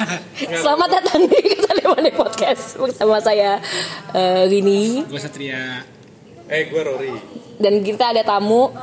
Selamat datang di Kesalimane Podcast bersama saya Rini. Gue Satria. Gue Rory. Dan kita ada tamu.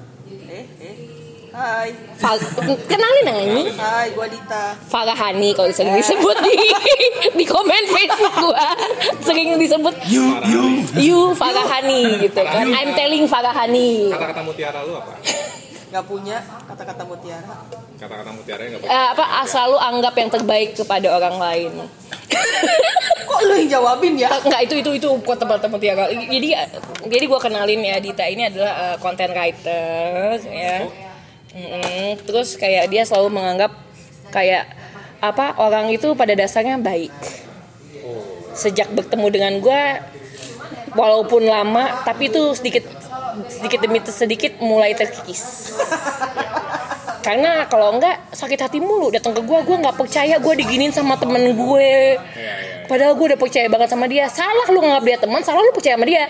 Hai. Kenalin aja. Hai, gue Dita. Farahani kalau sering disebut di komen Facebook gua. Sering disebut you Farahani gitu kan. I'm telling Farahani. Kata-kata mutiara lu apa? Gak punya kata-kata mutiara. Kata-kata mutiara yang gak punya. Selalu anggap yang terbaik kepada orang lain. Kok lu yang jawabin ya? Enggak, itu kata-kata mutiara. Jadi gua kenalin ya, Dita ini adalah content writer ya. Terus kayak dia selalu menganggap kayak orang itu pada dasarnya baik. Sejak bertemu dengan gue, walaupun lama, tapi itu sedikit demi sedikit mulai terkikis. Karena kalau enggak sakit hati mulu datang ke gue nggak percaya gue diginin sama temen gue. Padahal gue udah percaya banget sama dia. Salah lu nganggap dia teman, salah lu percaya sama dia.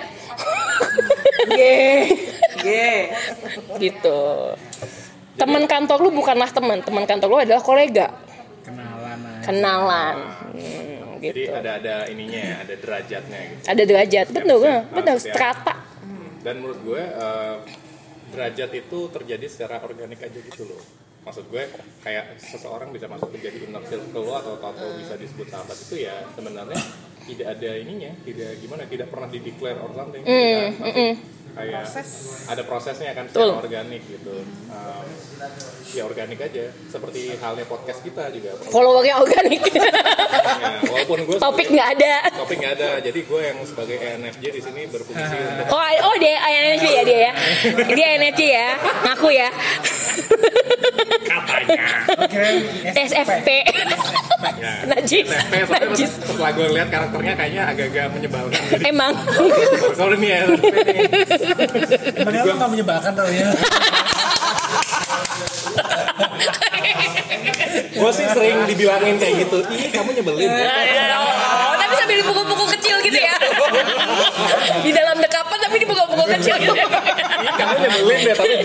Gitu. Teman kantor lu bukanlah teman kantor lu adalah kolega. Kenalan. Jadi gitu. ada ininya ya, ada derajatnya gitu. Ada derajat, betul strata. Dan menurut gue derajat itu terjadi secara organik aja gitu loh. Maksud gue kayak seseorang bisa masuk menjadi inner circle lo atau bisa disebut sahabat itu ya sebenarnya tidak ada ininya, tidak pernah di-declare or something. Kayak ada prosesnya kan secara organik gitu. Ya organik aja, seperti halnya podcast kita juga. Followernya organik. Ya, walaupun gue topik nggak ada. Jadi gue yang sebagai ENFJ di sini berfungsi untuk. Dia ENFJ ya dia ya. Dia ENFJ ya, ngaku ya. Katanya. SFP. Najis. Setelah gue lihat karakternya kayaknya agak-agak menyebalkan. Emang. Kalau ini ya. Sebenarnya lu nggak menyebalkan tau ya. Gue sih sering dibilangin kayak gitu. Ih, kamu nyebelin. Tapi sambil dipukul-pukul kecil gitu ya. Di dalam dekapan tapi dipukul-pukul kecil gitu. Ih, kamu nyebelin deh tapi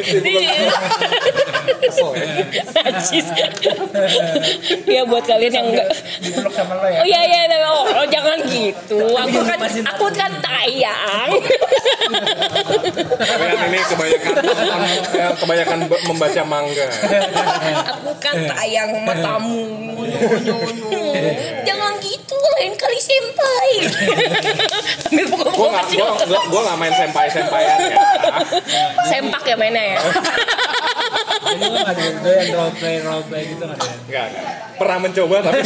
kesel ya. Najis. Ya buat kalian yang enggak Dipeluk sama lo ya. Oh iya jangan gitu. Aku kan tayang. Kalian ini kebanyakan membaca manga. Aku kan tayang matamu. Jangan gitu, lain kali senpai. Ambil pukul-pukul kecil. Gue gak main senpai-senpaian ya. Sempak ya mainnya ya. Jadi lu nggak ada yang role play gitu nggak ada? Enggak. Pernah mencoba tapi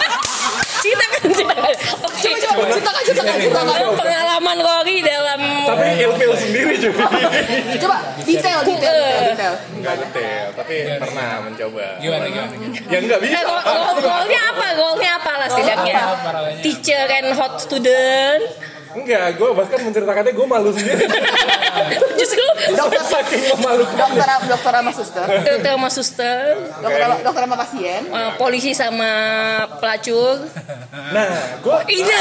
Ceritakan pengalaman Rory dalam. tapi ilfil sendiri juga. Coba detail. Enggak detail, tapi pernah mencoba. Gimana? Ya enggak bisa. Goalnya apa lah setidaknya? Teacher and hot student. Enggak, gue bahkan menceritakannya gue malu sendiri. Justru Dokter Saking memalukan. dokter sama suster. dokter sama suster, Dokter sama pasien. polisi sama pelacur. Nah, gue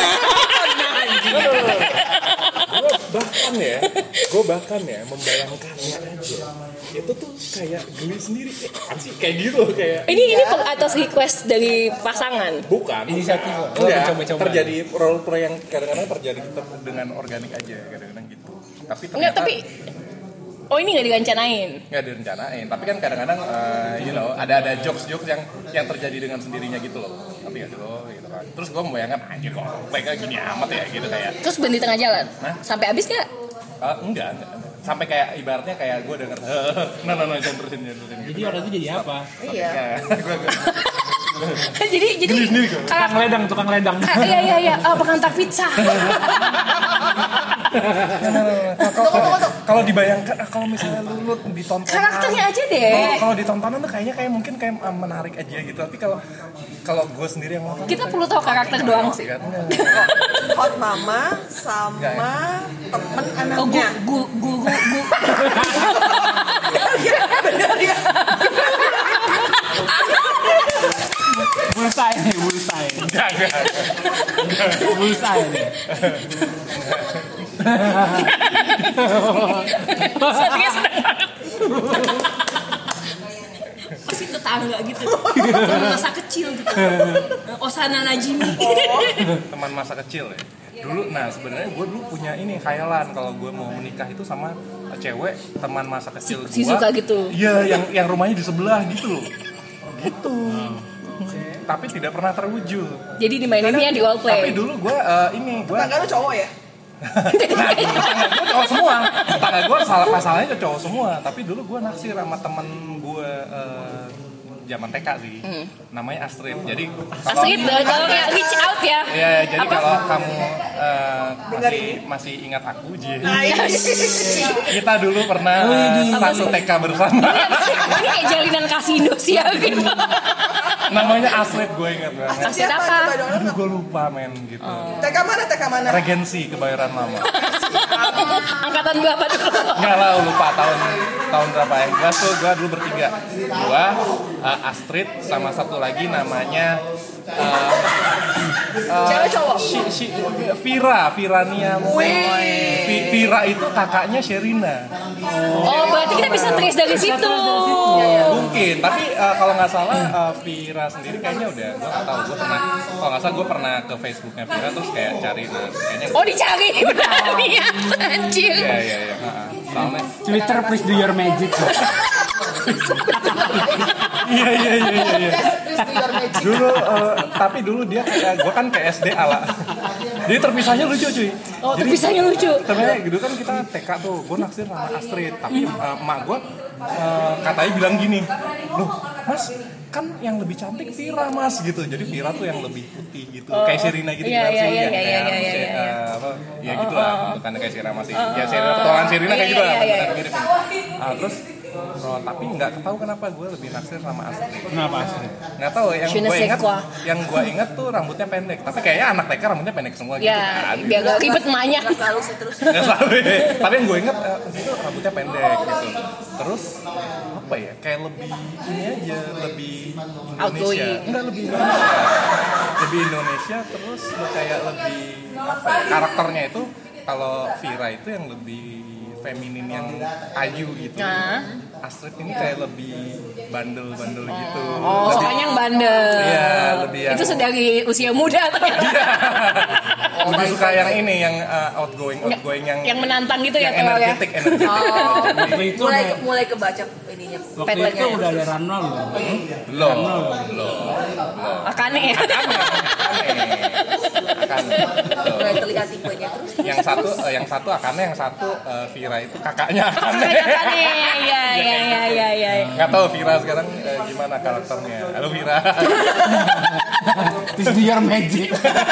bahkan ya membayangkannya aja. Itu tuh kayak geli sendiri. Kayak gitu kayak. Ini atas request dari pasangan. Bukan. Inisiatif. Enggak, Coba-coba. terjadi role play yang kadang-kadang terjadi dengan organik aja kadang-kadang gitu. Tapi ternyata Ini nggak direncanain. nggak direncanain. Tapi kan kadang-kadang ada jokes yang terjadi dengan sendirinya gitu loh. Tapi nggak lo gitu kan. Terus gue membayangkan anjir kok mereka gini amat ya gitu kayak. Terus berhenti tengah jalan. Hah? Sampai habis nggak? Enggak. Sampai kayak ibaratnya kayak gue denger jangan terusin gitu. Jadi orang itu jadi apa? Iya. jadi Tukang ledang. Iya. Pengantar pizza. Kalau dibayangkan kalau misalnya lu ditonton Karakternya aja deh. kalau ditontonan tuh kayaknya mungkin menarik aja gitu, tapi kalau gue sendiri yang nonton Kita perlu tahu karakter doang sih. Hot mama sama temen anaknya. Guru. Bullseye. enggak Bullseye nih. Satria senang banget. Pasti tetangga gitu. Teman masa kecil gitu. Osana Najimi. Teman masa kecil ya. Dulu, nah sebenarnya gue dulu punya ini khayalan kalau gue mau menikah itu sama cewek teman masa kecil gue. Shizuka gitu. Iya, yang rumahnya di sebelah gitu loh. Gitu. Tapi tidak pernah terwujud. Jadi dimaininnya di role play. Tapi dulu gue Tetangga lu cowok ya? Nah, tetangga gue cowok semua. Tetangga gue masalahnya cowok semua. Tapi dulu gue naksir sama temen gue zaman TK sih. Namanya Astrid. Jadi Astrid, kalau kayak reach out ya. Iya, jadi Apa? kalau kamu masih ingat aku, kita dulu pernah satu TK bersama. Ini kayak jalinan kasih Indonesia gitu. Namanya Astrid, gue ingat banget. Astrid apa? Aduh, gue lupa men gitu. TK mana? Regensi Kebayoran Lama. Angkatan berapa dulu? Enggak lah, lupa tahun berapa ya. Gue dulu bertiga. Gue, Astrid, sama satu lagi namanya Cewek cowok? Virania. Vira itu kakaknya Sherina. Oh, berarti kita bisa trace dari situ. Mungkin, tapi kalau nggak salah Vira sendiri kayaknya udah, gue nggak tahu. Kalau nggak salah gue pernah ke Facebooknya Vira terus kayak cari, nah kayaknya. Oh, dicari benar anjir. Iya. Soalnya. Twitter please do your magic. Iya. Dulu, tapi dulu dia gue kan ke SD ala. Jadi terpisahnya lucu cuy. Oh, terpisahnya lucu. Sebenarnya gitu kan kita TK tuh, gue naksir sama Astrid. Tapi emak gue katanya bilang gini, loh Mas, kan yang lebih cantik Vira Mas gitu. Jadi Vira tuh yang lebih putih gitu, kayak Sherina gitu kan sih, yang kayak apa? Ya gitulah, bukan kayak Sherina masih. Ya Sherina petualangan Sherina kayak gitu lah, mirip. Terus tapi nggak tahu kenapa gue lebih naksir sama Astrid. Kenapa Astrid? Nggak tahu, yang gue ingat tuh rambutnya pendek. Tapi kayaknya anak TK rambutnya pendek semua gitu. Ya, biar gak ribet emaknya. Nggak selalu sih terus. Nggak selalu ya. Tapi yang gue ingat itu rambutnya pendek gitu. Terus apa ya? Kayak lebih ini aja, lebih Indonesia. Enggak, lebih Indonesia. Lebih Indonesia, terus kayak lebih apa ya? Karakternya itu kalau Vira itu yang lebih feminin, yang ayu gitu. Astrid ini kayak lebih bandel-bandel gitu. Oh, sukanya yang bandel. Iya, lebih yang. Itu sedari usia muda ternyata. Lebih suka yang ini, yang outgoing yang menantang gitu ya, yang kalau ya. energetik. Waktu itu Mulai kebaca ininya. waktu itu udah ada Ranol loh. Belum. Akane ya. Akane. Mulai terlihat tipenya terus. Yang satu Akane, yang satu Vira itu kakaknya Akane. Akane. Iya. Nggak tahu Vira sekarang gimana karakternya. Halo Vira. Please do your magic.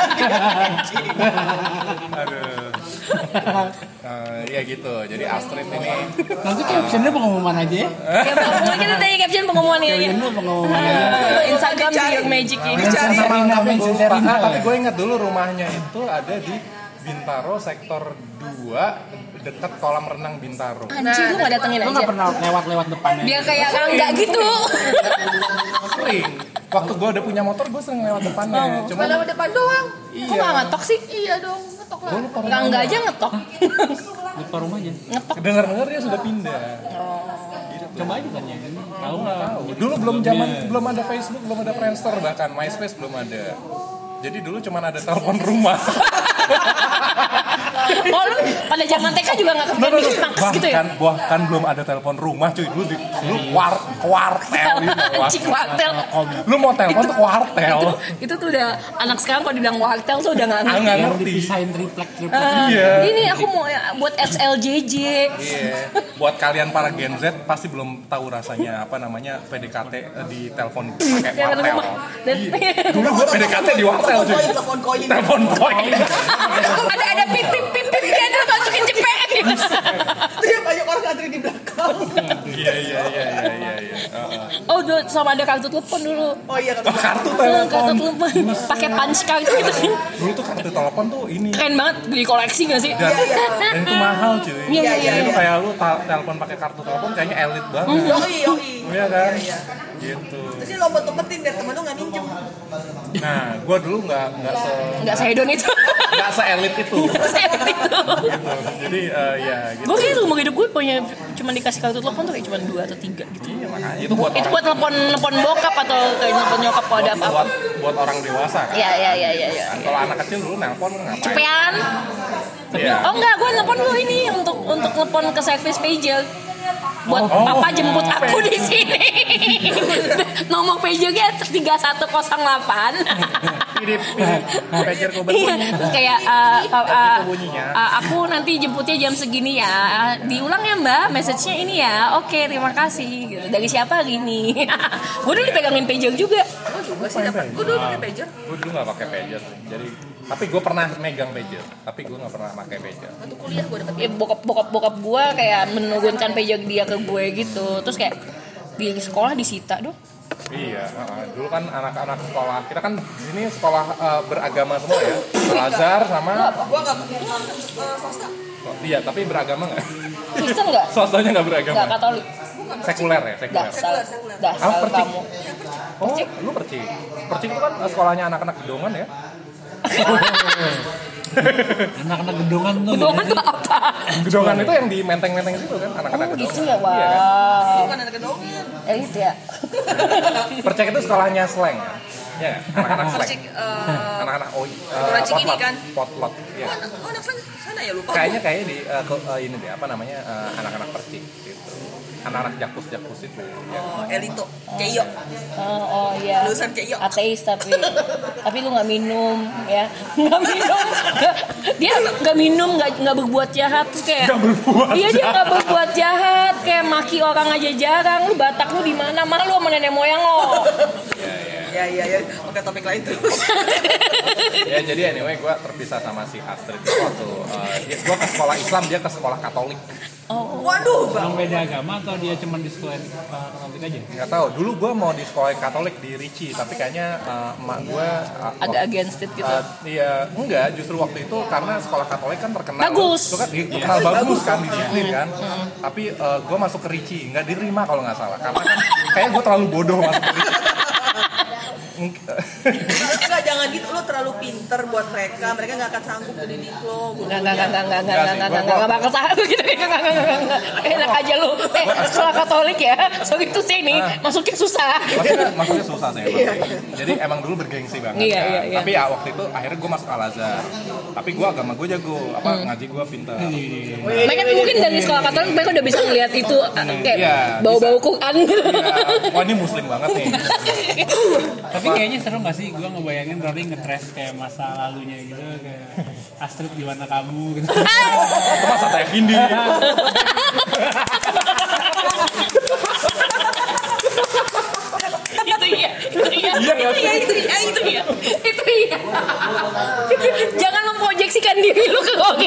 Aduh. Ya gitu. Jadi Astrid ini. Nanti captionnya pengumuman aja ya. Ya, pengumuman kita tadi caption pengumumannya ya. Captionnya pengumuman aja. Instagram di Your Magic ini. Mention Serina. Tapi gue ingat dulu rumahnya itu ada di Bintaro sektor 2 dekat kolam renang Bintaro. Anjir, lu gak datengin Lo aja. nggak pernah lewat depannya? Biar kayak Rangga gitu. Sering. Waktu gue udah punya motor, gue sering lewat depannya. Cuma Lewat depan doang. Kok gak ngetok sih? Iya dong, ngetok lah. gue lupa Rangga aja ngetok. Depan rumahnya. dengar dia sudah pindah. Coba aja tanya. Tahu nggak? Dulu belum ada Facebook, belum ada Friendster, bahkan MySpace belum ada. Jadi dulu cuma ada telepon rumah. Oh, lu pada zaman TK juga gak kepikiran bikin Max gitu ya? Bahkan belum ada telepon rumah cuy. Dulu kuartel gitu. Anjing, wartel. Lu mau telepon tuh kuartel. Itu tuh udah, anak sekarang kalau dibilang wartel tuh udah gak ngerti. Nggak Yang ngerti. dipisahin triplek. Iya. Ini aku mau buat XLJJ. Iya. Buat kalian para Gen Z pasti belum tahu rasanya apa namanya PDKT di telepon pakai Yang wartel. rumah. Dan Dulu gue PDKT di wartel cuy. Telepon koin. Telepon koin. ada pip dia tuh masukin cepet. Dia banyak orang antri di belakang. Iya. Oh, dulu sama ada kartu telepon dulu. Oh iya kan. Kartu Kartu telepon. telepon. Pakai punch card gitu. Dulu tuh kartu telepon tuh ini. Keren banget, beli koleksi gak sih? Dan itu mahal cuy. Iya. Dan itu kayak lu telepon pakai kartu telepon kayaknya elit banget. Yoi. Iya kan? Gitu. Terus dia lompat-lompatin biar temen lu nggak minjem. Nah, gue dulu Nggak sehedon itu. nggak se-elit itu. Nggak sehedon itu. Gitu. Jadi ya gitu. Gue kayak rumah hidup gue punya cuma dikasih kartu telepon tuh kayak cuma 2 atau 3 gitu. Iya makanya itu buat Itu buat telepon bokap atau kayak telepon nyokap kalau ada apa-apa. buat orang dewasa kan. Iya. Kalau anak kecil dulu nelpon ngapain? Cepean. Iya. Oh enggak, gue nelpon dulu ini untuk telepon ke service pager. Buat papa jemput aku di sini. Nomor pagernya 3108. Pilih pager kau Iya, berbunyi. terus kayak bunyinya. aku nanti jemputnya jam segini ya. Diulang ya Mbak, message-nya ini ya. Oke, terima kasih. Gitu. Dari siapa gini? Gue dulu dipegangin pager juga. Gue sih dapat. Gue dulu pakai pager. Gue dulu nggak pakai pager, jadi tapi gue pernah megang pager, tapi gue nggak pernah pakai pager. Waktu kuliah gue dapat. Ya, bokap gue kayak menurunkan pager dia ke gue gitu. Terus kayak di sekolah disita dong. Iya, dulu kan anak-anak sekolah kita kan di sini sekolah beragama semua ya, Al-Azhar sama. Gue nggak swasta. Iya, tapi beragama nggak? Kristen nggak? Swastanya nggak beragama. Nggak Katolik. Sekuler ya, sekuler. Dasar Percik. kamu. Oh, lu percik. Percik itu kan sekolahnya anak-anak gedongan ya. Anak-anak gedongan tuh. Gedongan tuh apa? Gedongan itu yang di menteng-menteng situ kan anak-anak gedongan. Gitu ya, Iya kan? wow. Bukan anak gedongan. Gitu ya. Percik itu sekolahnya slang. Ya, anak-anak slang. Percik. Anak-anak Percik ini potlot, kan? potlot. Iya. Oh anak sana ya lupa. Kayaknya di ini deh apa namanya anak-anak percik gitu. Anak-anak jakpus itu. Ya. Oh Elito. Keyo. Oh iya. Lulusan Keyo. Ateis tapi lu nggak minum ya. Nggak minum. Dia nggak minum, nggak berbuat jahat terus kayak. Iya dia nggak berbuat jahat kayak maki orang aja jarang. Lu Batak lu di mana? Mana lu sama nenek moyang lo? Ya. Oke topik lain terus. Ya jadi anyway gue terpisah sama si Astrid itu waktu gue ke sekolah Islam, dia ke sekolah Katolik. Waduh bang. Yang beda agama atau dia cuma di sekolah Katolik aja? Nggak tahu. Dulu gue mau di sekolah Katolik di Ricci, tapi kayaknya emak gue Agak against it gitu. Iya, enggak. Justru waktu itu karena sekolah Katolik kan terkenal. Bagus. Itu kan terkenal bagus kan di disiplin kan. Tapi gue masuk ke Ricci, nggak diterima kalau nggak salah. Karena kan kayak gue terlalu bodoh masuk ke Ricci. Enggak jangan gitu, lo terlalu pinter buat mereka nggak akan sanggup ngedidik lo. Nggak bakal tahu gitu. Enak aja lu. Sekolah Katolik ya. So itu sih nih masuknya susah. Masuknya susah saya. Jadi emang dulu bergengsi banget. Iya, kan. iya. Tapi ya waktu itu akhirnya gue masuk Al-Azhar. Tapi gue agama gue jago, ngaji gue pintar. Mereka mungkin dari sekolah Katolik mereka udah bisa ngeliat itu kayak Iya, bau-bau Quran gitu. Iya. Wah ini muslim banget nih. Tapi kayaknya seru gak sih gue ngebayangin Rory nge-trash kayak masa lalunya gitu, kayak Astrid di mana kamu gitu. Itu masa teh Hindi. Itu iya. Jangan memproyeksikan diri lu ke Rory.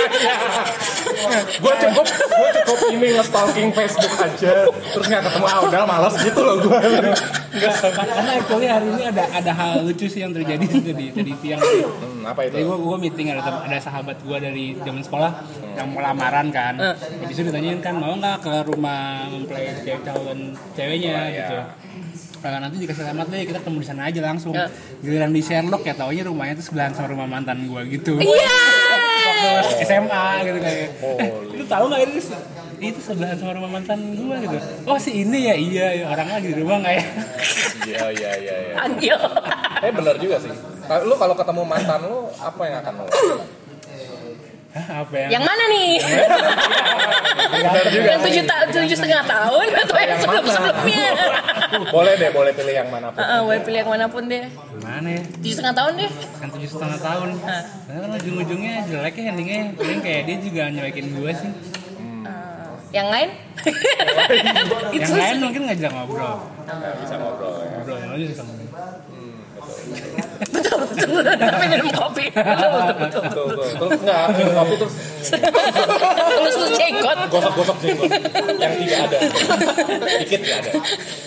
Gue cukup ini nge-stalking Facebook aja, terus nggak ketemu udah malas gitu loh gue. Karena actually hari ini ada hal lucu sih yang terjadi tadi siang sih. Apa itu? Jadi gue meeting ada sahabat gue dari zaman sekolah yang mau lamaran kan. Habis itu ditanyain kan mau nggak ke rumah mempelai calon ceweknya gitu. Nanti dikasih alamat deh, kita ketemu di sana aja langsung. Giliran di Sherlock ya taunya rumahnya tuh sebelahan sama rumah mantan gue gitu. Iya. Waktu SMA gitu kayak. Lu tahu nggak itu sebelahan sama rumah mantan gue gitu. Oh si ini ya iya orangnya di rumah nggak ya? Iya. Anjir. Bener juga sih. Lu kalau ketemu mantan lu apa yang akan lu lakukan? Apa yang? Yang mana nih? Bener juga. Yang 7,5 tahun atau yang sebelumnya? Boleh pilih yang mana pun. Boleh pilih yang manapun deh. Mana ya? 7,5 tahun deh. Kan 7,5 tahun. Karena kan ujung-ujungnya jelek ya endingnya. Paling kayak dia juga nyuekin gue sih. Yang lain? Yang lain mungkin ngajak ngobrol. Nggak bisa ngobrol ya. Ngobrol yang lain sama gue. Betul. Tapi minum kopi. Betul. Terus nggak minum kopi terus Terus jenggot. gosok jenggot yang tidak ada. Dikit nggak ada.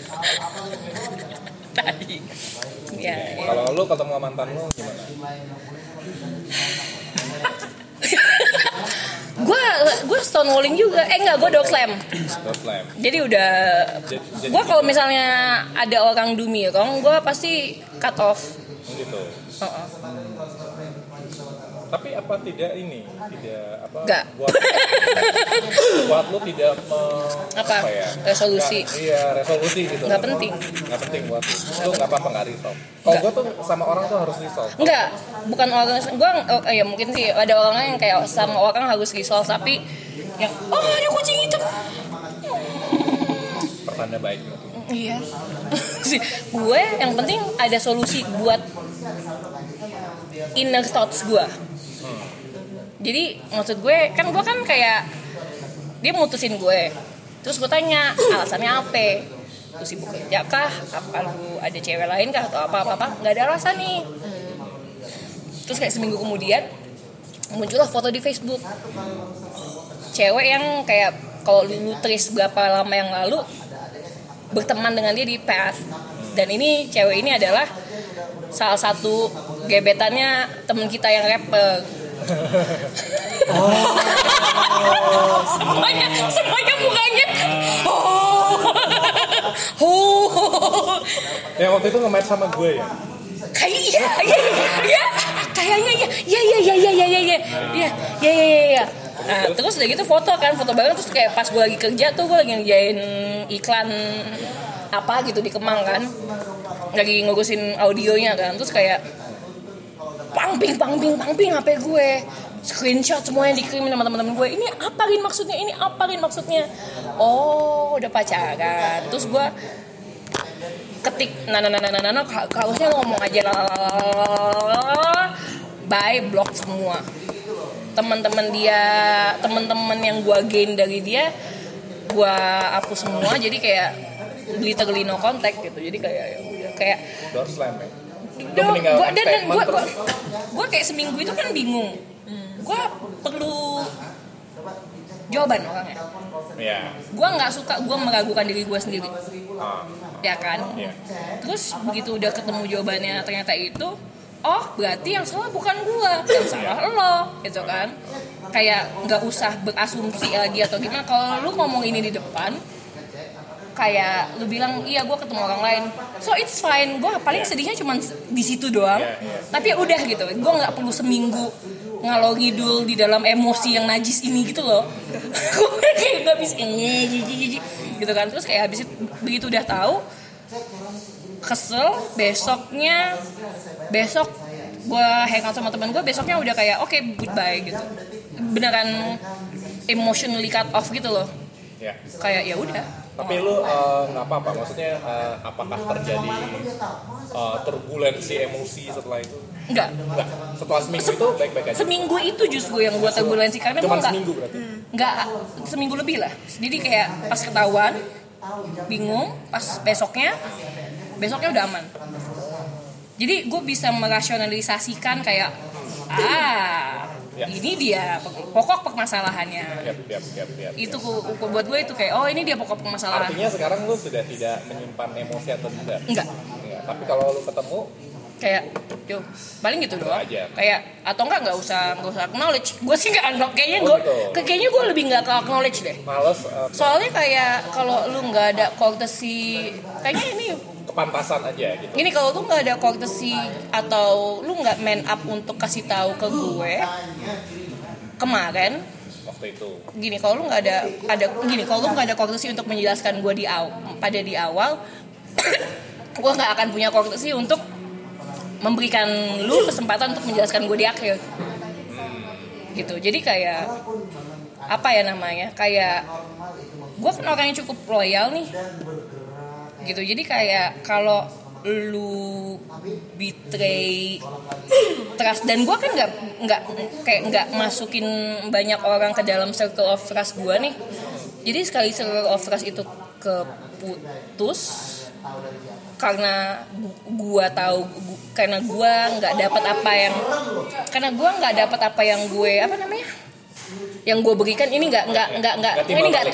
Tadi. Ya. Kalau lu ketemu mantan lu gimana? Gue stonewalling juga. Enggak, gue dog slam. Jadi udah gue kalau misalnya ada orang dumirong, gue pasti cut off. gitu. Tapi apa tidak ini Nggak. buat lu tidak Apa? ya? Resolusi. Resolusi gitu. Nggak penting. Nggak penting buat lu nggak apa-apa nggak resolve. Kalau gue tuh sama orang tuh harus resolve. Enggak, bukan orang ya mungkin sih ada orang yang kayak sama orang harus resolve, tapi yang ada kucing hitam. Pertanda baik. Iya. Sih, gue yang penting ada solusi buat inner thoughts gue. Jadi maksud gue kan kayak dia mutusin gue, terus gue tanya alasannya apa? Terus sibuk kerja kah? Apa lu ada cewek lain kah atau apa? Nggak ada alasan nih. Terus kayak seminggu kemudian muncullah foto di Facebook cewek yang kayak kalau lu trace berapa lama yang lalu berteman dengan dia di Path. Dan ini cewek ini adalah salah satu gebetannya temen kita yang rapper. Semuanya mukanya. Yang waktu itu nge-match sama gue ya. Kayaknya ya. Nah, terus udah gitu foto bareng, terus kayak pas gue lagi kerja tuh gue lagi ngerjain iklan apa gitu di Kemang kan, lagi ngurusin audionya kan, terus kayak pang ping HP gue, screenshot semua yang dikirim sama teman-teman gue. Ini apa maksudnya? Oh, udah pacaran. Terus gue ketik harusnya ngomong aja bye, block semua teman-teman yang gue gain dari dia gue hapus semua. Jadi kayak literally no contact gitu. Jadi kayak door slam ya. Gue kayak seminggu itu kan bingung. Gue perlu jawaban orangnya. Yeah. Gue nggak suka gue meragukan diri gue sendiri. Ya kan. Yeah. Terus begitu udah ketemu jawabannya ternyata itu, oh berarti yang salah bukan gue, yang salah lo, gitu kan. Kayak nggak usah berasumsi lagi atau gimana. Kalau lu ngomong ini di depan, kayak lu bilang iya gue ketemu orang lain, so it's fine. Gue paling sedihnya cuma di situ doang. Tapi ya udah gitu, gue nggak perlu seminggu ngalor ngidul di dalam emosi yang najis ini gitu loh. Gue kayak nggak bisa gitu kan. Terus kayak habis itu begitu udah tahu, kesel. Besok gue hangout sama teman gue, besoknya udah kayak oke, goodbye gitu. Beneran emotionally cut off gitu loh. Kayak ya udah. Tapi lu nggak apa-apa, maksudnya apakah terjadi turbulensi emosi setelah itu? Enggak. Setelah seminggu itu baik-baik aja. Seminggu itu justru yang gue turbulensi karena gue nggak. Seminggu berarti? Nggak, seminggu lebih lah. Jadi kayak pas ketahuan bingung, pas besoknya udah aman. Jadi gue bisa merasionalisasikan kayak ini dia pokok permasalahannya. Yep. Itu buat gue itu kayak ini dia pokok permasalahan. Artinya sekarang lu sudah tidak menyimpan emosi atau tidak? Enggak. Tapi kalau lu ketemu kayak paling gitu doang. Kayak atau nggak usah acknowledge. Gue sih nggak kayaknya gue lebih nggak ke acknowledge deh. Males. Soalnya kayak kalau lu nggak ada courtesy, kayaknya ini kepantasan aja gitu. Gini, kalau lu nggak ada courtesy atau lu nggak man up untuk kasih tahu ke gue kemarin waktu itu. Gini, kalau lu nggak ada courtesy untuk menjelaskan gue di awal, gue nggak akan punya courtesy untuk memberikan lu kesempatan untuk menjelaskan gue di akhir. Gitu. Jadi kayak apa ya namanya? Kayak gue kan orang yang cukup loyal nih. Gitu. Jadi kayak kalau lu betray trust, dan gue kan nggak masukin banyak orang ke dalam circle of trust gue nih. Jadi sekali circle of trust itu keputus karena gue tahu, karena gue nggak dapat apa yang gue yang gue berikan. Ini nggak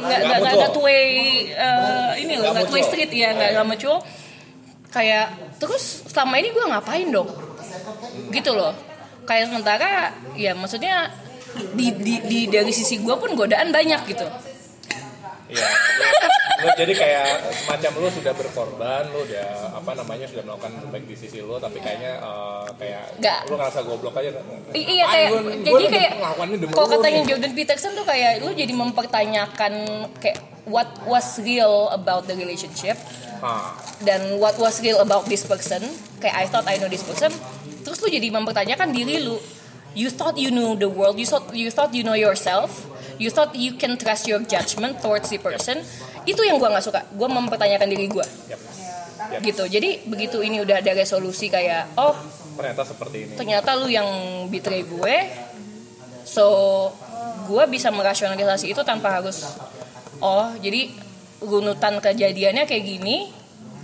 two-way street ya, nggak mutual. Kayak terus selama ini gue ngapain dong gitu loh. Kayak sementara ya maksudnya di dari sisi gue pun godaan banyak gitu. Jadi kayak semacam lu sudah berkorban, lu udah sudah melakukan terbaik di sisi lu, tapi kayaknya kayak lu ngerasa goblok aja. Iya kayak jadi kayak kalau katanya nih. Jordan Peterson tuh kayak lu jadi mempertanyakan kayak what was real about the relationship dan what was real about this person. Kayak I thought I know this person, terus lu jadi mempertanyakan diri lu. You thought you knew the world, you thought you know yourself, you thought you can trust your judgment towards the person. Itu yang gue nggak suka. Gue mempertanyakan diri gue. Gitu. Jadi begitu ini udah ada resolusi kayak ternyata seperti ini. Ternyata lu yang betray gue. So gue bisa merasionalisasi itu tanpa harus jadi runutan kejadiannya kayak gini.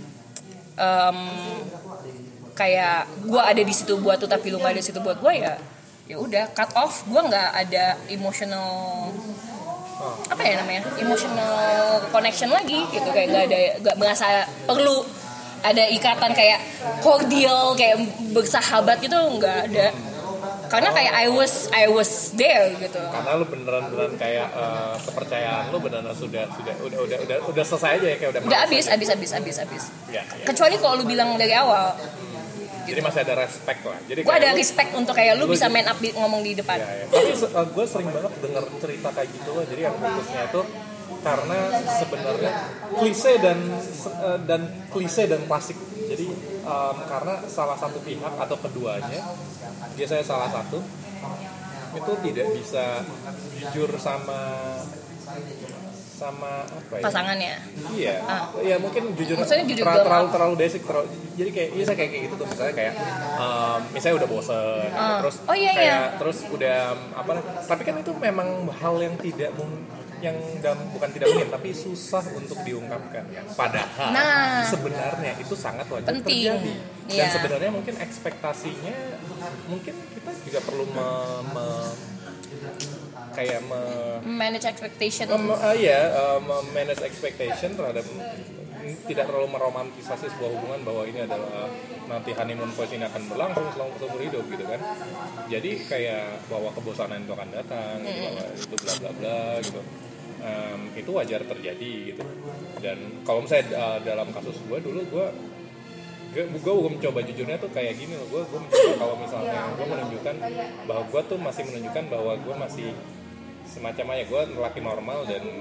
Kayak gue ada di situ buat tuh tapi lu nggak ada di situ buat gue ya udah cut off. Gue nggak ada emotional emotional connection lagi gitu, kayak nggak merasa perlu ada ikatan kayak cordial kayak bersahabat gitu, nggak ada. Karena kayak I was there gitu. Karena lu beneran kayak kepercayaan lu beneran udah selesai aja ya, kayak udah habis. Ya. Kecuali kalau lu bilang dari awal. Jadi masih ada respect lah. Jadi gue ada respect untuk kayak lu bisa main up ngomong di depan. Ya. Tapi gue sering banget denger cerita kayak gitu loh. Jadi yang fokusnya itu karena sebenarnya klise dan klasik. Jadi karena salah satu pihak atau keduanya, biasanya salah satu itu tidak bisa jujur sama apa ya? Pasangannya. Iya. Ya mungkin jujur terlalu basic jadi kayak saya kayak gitu tuh, misalnya kayak misalnya udah bosen terus terus udah tapi kan itu memang hal yang bukan tidak mungkin tapi susah untuk diungkapkan kan. Padahal sebenarnya itu sangat wajar terjadi. Dan sebenarnya mungkin ekspektasinya mungkin kita juga perlu manage expectation. Manage expectation terhadap tidak terlalu meromantisasi sebuah hubungan bahwa ini adalah nanti honeymoon phase ini akan berlangsung selama seumur hidup gitu kan. Jadi kayak bahwa kebosanan itu akan datang, bahwa itu bla bla bla gitu. Itu wajar terjadi gitu. Dan kalau misalnya dalam kasus gue dulu gue mencoba jujurnya tuh kayak gini loh. Gue mencoba kalau misalnya gue menunjukkan bahwa gue tuh masih menunjukkan bahwa gue masih semacam aja gue lelaki normal, dan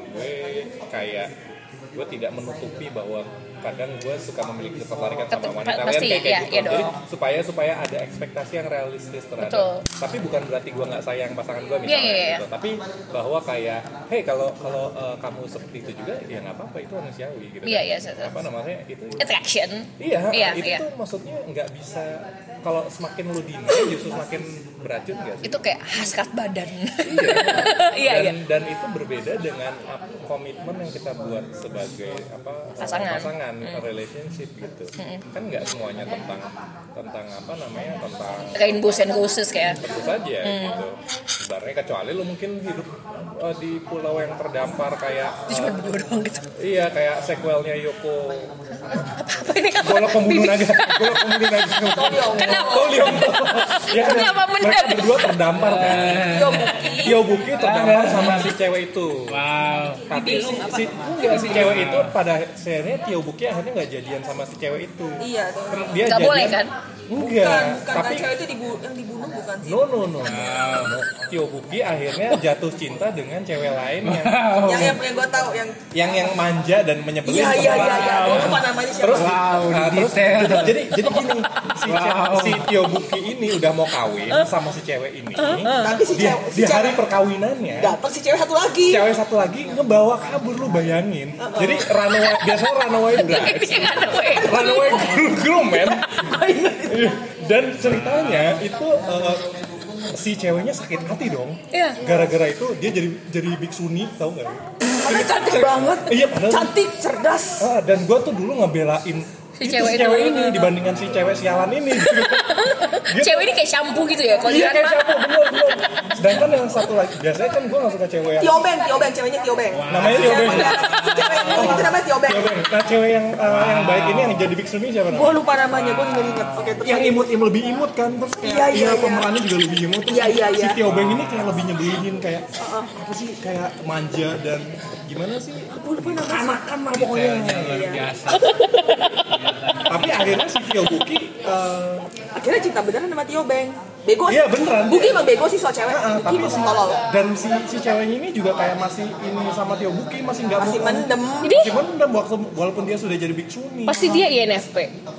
gue tidak menutupi bahwa kadang gue suka memiliki ketertarikan sama wanita lain kayak gitu. Jadi supaya ada ekspektasi yang realistis terhadap. Tapi bukan berarti gue nggak sayang pasangan gue misalnya gitu. Tapi bahwa kayak, hey kalau kamu seperti itu juga ya nggak apa-apa, itu manusiawi gitu. Apa namanya itu? Attraction. Itu tuh maksudnya nggak bisa. Kalau semakin lu deny justru semakin beracun nggak sih? Itu kayak hasrat badan. Dan itu berbeda dengan komitmen yang kita buat sebagai pasangan relationship gitu. Kan nggak semuanya tentang tentang rainbows and roses kayak. Tentu saja gitu. Sebenarnya kecuali lu mungkin hidup di pulau yang terdampar kayak cuma berdua doang gitu. Iya, kayak sequelnya Yoko. Apa ini? Golok pembunuh naga. Kenapa? Ya kan mereka berdua terdampar kan. Tio Buki terdampar sama si cewek itu. Wow. Tapi si cewek itu pada akhirnya Tio Buki akhirnya nggak jadian sama si cewek itu. Iya. Dia nggak boleh kan? Enggak. Tapi cewek itu yang dibunuh bukan sih? No. Tio Buki akhirnya jatuh cinta dengan cewek lain yang gue tahu yang manja dan menyebelin. Iya. Lupa namanya siapa? Terus jadi gini, si Tio Buki ini udah mau kawin sama si cewek ini. Tapi di hari perkawinannya datang si cewek satu lagi ngebawa kabur, lu bayangin. Jadi runaway bride. Runaway groom man. Dan ceritanya itu si ceweknya sakit hati dong. Iya. Gara-gara itu dia jadi biksuni, tahu nggak? Padahal cantik banget. Iya, padahal cantik, cerdas. Dan gue tuh dulu ngebelain si cewek ini dibandingkan si cewek sialan ini. Gitu. Cewek ini kayak shampoo gitu ya? Iya, kayak shampoo, bener. Sedangkan yang satu lagi, biasanya kan gue gak suka cewek yang Tio Beng, ceweknya Tio Beng. Namanya Tio Beng. Si cewek itu namanya Tio Beng. Nah, cewek yang baik ini yang jadi biksuni siapa namanya? Gue lupa namanya, gue nggak inget. Oke, terus yang lebih imut kan, terus kayak pemerannya juga lebih imut. Terus Iya. si Tio Beng ini kayak lebih nyebelin, kayak apa sih, kayak manja dan gimana sih? Anakan lah pokoknya. Luar biasa. Tapi akhirnya si Tio Buki akhirnya cinta beneran sama Tio Beng. Bego sih. Iya beneran. Buki emang bego sih soal cewek. tapi Buki si tolol. dan si ceweknya ini juga kayak masih ini sama Tio Buki masih nggak Masih move on. mendem. Masih mendem walaupun dia sudah jadi biksu nih. Pasti dia INFP.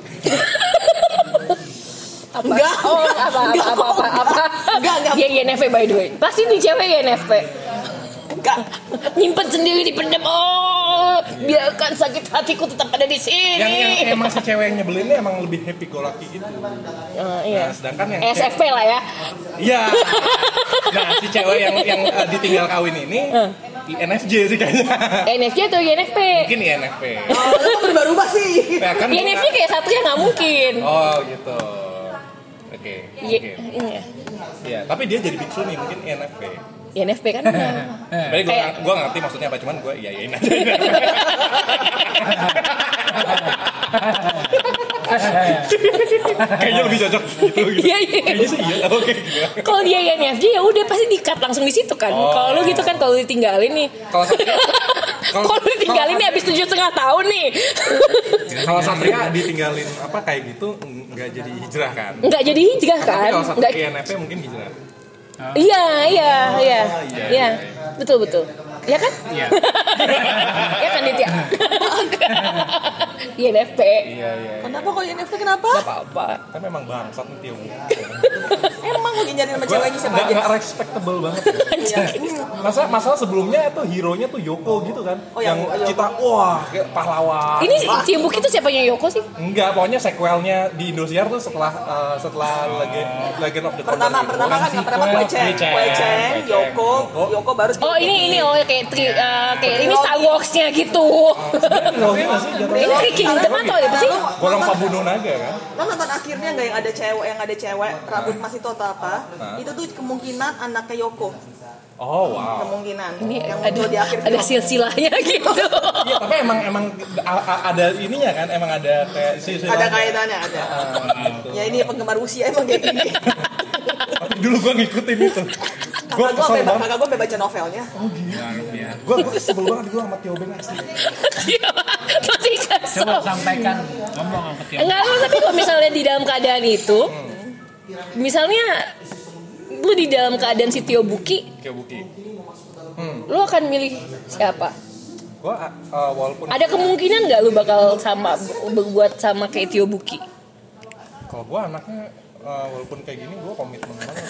Apa? Enggak. Oh, apa? Enggak. Dia INFP by the way. Pasti nih cewek INFP. Enggak. Nyimpen sendiri dipendam. Oh, biarkan sakit hatiku tetap ada di sini. Yang emang si cewek yang nyebelinnya emang lebih happy go lucky gitu. Iya. Nah, sedangkan yang SFP lah ya. Iya. Nah, si cewek yang ditinggal kawin ini INFJ sih kayaknya. INFJ atau INFP? Mungkin INFP. Oh, lu kok berubah-ubah sih. Ya, kan INFJ kayak Satria nggak mungkin. Oh, gitu. Oke. Iya. Iya, tapi dia jadi biksu nih, mungkin INFP. INFP kan. Tapi gue ngerti maksudnya apa, cuman gue iyain aja. Kayaknya lebih cocok gitu. Iya. Kayaknya sih iya. Oke. Kalau dia INFJ ya udah pasti di-cut langsung di situ kan. Kalau lu gitu kan kalau ditinggalin nih. Kalau lu ditinggalin nih habis 7,5 tahun nih. Kalau Satria ditinggalin apa kayak gitu nggak jadi hijrah kan? Nggak jadi hijrah Tapi kan? kalau Satria INFP mungkin hijrah. Iya. Betul. Ya kan? Iya. Ya kan Ditya? INFP. Iya. Kenapa kok INFP kenapa? Gak apa-apa. Kan memang bangsat nih Tio. Emang lagi nyari sama ceweknya siapa aja? Nggak respectable banget. Iya. Masalah sebelumnya tuh hero-nya tuh Yoko gitu kan. Oh, yang kita wah kayak pahlawan. Ini Cimbuk itu siapanya Yoko sih? Enggak, pokoknya sequelnya di Indosiar tuh setelah Legend of the Thunder. Pertama kan yang pertama Kue Cheng, Yoko baru. Oh ini kayak ini Star Wars-nya gitu. Heronya nggak sih? Ini Three Kingdom atau apa sih? Golong pembunuh naga kan? Lo nonton akhirnya nggak yang ada cewek rambut masih total apa? Itu tuh kemungkinan anaknya Yoko. Oh wow. Kemungkinan. Ini yang muncul di akhir ada film. silsilahnya gitu. Iya, tapi emang ada ininya kan, emang ada kayak Ada kaitannya ada. Ya ini penggemar usia emang kayak gini. Tapi dulu gua ngikutin itu. Gua kesel banget. Kakak gue baca novelnya. Gua sebel banget gua sama Tio Beng asli. Masih kesel. Coba sampaikan ngomong sama Tio. Enggak, tapi kalau misalnya di dalam keadaan itu, misalnya lu di dalam keadaan si Tio Buki, lu akan milih siapa? Gua walaupun Ada kemungkinan nggak lu bakal berbuat sama kayak Tio Buki? kalau gua anaknya walaupun kayak gini gua komitmen banget.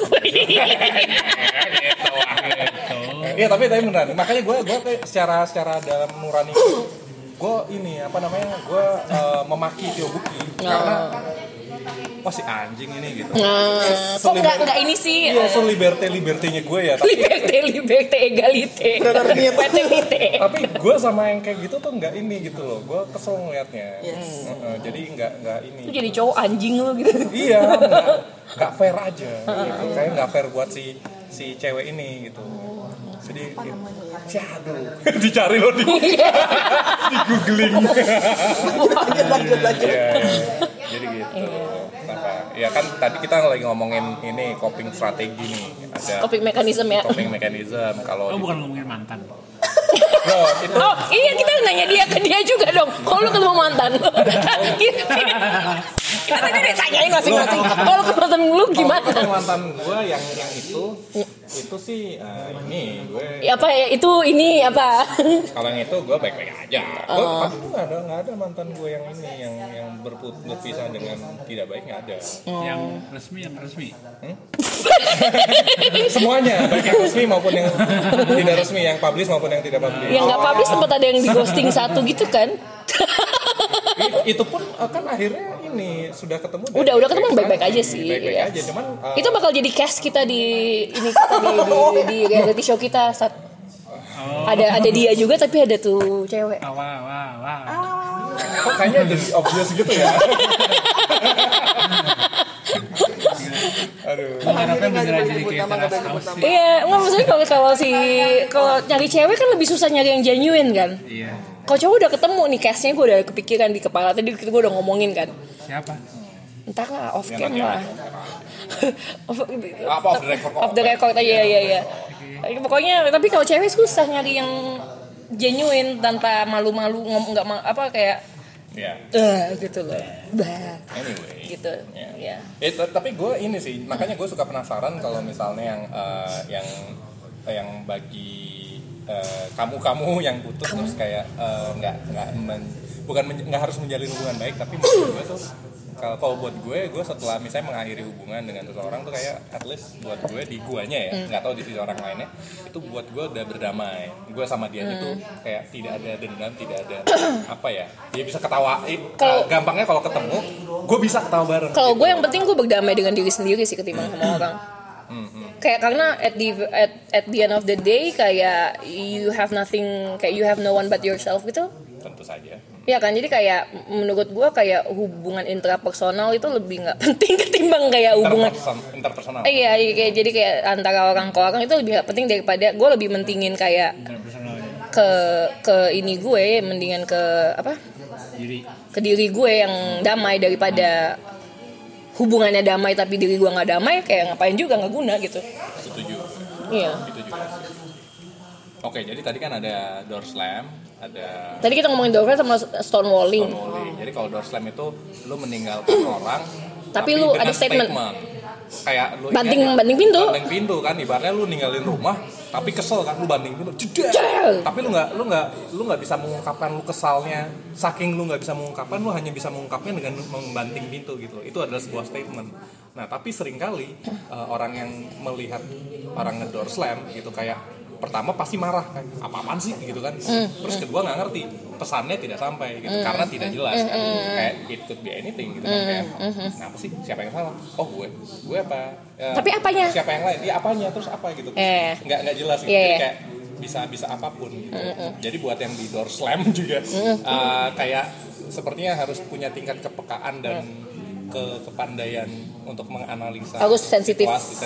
Iya tapi beneran. Makanya gua kayak secara dalam nurani gue ini apa namanya gue memaki Tio Buki karena wah si anjing ini gitu. Kok nggak ini sih? Iya, so libertenya gue ya. Tapi liberté, egalite. tapi gue sama yang kayak gitu tuh nggak ini gitu loh. Gue kesel ngeliatnya. Jadi nggak ini. Itu jadi cowok anjing lo gitu. Iya, nggak fair aja. Gitu. Kayak nggak fair buat si cewek ini gitu. Jadi aduh dicari loh di googling. Lanjut. Iya. Jadi gitu. Kenapa? Ya kan tadi kita lagi ngomongin ini coping strategi nih. Ada coping mekanisme ya. Coping mekanisme kalau bukan ngomongin mantan. itu Iya kita nanya dia ke dia juga dong. Kalau lu ketemu mantan, kita tadi udah tanyain masing-masing. Kalau ketemu mantan lu gimana? mantan gue yang itu sih ini gue. Apa ya itu ini apa? Kalau yang itu gue baik-baik aja. Tapi tuh nggak ada mantan gue yang ini yang berpisah dengan tidak baik nggak ada. Yang resmi. Semuanya baik yang resmi maupun yang tidak resmi, yang publish maupun yang tidak publish. Yang nggak publish sempat ada yang di ghosting satu gitu kan? Itu pun kan akhirnya ini sudah ketemu. Udah ketemu baik-baik aja sih. Baik-baik Ya. aja, cuman Itu bakal jadi cast kita di di reality show kita saat ada dia juga tapi ada tuh cewek. Wah. kok kayaknya jadi obvious gitu ya. Aduh. Mengharapkan beneran jadi kayak Teras House sih. Iya, nggak maksudnya kalau nyari cewek kan lebih susah nyari yang genuine kan. Iya. Kalau cowok udah ketemu nih castnya gue udah kepikiran di kepala tadi gue udah ngomongin kan. Siapa? Entah lah off cam lah. Apa off the record? Off the record aja ya. Pokoknya tapi kalau cewek susah nyari yang genuine tanpa malu-malu nggak apa kayak gitu loh. Anyway, gitu. Ya. Tapi gue ini sih, makanya gue suka penasaran kalau misalnya yang bagi kamu yang putus terus kayak nggak harus menjalin hubungan baik, tapi menurut gue tuh kalau buat gue setelah misalnya mengakhiri hubungan dengan seseorang tuh kayak at least buat gue di guanya ya, nggak tahu di sisi orang lainnya, itu buat gue udah berdamai. Gue sama dia itu kayak tidak ada dendam, tidak ada apa ya, dia bisa ketawa. Gampangnya kalau ketemu, gue bisa ketawa bareng. Kalau gue yang penting gue berdamai dengan diri sendiri sih ketimbang sama orang. Kayak karena at the end of the day kayak you have nothing, kayak you have no one but yourself gitu. Tentu saja. Ya kan, jadi kayak menurut gue kayak hubungan intrapersonal itu lebih nggak penting ketimbang kayak hubungan interpersonal. Iya, kayak jadi kayak antara orang ke orang itu lebih nggak penting daripada gue lebih mentingin kayak ke ini gue, mendingan ke apa? Ke diri gue yang damai daripada hubungannya damai tapi diri gue nggak damai, kayak ngapain juga, nggak guna gitu. Setuju. Iya. Itu juga sih. Oke, jadi tadi kan ada door slam, ada. Tadi kita ngomongin door slam sama stonewalling. Jadi kalau door slam itu lu meninggalkan orang, tapi lu ada statement. Kayak lu banting pintu kan, ibaratnya lu ninggalin rumah, tapi kesel kan, lu banting pintu, tapi lu nggak bisa mengungkapkan lu kesalnya, saking lu nggak bisa mengungkapkan, lu hanya bisa mengungkapnya dengan membanting pintu gitu. Itu adalah sebuah statement. Nah, tapi seringkali orang yang melihat orang ngedoor slam gitu kayak pertama pasti marah kan, apa-apaan sih gitu kan, terus kedua nggak ngerti, pesannya tidak sampai gitu karena tidak jelas kan, kayak it could be anything gitu kan, kayak kenapa sih, siapa yang salah, gue apa, tapi apanya, siapa yang lain, apanya, terus apa gitu, nggak jelas gitu, jadi kayak bisa apapun gitu. Jadi buat yang di door slam juga kayak sepertinya harus punya tingkat kepekaan dan kepandaian untuk menganalisa, harus sensitif.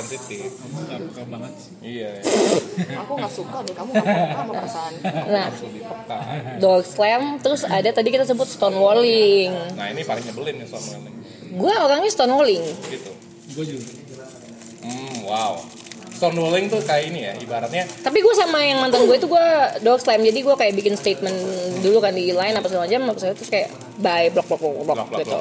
Peka banget. Iya. Aku nggak suka deh, kamu nggak peka sama perasaan. Nah, harus lebih peka. door slam, terus ada tadi kita sebut stonewalling. Nah, ini paling nyebelin ya stonewalling. Gue orangnya stonewalling. Gitu. Gue juga. Wow. Stonewalling tuh kayak ini ya, ibaratnya. Tapi gue sama yang mantan gue itu gue door slam, jadi gue kayak bikin statement dulu kan di line apa segala macam, terus kayak bye blok gitu.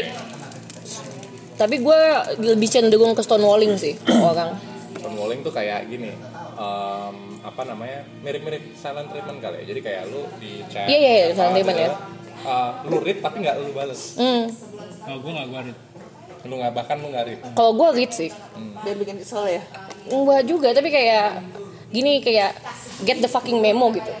Tapi gue lebih cenderung ke stonewalling sih orang. Stonewalling tuh kayak gini, apa namanya, mirip-mirip silent treatment kali ya. Jadi kayak lu di chat. Iya, silent treatment ya. Lu read tapi nggak lu bales. Gue read. Lu nggak read. Kalau gue read sih. Biar bikin kesel ya. Enggak juga, tapi kayak gini, kayak get the fucking memo gitu.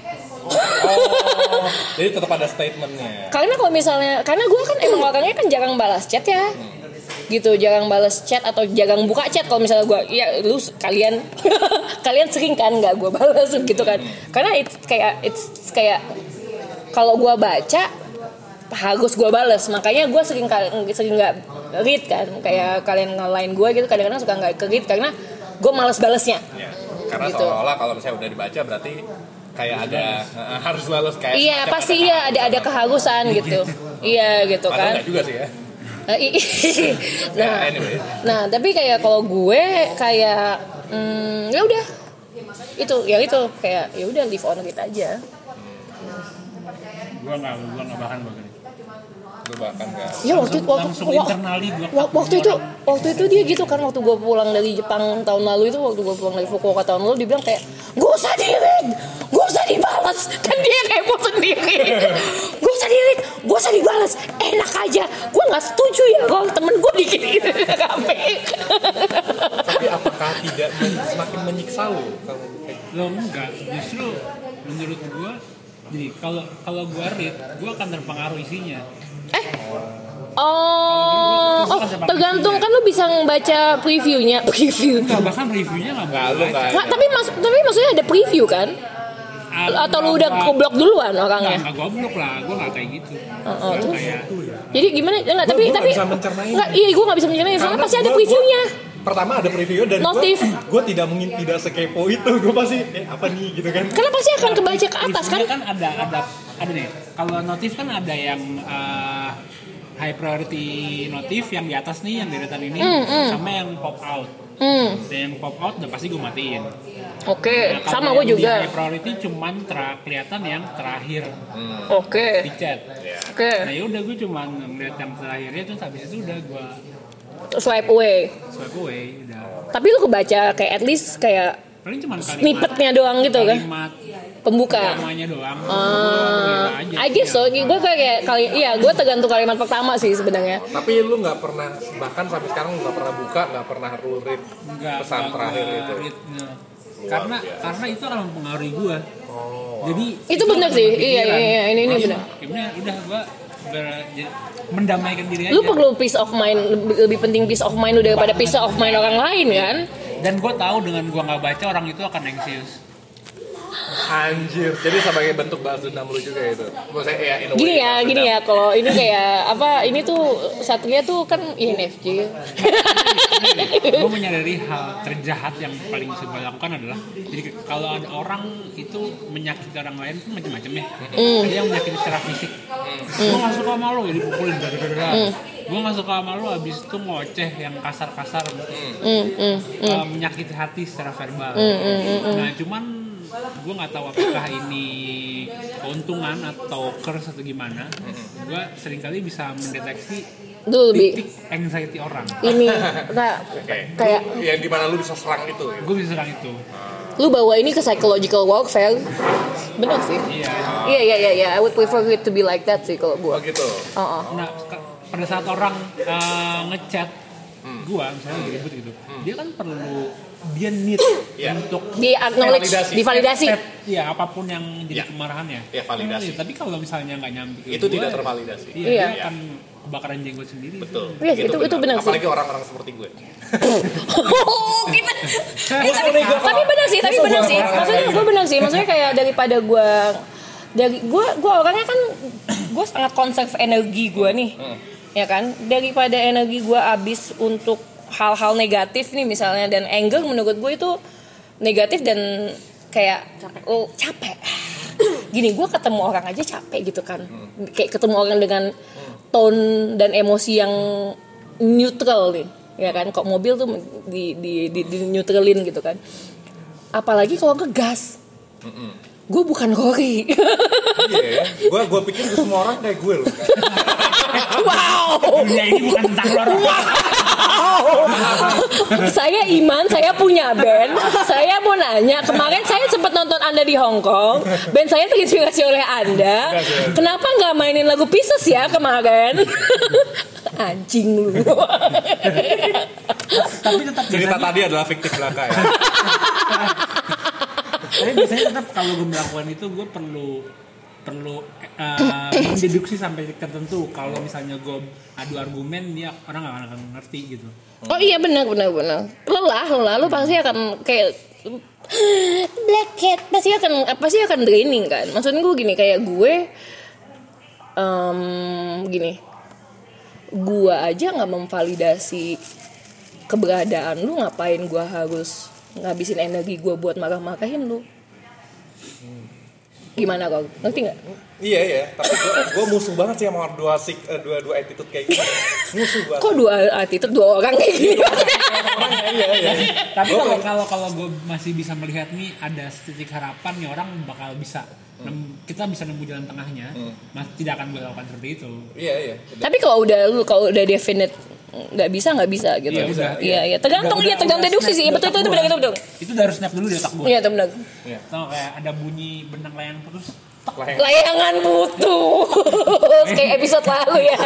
Jadi tetap ada statementnya. Karena kalau misalnya, karena gue kan emang orangnya kan jarang balas chat ya. Gitu, jarang balas chat atau jarang buka chat. Kalau misalnya gue, ya lu kalian sering kan nggak gue balas gitu kan, karena it's kayak kalau gue baca harus gue balas, makanya gue sering nggak read kan, kayak kalian ngelain gue gitu, kadang-kadang suka nggak ke read karena gue malas balasnya ya, karena gitu. Seolah-olah kalau misalnya udah dibaca berarti kayak ada harus balas kayak iya pasti iya ada keharusan gitu. Iya gitu kan. Padahal nggak juga sih ya. Nah tapi kayak kalau gue kayak ya udah itu kayak ya udah live on it aja. Gue nggak bahkan begini. Gue bahkan nggak. Ya waktu itu dia gitu kan, waktu gue pulang dari Jepang tahun lalu itu, waktu gue pulang dari Fukuoka tahun lalu, dia bilang kayak gak usah di-read, gak usah dibalas, kan dia kepo sendiri. Gak usah di-read, gak usah dibalas, enak aja. Gue nggak setuju ya kalau temen gue dikit-dikit Tapi apakah tidak semakin menyiksa lo kalau kayak lo enggak, justru menurut gue jadi kalau gue read, gue akan terpengaruh isinya. Tergantung kan, lu bisa baca previewnya. Enggak, bahkan reviewnya nggak baca. Tapi maksudnya ada preview kan? Atau lu udah goblok duluan orangnya? Nggak goblok lah, gue nggak kayak gitu. Kayak jadi gimana? Enggak, tapi bisa mencernain. Enggak, iya gue nggak bisa mencernain. Soalnya pasti ada previewnya. Pertama ada preview dan gue tidak sekepo itu. Gue pasti apa nih gitu kan. Karena pasti akan kebaca ke atas kan? Kan ada nih. Kalau notif kan ada yang high priority notif yang di atas nih, yang deretan ini, sama yang pop out. Dan yang pop out udah pasti gue matiin. Oke, Nah, sama kalau gue yang juga. di high priority cuman kelihatan yang terakhir Oke. di chat. Oke. Nah ya udah gue cuman ngeliat yang terakhirnya terus habis itu udah gue Swipe away. swipe away udah. Tapi lu kebaca kayak at least kayak Paling cuman snippetnya doang gitu kan. kalimat Pembuka. utamanya doang. Gua aja. I guess so. Gue kayak gue tergantung kalimat pertama sih sebenarnya. Tapi lu nggak pernah, bahkan sampai sekarang nggak pernah buka, nggak pernah lu read pesan terakhir itu. Karena itu akan mempengaruhi gue. Jadi Itu benar sih. Iya, ini Jadi, benar. akhirnya udah gue mendamaikan diri aja. Lu perlu peace of mind, lebih penting peace of mind lu daripada peace of mind orang lain kan? Dan gue tahu dengan gue nggak baca orang itu akan anxious. Anjir, jadi sebagai bentuk balas dendam lu juga itu. Maksudnya ya in a way, Gini balas ya, dendam. kalau ini kayak apa? Ini tuh Satria tuh kan INFJ. Gue menyadari hal terjahat yang paling bisa gue lakukan adalah jadi kalau ada orang itu menyakiti orang lain itu macam-macam ya. Ada yang menyakiti secara fisik. Gue nggak suka sama lo ya dipukulin gue nggak suka sama lo abis itu ngoceh yang kasar-kasar menyakiti hati secara verbal. Nah cuman gue nggak tahu apakah ini keuntungan atau curse atau gimana. Gue seringkali bisa mendeteksi Dulu lebih titik anxiety orang. ini kayak yang dimana lu bisa serang itu. Ya? Gue bisa serang itu. lu bawa ini ke psychological warfare. Bener sih. Iya. I would prefer it to be like that sih kalau gua. Oh gitu. Nah, pada saat orang ngechat gua misalnya lagi ribut gitu, dia kan perlu need untuk Di acknowledge, divalidasi. Iya, apapun yang jadi kemarahannya. Ya, validasi. Tapi kalau misalnya nggak nyampe ke Itu gua, tidak tervalidasi. Iya, Iya. dia akan kebakaran jenggot sendiri. Betul. Iya, itu benar sih. Apalagi orang-orang seperti gue. Tapi benar sih. Maksudnya gue benar sih. Maksudnya kayak daripada gue orangnya kan gue sangat conserve energi gue nih, ya kan. Daripada energi gue habis untuk hal-hal negatif nih misalnya, dan anger menurut gue itu negatif dan kayak capek. Gini, gue ketemu orang aja capek gitu kan. Kayak ketemu orang dengan tone dan emosi yang neutral nih, ya kan. Kok mobil tuh di neutralin gitu kan. Apalagi kalau ngegas. Gue bukan Rory. Iya, gue pikir semua orang kayak gue loh. Wow. Dunia ini bukan tentang lo. Saya Iman, saya punya band. Saya mau nanya, kemarin saya sempat nonton Anda di Hong Kong. Band saya terinspirasi oleh Anda. Kenapa nggak mainin lagu Pieces ya kemarin? Anjing lu. Tapi tetap Cerita tadi adalah fiktif belaka ya. Tapi biasanya tetap kalau gue melakukan itu gue perlu mendeduksi sampai tertentu. Kalau misalnya gue adu argumen, dia orang nggak akan ngerti gitu. Oh iya, benar. Lelah lu pasti akan kayak Black Cat pasti akan draining kan. Maksudnya gue gini, kayak gue gini, gue aja nggak memvalidasi keberadaan lu, ngapain gue harus ngabisin energi gue buat marah-marahin lu? Gimana kau? Ngerti nggak? Iya. Tapi gue musuh banget sih sama dua attitude kayak gitu. Musuh banget. Kok dua attitude, dua orang kayak gitu? Iya. Tapi kalau gue masih bisa melihat nih ada titik harapan nih, orang bakal bisa kita bisa nemu jalan tengahnya. Tidak akan gue lakukan seperti itu. Iya. Tapi kalau udah definite nggak bisa gitu. Iya. Tergantung deduksi sih. Betul. Itu udah harus snap dulu di otak gue. Iya, benar. Tau kayak ada bunyi benang layang terus. Layangan butuh. Kayak episode lalu ya.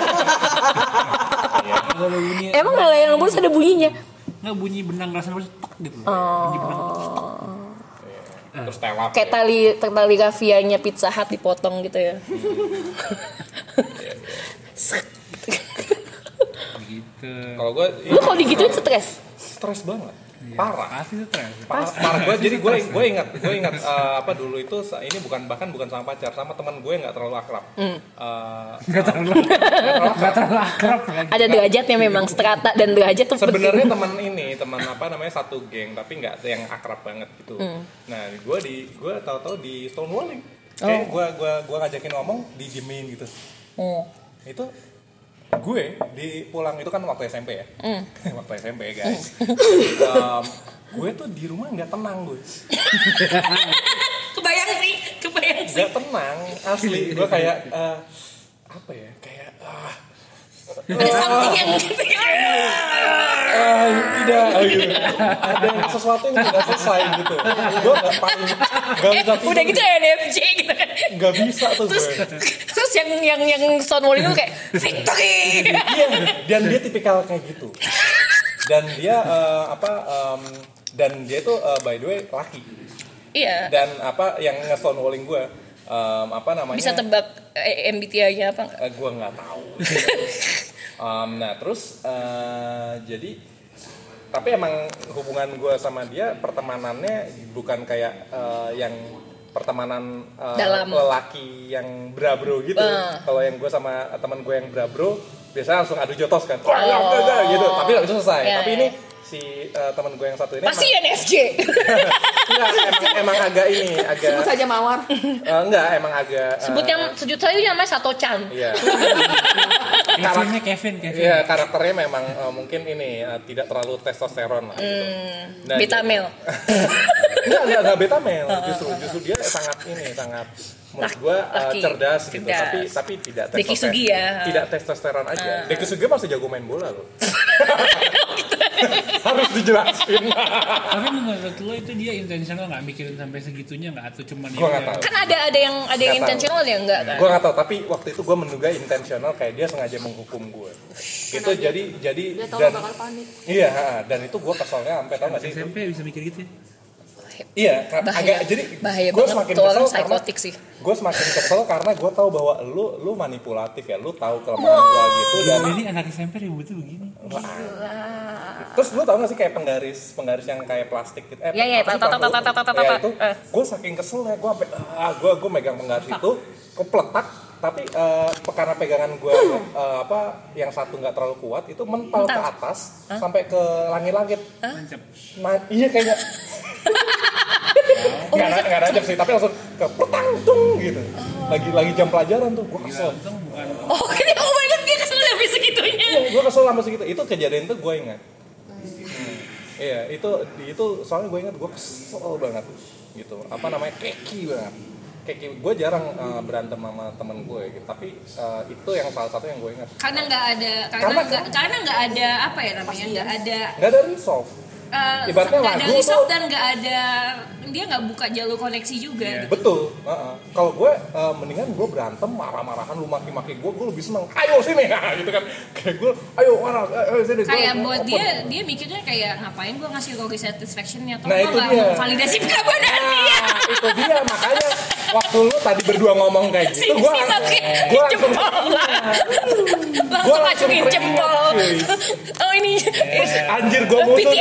Ada bunyi. Emang nggak layangan butuh ada bunyinya? Nggak, bunyi benang rasa terus tek gitu. Bunyi benang. Terus telap. Kayak tali rafianya Pizza Hut dipotong gitu ya. Gitu. Kalau gue Lu kalau digituin stres banget. Parah. Pasti stres. Parah gue. Jadi gue ingat dulu itu ini bukan sama pacar, sama teman gue nggak terlalu akrab. Nggak terlalu akrab. Ada derajatnya memang, strata dan derajat tuh Sebenarnya teman satu geng, tapi nggak yang akrab banget gitu. Nah, gue tahu-tahu di Stonewalling. Kayak gue ngajakin ngomong, didiemin gitu. Itu gue di pulang itu kan waktu SMP ya. Waktu SMP guys. Gue tuh di rumah nggak tenang gue. Kebayang sih. Nggak tenang asli. Gue kayak apa ya? Kayak Ada something yang gitu ya. tidak gitu. Ada sesuatu yang tidak selesai gitu. Gue nggak bisa tidur. Udah gitu NFC gitu kan. Nggak bisa tuh gue. Terus yang Stonewall itu kayak victory. Iya, dan dia tipikal kayak gitu. Dan dia dan dia tuh by the way laki. Iya. Dan yang nge-stonewalling gue Bisa tebak MBTI-nya apa nggak? Gue nggak tahu. Nah terus jadi tapi emang hubungan gue sama dia pertemanannya bukan kayak yang pertemanan lelaki yang brabro gitu. Kalau yang gue sama teman gue yang brabro biasanya langsung adu jotos kan. Gitu. Tapi itu selesai. Tapi ini si teman gue yang satu ini pasti NFJ. Enggak, emang agak sebut saja Mawar. Enggak, emang agak Sebut saya namanya Sato-chan. Iya. Karakternya Kevin. Iya, karakternya memang mungkin ini tidak terlalu testosteron lah gitu. Beta male. Enggak beta male. Justru dia sangat menurut gue cerdas gitu. Tapi tidak Dekisugi ya. Tidak testosteron aja. Dekisugi masih jago main bola loh. Harus dijelasin. Tapi menurut lo itu dia intensional nggak mikirin sampai segitunya nggak atau cuma dia? Gue nggak tahu. Kan ada yang intensional ya enggak kan? Gue nggak tahu. Tapi waktu itu gue menduga intensional kayak dia sengaja menghukum gue. Itu jadi dia tahu dan bakal panik. iya dan itu gue keselnya sampai tahu nggak sih? SMP bisa mikir gitu ya? Iya, agak jadi gue semakin kesel psikotik sih. Gue semakin kesel karena gue tahu bahwa lu manipulatif ya, lu tahu kelemahan gue gitu dan ini anak SMP ributnya begini. Terus lu tahu nggak sih kayak penggaris yang kayak plastik gitu? Iya, itu gue saking keselnya gue sampai gue megang penggaris itu, gue peletak tapi karena pegangan gue yang satu nggak terlalu kuat itu mental ke atas sampai ke langit-langit. Nah, iya kayaknya nggak nancep sih, tapi langsung ke petang tung gitu. Lagi jam pelajaran tuh, gue kesel. Oh my god, dia kesel sampai segitunya. Iya, gue kesel sampai segitu. Itu kejadian tuh gue ingat. Iya, itu soalnya gue ingat gue kesel banget gitu. Keki banget. Gue jarang berantem sama temen gue gitu, tapi itu yang salah satu yang gue ingat. Karena nggak ada apa ya namanya, nggak ada resolve. Ibaratnya nggak ada lagu resolve tuh, dan dia nggak buka jalur koneksi juga. Yeah. Betul. Kalau gue mendingan gue berantem marah-marahan, lu maki-maki gue lebih seneng. Ayo sini gitu kan. Kayak gue, ayo marah, sini. Kayak buat dia mikirnya kayak ngapain gue ngasih Rogi satisfaction-nya atau gue nggak validasi kebenaran dia. Itu dia makanya waktu lu tadi berdua ngomong kayak gitu, gue langsung jempol. Oh ini anjir gue musuh.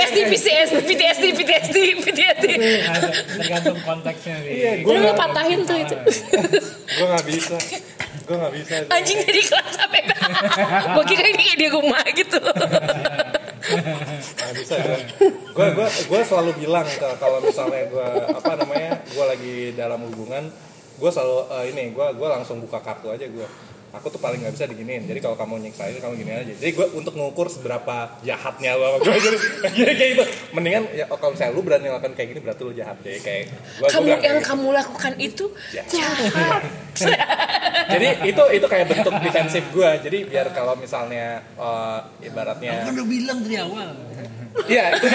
PTSD. Tergantung konteksnya nih. Iya, gue patahin tuh itu. Gue nggak bisa. Anjing dari kelas sampai gue kira ini kayak di rumah gitu. Nggak bisa ya. Gue selalu bilang kalau misalnya gue lagi dalam hubungan, gue selalu gue langsung buka kartu aja gue. Aku tuh paling nggak bisa diginiin. Jadi kalau kamu nyiksain, kamu gini aja. Jadi gue untuk ngukur seberapa jahatnya lo sama gue. Jadi kayak gitu. Mendingan ya kalau misalnya lu berani melakukan kayak gini, berarti lu jahat deh. Kayak kamu lakukan itu jahat. Jadi itu kayak bentuk defensif gue. Jadi biar kalau misalnya ibaratnya. Aku udah bilang dari awal. Iya, itu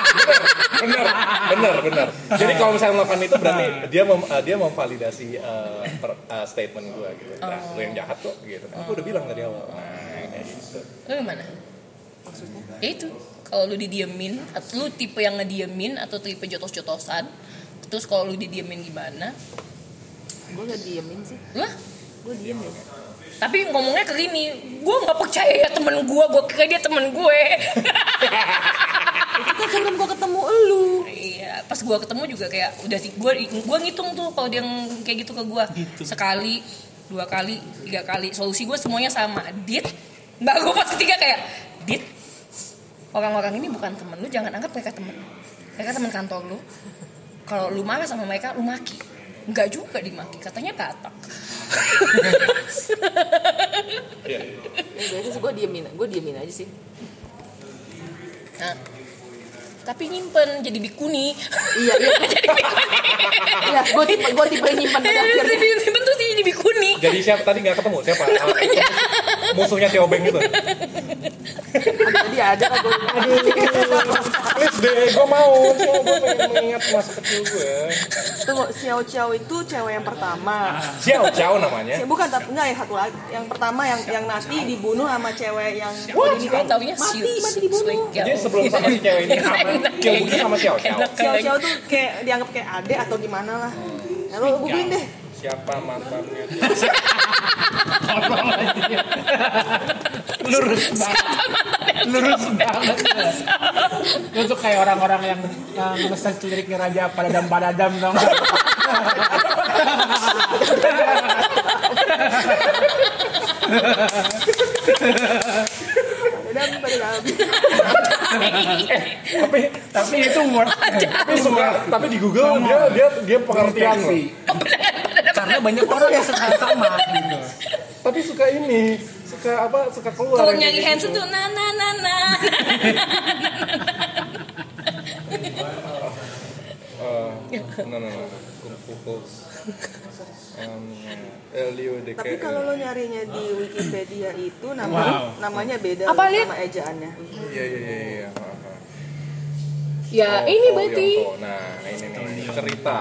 benar. Jadi kalau misalnya melakukan itu berarti dia memvalidasi statement gue gitu. Nah, lu yang jahat kok gitu. Aku udah bilang dari awal. Nah, gitu. Lu gimana? Maksudnya? Ya itu. Kalau lu didiemin, lu tipe yang ngediemin atau tipe jotos-jotosan. Terus kalau lu didiemin gimana? Gue gak diemin sih. Lah? Gue diem ya. Tapi ngomongnya ke gini, gue gak percaya ya temen gue kira dia temen gue. Itu kan sebelum gue ketemu elu. Iya, pas gue ketemu juga kayak udah gue ngitung tuh kalau dia kayak gitu ke gue. Sekali, 2 kali, 3 kali. Solusi gue semuanya sama. Dit, baru pas ketiga kayak Dit, orang-orang ini bukan temen lu, jangan anggap mereka temen. Mereka temen kantor lu. Kalau lu marah sama mereka, lu maki. Enggak juga dimaki, katanya katak. Iya. Ya biasa sih gue diemin aja sih. Nah, tapi nyimpen jadi bikuni. Iya. Iya, gue tipe nyimpan pada akhirnya. Nyimpen tuh sih jadi bikuni. Jadi siapa tadi nggak ketemu siapa? Musuhnya Tio Beng itu. Jadi ada kan gue. Please deh, gue mau. Gue pengen mengingat masa kecil gue. Tunggu, Xiao Xiao itu cewek yang pertama. Xiao Xiao namanya. Bukan, tapi enggak yang satu lagi. Yang pertama yang Nati dibunuh sama cewek yang Kan taunya mati dibunuh. Jadi sebelum sama si cewek ini kill Buki sama Xiao Xiao. Xiao Xiao tuh kayak dianggap kayak adek atau gimana lah. Nah, lu googling deh. Siapa mantannya? Lurus banget. Lu tuh kayak orang-orang yang nge-search liriknya Raja Padadam dong. tapi itu tapi di Google dia pengertian sih. Karena banyak orang yang suka sama gitu. Tapi suka keluar. Kalau nyanyi Hanson tuh na. Tapi kalau lo nyarinya di Wikipedia itu namanya beda apa, sama ejaannya. Iya. Ya ini berarti. Nah ini nih cerita.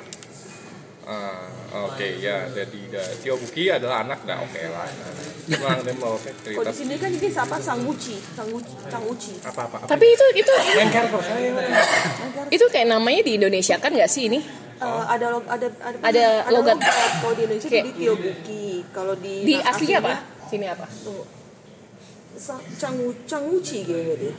Oke, ya jadi Tio Buki adalah anak, nah oke lah. Mau cerita. Kalau di sini kan ini siapa Sang Uci. Apa? Tapi itu Main karakter saya. itu kayak namanya di Indonesia kan nggak sih ini? Ada logat. Kalau di Indonesia jadi Tio Buki. Kalau di aslinya apa? Sini apa? Tunggu. Chang Uci gitu.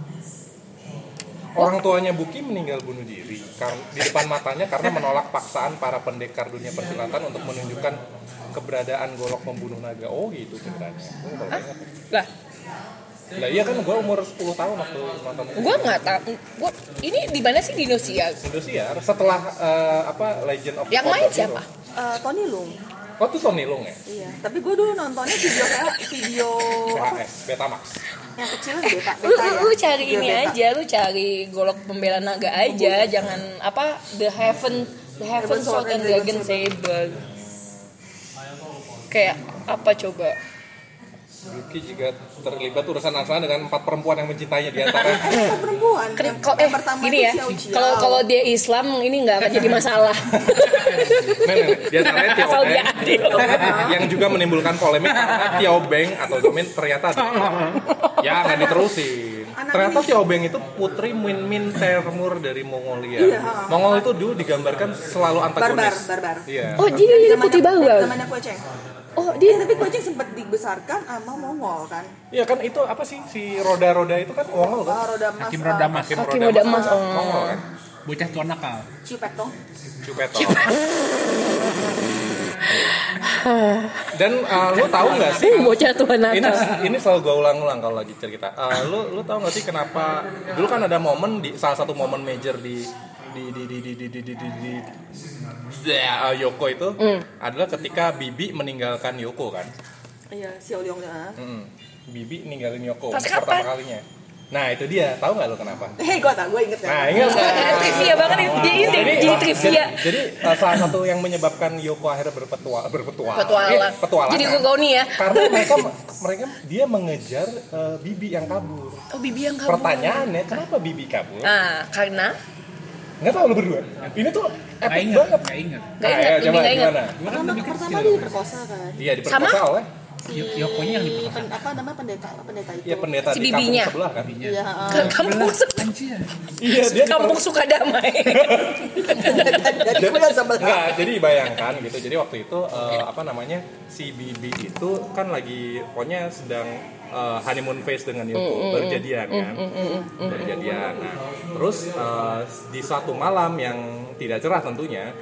Orang tuanya Buki meninggal bunuh diri di depan matanya karena menolak paksaan para pendekar dunia persilatan untuk menunjukkan keberadaan golok pembunuh naga. Oh gitu ceritanya. Lah iya kan gue umur 10 tahun waktu nonton. Gue nggak tahu. Ini di mana sih di Indosiar? Setelah Legend of Yang main siapa? Tony Leung. Oh itu Tony Leung ya? Iya. Tapi gue dulu nontonnya video Betamax. Yang kecil beta Lu cari ini aja, lu cari golok pembela naga aja, jangan The Heaven Sword and Dragon Saber. Kayak apa coba? Yuki juga terlibat urusan asal dengan 4 perempuan yang mencintainya di antara. Perempuan. Yang pertama gini ya. Kalau dia Islam ini nggak akan jadi masalah. Di antaranya Tio Beng yang juga menimbulkan polemik karena Tio Beng atau Domin ternyata ya nggak diterusin. Ternyata Tio Beng itu putri Min Termur dari Mongolia. Mongol itu dulu digambarkan selalu antagonis. Barbar. Iya. Oh dia putih bawang. Zamannya Kueceng. Oh dia tapi Kueceng sempat dibesarkan sama Mongol kan? Iya kan itu apa sih si roda-roda itu kan Mongol kan? Hakim roda emas. Mongol kan? Bocah tua nakal. Cupetong. Dan lu tahu nggak sih? Bocah tua nakal. Ini selalu gue ulang-ulang kalau lagi cerita. Lu tahu nggak sih kenapa? Dulu kan ada momen salah satu momen major di Yoko itu adalah ketika Bibi meninggalkan Yoko kan? Iya, Xiao Liong ya. Bibi ninggalin Yoko Pas pertama kalinya. Nah itu dia, tahu nggak lo kenapa? Gue inget ya. Nah ingat. Trivia banget ini jadi trivia. Jadi salah satu yang menyebabkan Yoko akhirnya berpetualang. Jadi Gogoni ya. Karena mereka dia mengejar Bibi yang kabur. Oh Bibi yang kabur. Pertanyaannya kenapa Bibi kabur? Karena nggak tahu lu berdua. Ini tuh epic banget. Nggak ingat. Coba gimana? Pertama dia diperkosa kan. Iya diperkosa oleh Yokonya yang diperkosa. Apa nama pendeta itu? Iya pendeta si di kampung bibinya. sebelah kan. Iya. Kampung Iya dia kampung Sukadamai. Jadi bayangkan gitu. Jadi waktu itu si Bibi itu kan lagi pokoknya sedang honeymoon phase dengan Yoko, berjadian kan. Berjadian. Nah, terus di suatu malam yang tidak cerah tentunya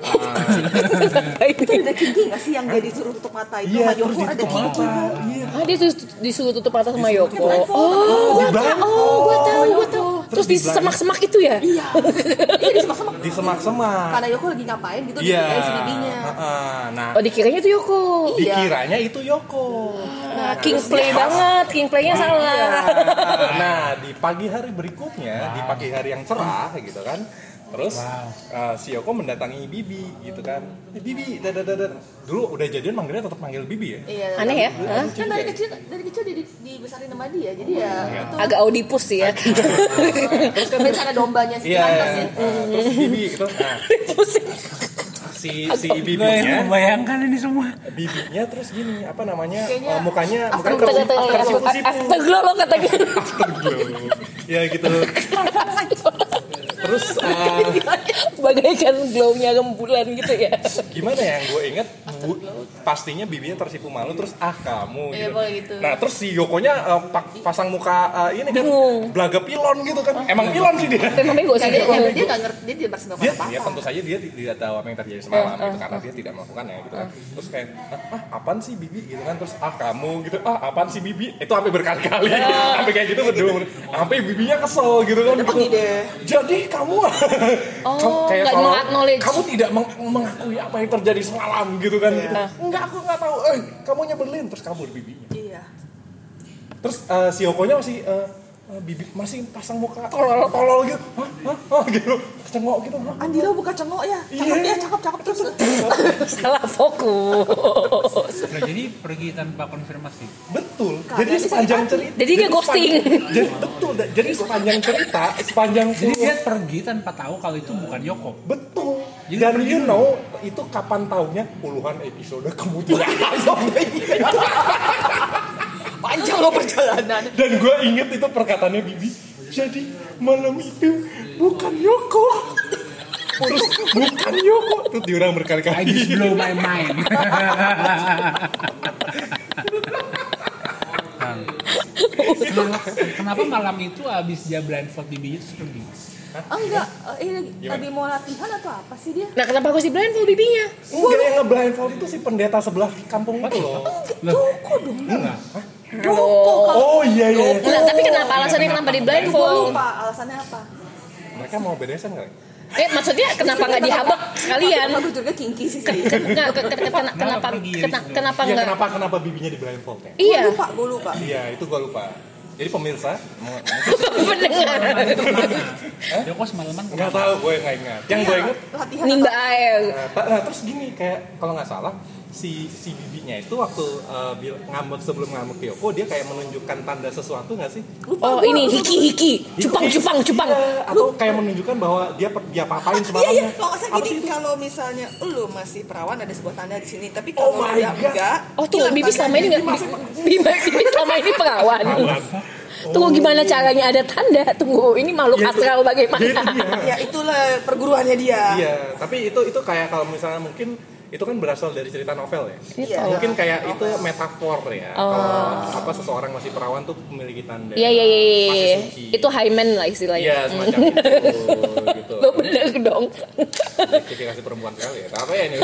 ada Kinki nggak sih yang dia disuruh tutup mata itu sama Yoko ada Kinki. Dia disuruh tutup mata sama Yoko. Gue tahu. Terus di semak-semak itu ya? Iya di semak-semak. Di semak-semak. Karena Yoko lagi ngapain gitu Iya. dikirain si bibinya. Nah, Oh dikiranya itu Yoko. dikiranya itu Yoko. Nah, king play banget, king playnya salah. Nah, di pagi hari berikutnya, di pagi hari yang cerah gitu kan. Terus si Yoko mendatangi Bibi gitu kan. Bibi, dulu udah jadian manggilnya tetap manggil Bibi ya. Iya. Aneh ya? Hah? Kan dari kecil dibesarin sama dia. Jadi ya itu Agak Oedipus sih ya. terus kan bersama dombanya si Iya. Pantas ya. Terus Bibi gitu. Nah, si Gue bibinya membayangkan ini semua. bibinya terus gini apa namanya Kayaknya mukanya Tengah-tengah afterglow lo katanya. ya gitu terus Bagaikan glownya rembulan gitu ya. gimana ya yang gue inget pastinya bibinya tersipu malu terus kamu Iya, gitu. boleh gitu. Nah terus si Yokonya pasang muka ini kan belaga pilon gitu kan emang pilon sih dia Tapi bego sih dia. Dia nggak ngerti, dia tidak bersentuhan dia apa-apa. ya tentu saja dia tidak tahu apa yang terjadi semalam gitu karena dia tidak melakukannya gitu kan terus kayak apaan sih bibi gitu kan terus kamu gitu apaan sih bibi itu sampai berkali-kali sampai kayak gitu berdua sampai bibinya kesel gitu kan Pergi deh. jadi kamu kayak nggak seolah meng-acknowledge. kamu tidak mengakui apa yang terjadi semalam gitu kan gitu. Enggak aku nggak tahu kamu nyebelin terus kabur bibinya Iya. terus si Yokonya masih bibi masih pasang muka tolol gitu gitu cengok gitu Andi lo buka cengok ya. Cakep terus. Salah fokus. Nah, jadi pergi tanpa konfirmasi. betul jadi sepanjang cerita Jadi dia ghosting. jadi sepanjang cerita sepanjang Jadi dia pergi tanpa tahu kalau itu bukan Yoko. betul Jadi dan pergi you know itu kapan taunya puluhan episode kemudian Panjang lo perjalanan. dan gue inget itu perkataannya bibi jadi malam itu bukan Yoko terus bukan Yoko terus diulang I berkali-kali just blow my mind. Kenapa malam itu abis dia blindfold bibinya terus pergi? Enggak, ini lagi mau latihan atau apa sih dia? Nah kenapa harus di blindfold bibinya? enggak yang nge-blindfold itu si pendeta sebelah kampung itu loh Joko dong. oh iya Nah tapi kenapa alasannya kenapa di Gue blindfold? lupa alasannya apa. mereka mau beresan kali Maksudnya kenapa nggak dihabak sekalian? Aku juga kinky sih. Kenapa iya nggak? kenapa bibinya di blindfold ya Iya. Gue lupa. iya itu gue lupa jadi pemirsa Pendengar. Yoko semalaman nggak tahu gue nggak ingat yang gue ingat Latihan Nimba air. nah terus gini kayak kalau nggak salah si bibinya itu waktu ngambek sebelum ngambek ke Yoko dia kayak menunjukkan tanda sesuatu nggak sih Oh ini hiki. Cupang. Iya, atau kayak menunjukkan bahwa dia apa-apain semalamnya Iya, kalau nggak salah Apa gini, sih itu? kalau misalnya lu masih perawan ada sebuah tanda di sini, tapi Oh kalau my dia God. enggak, Oh tuh hilang Bibi selama ini tandanya. nggak Bibi selama ini perawan. Tunggu gimana caranya ada tanda? Tunggu ini makhluk Ya, itu- astral bagaimana? ya, itu dia. Ya itulah perguruannya dia. Iya, tapi itu kayak kalau misalnya mungkin itu kan berasal dari cerita novel ya. Iya. Mungkin kayak itu metafor ya. Kalau apa seseorang masih perawan tuh memiliki tanda. Iya. Masih suci. Itu hymen lah istilahnya. Iya, semacam itu gitu. Lo bener dong. Objektifikasi perempuan sekali ya. Apa ya ini?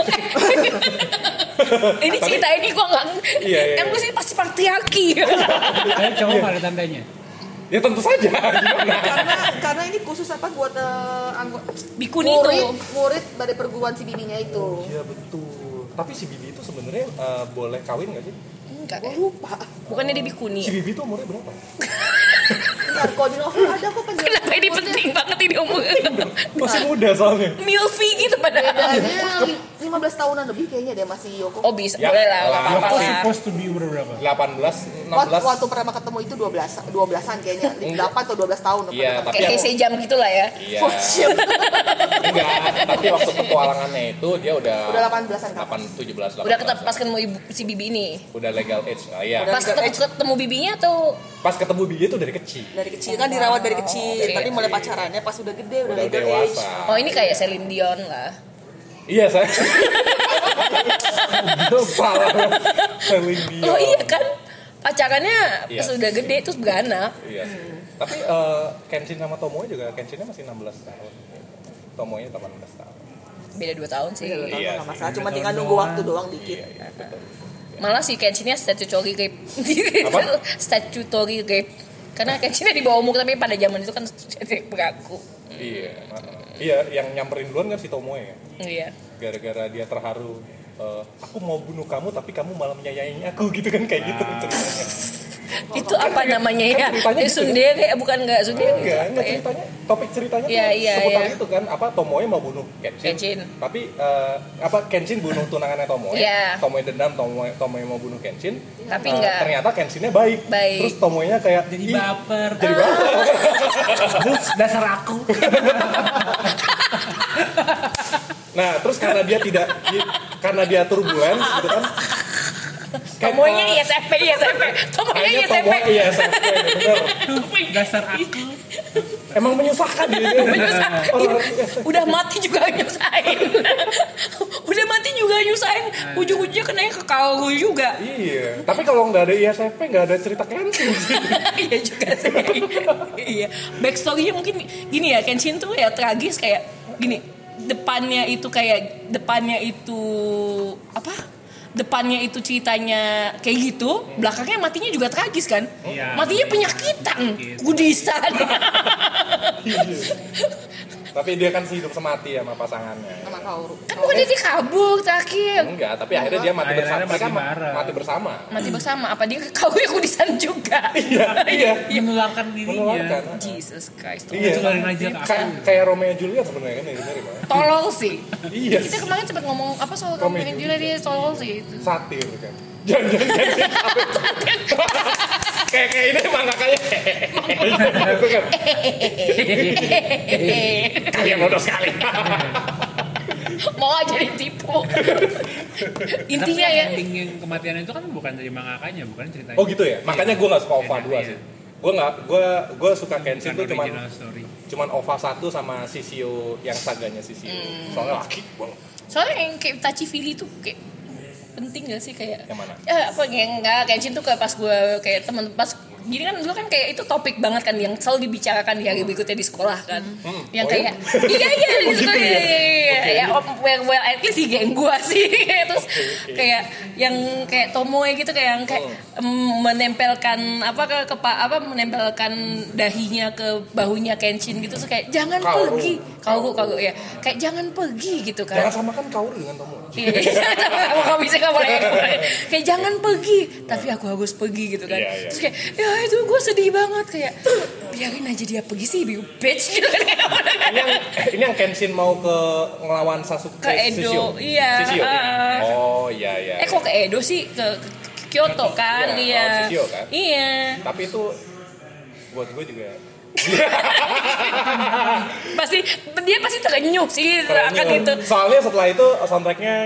Ini cerita ini kok nggak? Iya. Yang gue sih pasti patriarki. Kayak cowok nggak ada tandanya. Ya tentu saja. Gimana? Karena ini khusus apa buat anggota Bikuni itu. murid dari perguruan si bibinya itu. Iya betul. Tapi si Bibi itu sebenarnya boleh kawin nggak sih? Enggak. Gue lupa. Bukannya dia bikuni. Si Bibi itu umurnya berapa? Bentar, kalau di novel ada kok penjelasan. Kenapa ini penting banget ini umur? Masih muda soalnya. Milfi gitu padahal. Bedanya 15 tahunan lebih kayaknya dia masih Yoko. Oh bisa, Ya, boleh lah, nggak apa-apa Yoko lah. supposed to be umur berapa? 18, 16. Waktu pertama ketemu itu 12-an kayaknya. 8 atau 12 tahun. Iya, tapi Kayak aku- sejam gitulah ya. Iya. Oh, shit. Enggak, tapi waktu petualangannya itu dia udah Udah 18-an kan? 17 18. Udah pas ketemu si Bibi ini. Udah legal age. Nah, iya. Pas ketemu Bibinya atau Pas ketemu Bibi itu dari kecil. Dari kecil kan dirawat dari kecil. Dari Tadi mulai kecil. pacarannya pas udah gede, udah Udah legal age. dewasa. oh ini kayak Celine Dion lah. Iya, saya. Itu salah. Celine Dion. Oh iya kan pacarannya Iya. pas udah gede terus beranak. Iya. Tapi Kenshin sama Tomoe juga Kenshinnya masih 16 tahun. Tomoe 18 tahun. Beda 2 tahun sih. Iya. Nggak masalah, cuma tinggal nunggu waktu doang dikit. Iya, betul. Malah si Kenshinnya statutory rape. Apa? Statutory rape. Karena Kenshinnya di bawah umur tapi pada zaman itu kan tidak berlaku. Iya, yang nyamperin duluan kan si Tomoe ya. Iya. Gara-gara dia terharu, aku mau bunuh kamu tapi kamu malah menyayangi aku gitu kan, kayak gitu ceritanya. Itu apa namanya ya? Ceritanya gitu, Sundere bukan enggak Sundere. Enggak ceritanya, topik ceritanya Iya, seputar iya. itu kan, Tomoe mau bunuh Kenshin. Tapi Kenshin bunuh tunangannya Tomoe. Iya. Tomoe dendam, Tomoe mau bunuh Kenshin. Tapi enggak. Ternyata Kenshinnya baik. Terus Tomoe-nya kayak Jadi baper. Dasar aku. Nah, terus karena dia turbulence gitu kan. Tomoe-nya ISFP. Tomoe-nya ISFP. Bener. Dasar aku. Emang menyusahkan gitu. Udah mati juga nyusahin. Ujung-ujungnya kenanya ke Kaoru juga. Iya. Tapi kalau nggak ada ISFP nggak ada cerita Kenshin sih. Iya juga sih. Iya. Backstory-nya mungkin gini ya, Kenshin tuh ya tragis kayak gini. Depannya itu ceritanya kayak gitu, belakangnya matinya juga tragis kan? Iya. Matinya penyakitan, gudisan. Tapi dia kan hidup semati sama pasangannya. Sama Kaoru. Kan bukan dia kabur terakhir. Enggak, tapi akhirnya dia mati bersama. Akhirnya Mereka masih bareng. mati bersama. Mati bersama. Apa dia kabur gudisan juga? Iya. Menularkan dirinya. Menularkan. Jesus Christ. Iya. Tularin aja ke aku. Kayak Romeo and Juliet sebenarnya kan mirip-mirip. Tolol sih. Iya. Kita kemarin sempat ngomong apa soal Romeo Romeo and Juliet, dia tolol sih itu. Satir kan. Jangan. Kayak ini emang gak kayak. Gitu kan. Kalian bodoh sekali. Mau aja ditipu. Intinya Tapi ya. ending yang kematian itu kan bukan dari mangakanya, bukan ceritanya. Oh gitu ya. Makanya gue nggak suka OVA 2 Iya. sih. Gue suka Kenshin tuh original story. cuman OVA 1 sama Shishio yang saganya Shishio. Soalnya laki banget. Soalnya yang kayak Tachi Fili tuh kayak penting gak sih kayak Yang mana? apa yang enggak Kenshin tuh kayak pas gue kayak temen pas gini kan dulu kan kayak itu topik banget kan yang selalu dibicarakan di hari berikutnya di sekolah kan yang Oh, kayak iya di sekolah ya well at least di geng gue sih terus kayak yang kayak Tomoe gitu kayak yang kayak menempelkan menempelkan dahinya ke bahunya Kenshin gitu terus kayak jangan Kaoru. pergi Kaoru ya kayak jangan pergi gitu kan. Jangan samakan Kaoru dengan Tomoe. Kamu bisa nggak boleh kayak jangan pergi tapi aku harus pergi gitu kan. Iya. Terus kayak ya itu gue sedih banget kayak biarin aja dia pergi sih you bitch gitu kan. Ini yang Kenshin mau ke ngelawan Sasuke Ke Edo, Shishio. iya. Shishio, ya? Oh iya. Kok ke Edo sih ke Kyoto kan Iya, iya. Shishio kan? Iya. Tapi itu buat gue juga Dia pasti terenyuh sih akan itu. Soalnya setelah itu soundtracknya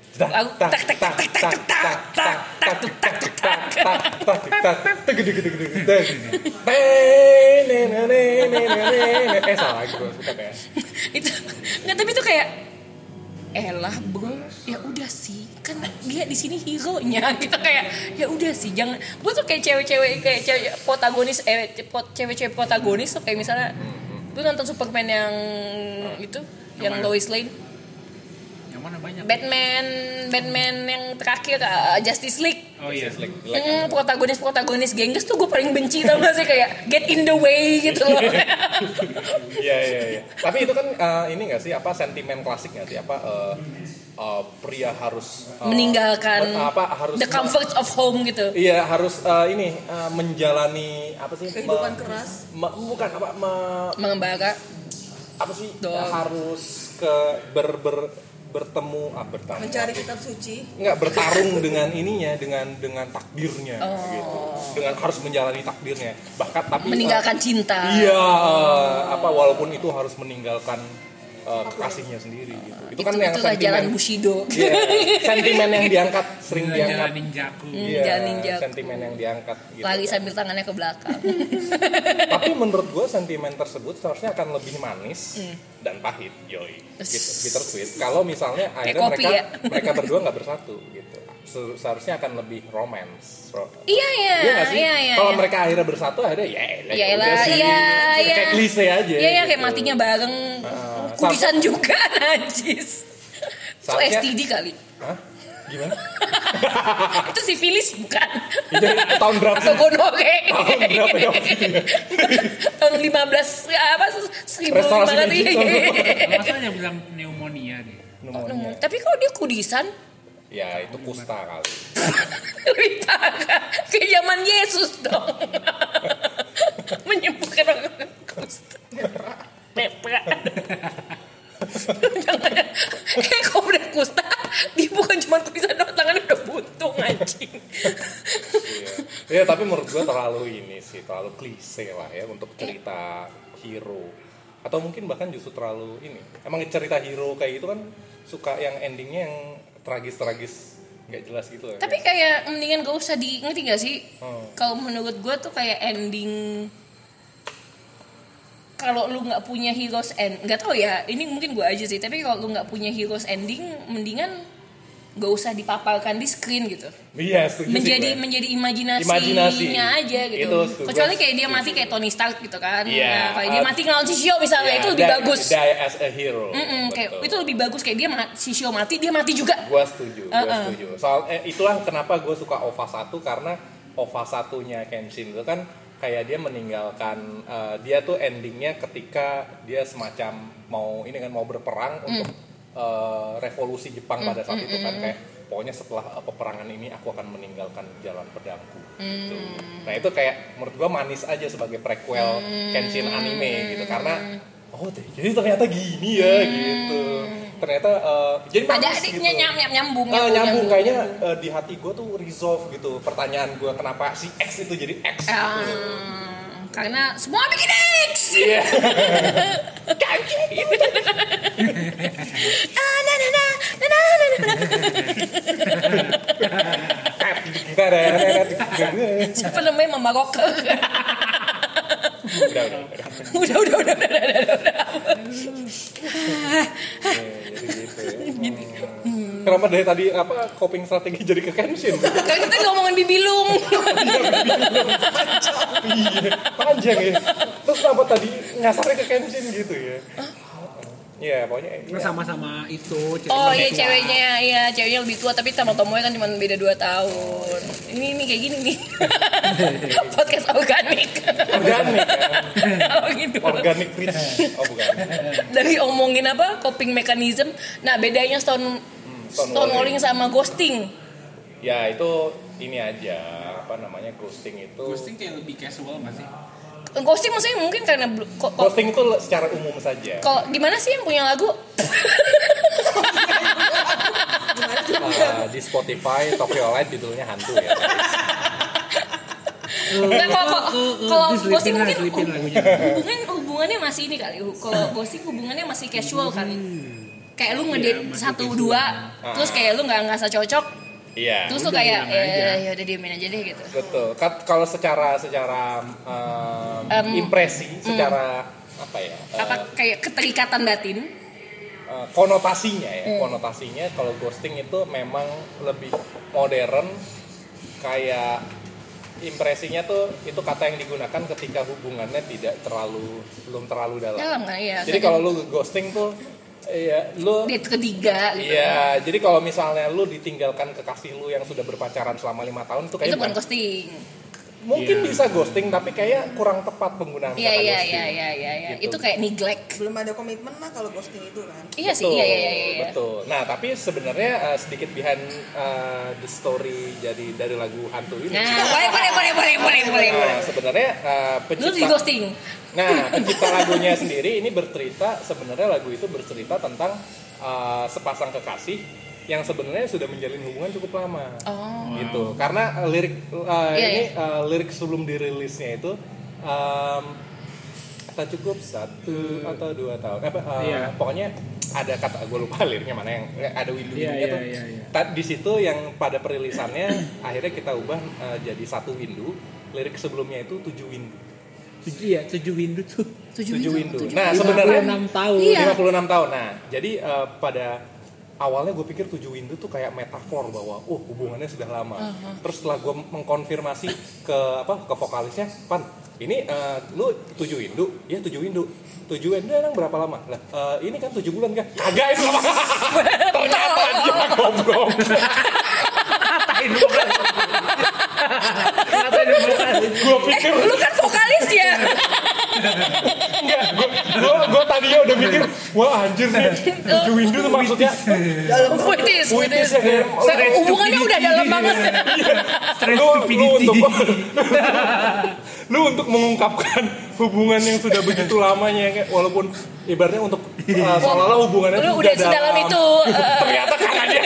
salah lagi bro, bukan ya? Itu nggak tapi itu kayak elah bro ya udah sih kan dia di sini hero nya gitu kayak ya udah sih jangan gue tuh kayak cewek-cewek protagonis cewek-cewek protagonis tuh kayak misalnya lu nonton Superman yang itu yang Lois Lane Yang mana banyak? Batman yang terakhir Justice League. Oh iya. Protagonis gengges tuh gue paling benci tau gak sih kayak get in the way gitu loh. Iya. Tapi itu kan ini nggak sih sentimen klasik nggak sih pria harus meninggalkan harus the comfort of home gitu. Iya harus menjalani kehidupan keras. Bukan Mengembara. Apa sih Doang. harus bertemu Mencari kitab suci. Enggak bertarung dengan ininya dengan takdirnya gitu. Dengan harus menjalani takdirnya. Bahkan tapi Meninggalkan cinta. Iya, walaupun itu harus meninggalkan kekasihnya sendiri gitu. Itu kan yang itulah sentimen jalan Bushido. Iya, sentimen yang diangkat sering diangkat. Jalan ninjaku. Iya, jalan ninjaku. sentimen yang diangkat gitu. Lagi sambil tangannya ke belakang. Tapi menurut gue sentimen tersebut seharusnya akan lebih manis dan pahit, yoi. Gitu, bittersweet. Kalau misalnya akhirnya kopi, ya? mereka berdua nggak bersatu gitu. Seharusnya akan lebih romance. Iya. nggak sih? Iya. Kalau mereka akhirnya bersatu akhirnya Iya udah sih. iya. Kayak klise aja. Iya gitu. kayak matinya bareng. Kudisan juga najis. Itu Seharusnya- STD kali. Hah? Gimana? Itu sifilis bukan? Tahun berapa Atau sih? gonorre? Tahun berapa ya waktu itu ya? Tahun 15 apa 1500 Restorasi Meiji. Masanya bilang pneumonia deh. Pneumonia. Tapi kalau dia kudisan Ya itu kusta kali. lebih parah. Kayak zaman Yesus dong. Menyembuhkan orang kusta. Lepra. Jangan. Kalau udah kusta, dia bukan cuma kudisan doang, tangannya udah buntung anjing. Iya, tapi menurut gue terlalu klise lah ya untuk cerita hero. Atau mungkin bahkan justru terlalu ini. Emang cerita hero kayak gitu kan suka yang endingnya yang tragis-tragis nggak jelas gitu ya. Tapi kayak mendingan gak usah ngerti gak sih? Kalau menurut gue tuh kayak ending, kalau lu nggak punya heroes end, nggak tahu ya, ini mungkin gue aja sih. Tapi kalau lu nggak punya heroes ending, mendingan gak usah dipapalkan di screen gitu. Iya, setuju Menjadi imajinasinya aja gitu. Itu, kecuali kayak dia mati kayak Tony Stark gitu kan. Iya. Nah, kayak dia mati ngelawan si Shio misalnya, itu lebih bagus. Die as a hero. Kayak itu lebih bagus, kayak dia si Shio mati, dia mati juga. Gua setuju. Soal itulah kenapa gue suka OVA 1, karena OVA 1-nya Kenshin itu kan kayak dia meninggalkan dia tuh endingnya ketika dia semacam mau berperang untuk revolusi Jepang pada saat itu kan, kayak pokoknya setelah peperangan ini aku akan meninggalkan jalan pedangku gitu. Nah itu kayak menurut gua manis aja sebagai prequel Kenshin anime gitu, karena jadi ternyata gini ya gitu. Ternyata jadi manis ada gitu. nyambung Kayaknya di hati gua tuh resolve gitu pertanyaan gua kenapa si X itu jadi X gitu. Karena semua bikin X. Iya. Siapa namanya Mama Rocker? Udah. Kenapa dari tadi coping strategi jadi ke Kenshin? Kan kita ngomongin Bibilung. Panjang ya. Terus kenapa tadi nyasarnya ke Kenshin gitu ya? Iya, pokoknya Sama-sama itu. Oh iya, ceweknya lebih tua, tapi sama Tomoe kan cuma beda 2 tahun. Ini kayak gini nih. Podcast organik. Oh gitu. Organic rich. Oh bukan. Dari omongin coping mechanism. Nah, bedanya Stonewalling sama ghosting. Ya, itu ini aja, ghosting itu. Ghosting kayak lebih casual nggak sih? Ghosting maksudnya mungkin karena Ghosting itu secara umum saja. Kalau gimana sih yang punya lagu? Di Spotify Tokyo Light judulnya hantu ya. Nah, kalau ghosting mungkin hubungannya masih ini kali. Kalau ghosting hubungannya masih casual kali. Kayak lu ngedate 1-2, terus kayak lu nggak ngerasa cocok. Iya. Terus tuh kayak ya udah diemin aja deh gitu. Betul. Kalau secara impresi, secara kayak keterikatan batin. Konotasinya kalau ghosting itu memang lebih modern, kayak impresinya tuh itu kata yang digunakan ketika hubungannya belum terlalu dalam. Jadi kalau lu ghosting tuh lu date ketiga gitu. Iya, jadi kalau misalnya lu ditinggalkan kekasih lu yang sudah berpacaran selama 5 tahun tuh kayaknya itu bukan ghosting. Mungkin bisa ghosting, tapi kayak kurang tepat penggunaan kata ghosting. Iya. Gitu. Itu kayak neglect. Belum ada komitmen lah kalau ghosting itu kan. Iya sih, iya. Betul. Nah, tapi sebenarnya sedikit behind the story dari lagu hantu ini. Nah, boleh. Nah, sebenarnya Lu di ghosting. Nah, pencipta lagunya sendiri ini sebenarnya lagu itu bercerita tentang sepasang kekasih yang sebenarnya sudah menjalin hubungan cukup lama, gitu. Karena lirik sebelum dirilisnya itu tak cukup 1 atau 2 tahun. Pokoknya ada kata, gue lupa liriknya mana, yang ada windu-windunya tuh. Di situ yang pada perilisannya akhirnya kita ubah jadi 1 windu. Lirik sebelumnya itu 7 windu. 7 windu tuh. 7 windu. Nah, sebenarnya 56 tahun. 56 tahun. Nah, jadi pada awalnya gue pikir 7 windu tuh kayak metafor bahwa hubungannya sudah lama. Terus setelah gue mengkonfirmasi ke vokalisnya, Pan, ini lu 7 windu? Iya 7 windu. tujuan dia berapa lama? Lah, ini kan 7 bulan kan? Kagak itu lama. Ternyata dia goblok. Ngatain bukan. Gue pikir Lu kan vokalis ya. enggak, gue tadinya udah mikir, wah anjir nih, 7 window tuh maksudnya Puitis ya kayak hubungannya udah dalam banget. lu untuk mengungkapkan hubungan yang sudah begitu lamanya kayak walaupun ibaratnya untuk seolah-olah hubungannya Lu udah sedalam itu. ternyata karena dia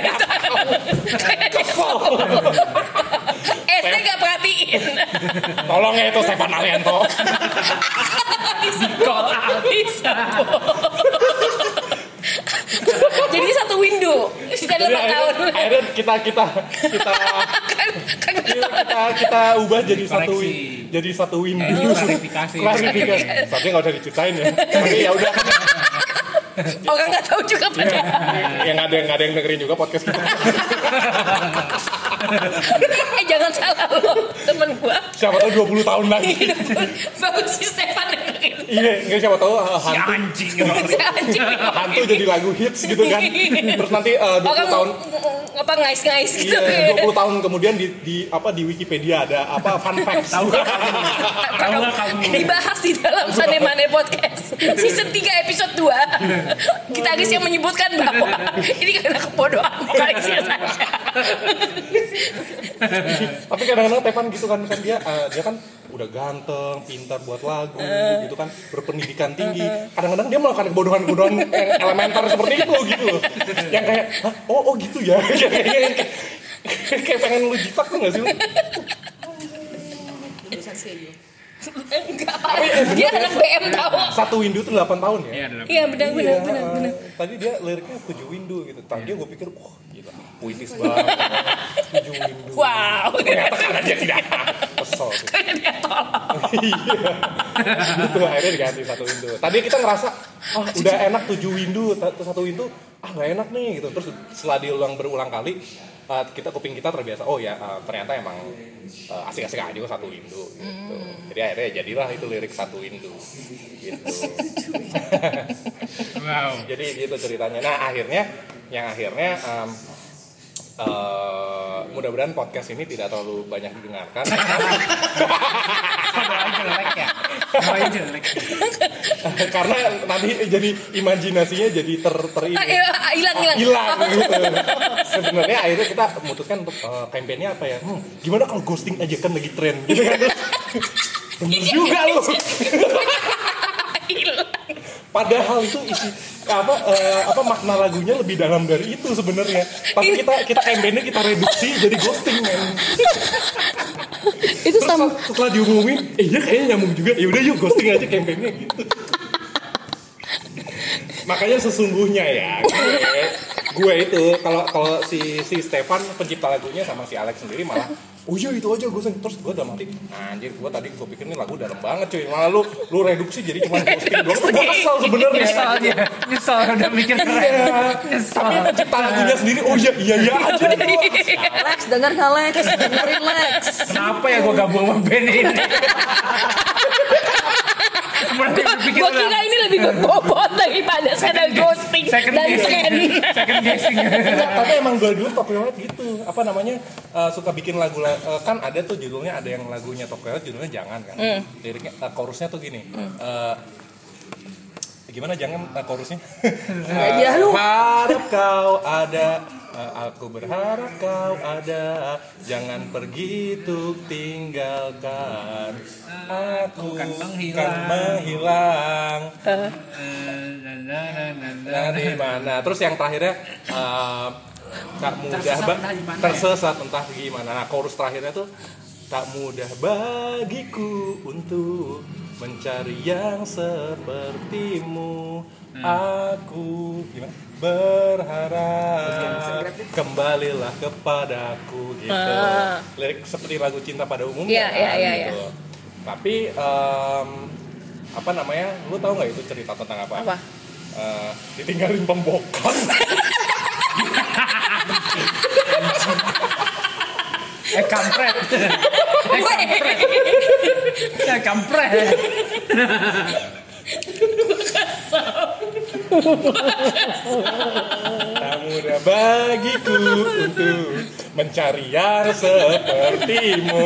SD gak perhatiin. tolong ya itu Stefan Alianto Bisa. Jadi 1 window sisa 8 tahun. akhirnya kita ubah jadi satu window. Klarifikasi. Tapi nggak usah diceritain ya. Tapi ya udah. Orang nggak tahu juga pada. Yang nggak ada yang dengerin juga podcast kita. Jangan salah lo, temen gua. Siapa tahu 20 tahun lagi. Baru si Stefan dengerin. Iya, nggak siapa tahu Si anjing. hantu jadi lagu hits gitu kan. Terus nanti 20 Orang tahun apa ngais-ngais gitu. iya, 20 tahun kemudian di Wikipedia ada apa fun facts. Tahu nggak kamu? Dibahas di dalam Sunday Monday Podcast season 3 episode 2. Gitaris yang menyebutkan bahwa ini karena kebodohan vokalisnya saja. Tapi kadang-kadang Tepan gitu kan dia kan udah ganteng, pintar buat lagu gitu kan, berpendidikan tinggi. Kadang-kadang dia melakukan kebodohan-kebodohan yang elementer seperti itu gitu loh. Yang kayak, oh gitu ya. Kayak pengen lu jitak tuh enggak sih lu? Enggak apa. Dia anak BM tahu. Satu window tuh 8 tahun ya? Iya benar. Tadi dia liriknya 7 window gitu. Tadi gue pikir, wah gila, puitis banget. 7 window. Wow. Ternyata karena dia tidak kesel tuh. Karena dia tolong. Iya. Gitu akhirnya diganti 1 window. Tadi kita ngerasa, udah enak 7 window, 1 window, nggak enak nih gitu. Terus setelah diulang berulang kali, kuping kita terbiasa. Oh ya, ternyata emang asik-asik aja kok 1 window gitu. Jadi akhirnya jadilah itu lirik 1 window gitu. Wow. Jadi gitu ceritanya. Nah akhirnya mudah-mudahan podcast ini tidak terlalu banyak didengarkan. Jelek. Karena nanti jadi imajinasinya jadi Hilang. gitu. Sebenarnya akhirnya kita memutuskan untuk kampanye apa ya? Gimana kalau ghosting aja kan lagi tren gitu kan. Bener juga loh. Padahal itu isi apa makna lagunya lebih dalam dari itu sebenarnya. Tapi kita kampanye kita reduksi jadi ghosting men. Itu sama. Setelah diumumin, iya kayaknya nyambung juga. Ya udah yuk ghosting aja kampanye gitu. Makanya sesungguhnya ya gue itu kalau si Stefan pencipta lagunya sama si Alex sendiri malah iya itu aja gue terus gue udah mati anjir gue pikir ini lagu dalam banget cuy malah lu reduksi jadi cuma ghosting doang gue kesel sebenarnya Nyesal udah mikir keren. tapi pencipta lagunya sendiri iya aja Lex, denger nggak Lex? Dengerin Lex. Kenapa ya gue gabung sama band ini? Gue kira ini lebih berbobot daripada sadar ghosting dan tren. Second guessing. Tapi emang gue dulu Tokyo gitu apa namanya suka bikin lagu kan ada tuh judulnya ada yang lagunya Tokyo judulnya Jangan kan liriknya chorusnya tuh gini gimana jangan chorusnya harap kau ada aku berharap kau ada jangan pergi untuk tinggalkan aku kan menghilang dari mana terus yang terakhirnya tak mudah tersesat entah gimana. Nah chorus terakhirnya tuh tak mudah bagiku untuk mencari yang sepertimu. Aku gimana? Berharap kembalilah kepadaku gitu. Lirik seperti lagu cinta pada umumnya. Gitu. Tapi apa namanya? Lu tahu nggak itu cerita tentang apa? Ditinggalin pembokat. Kampret. Tak mudah bagiku untuk mencari yang sepertimu.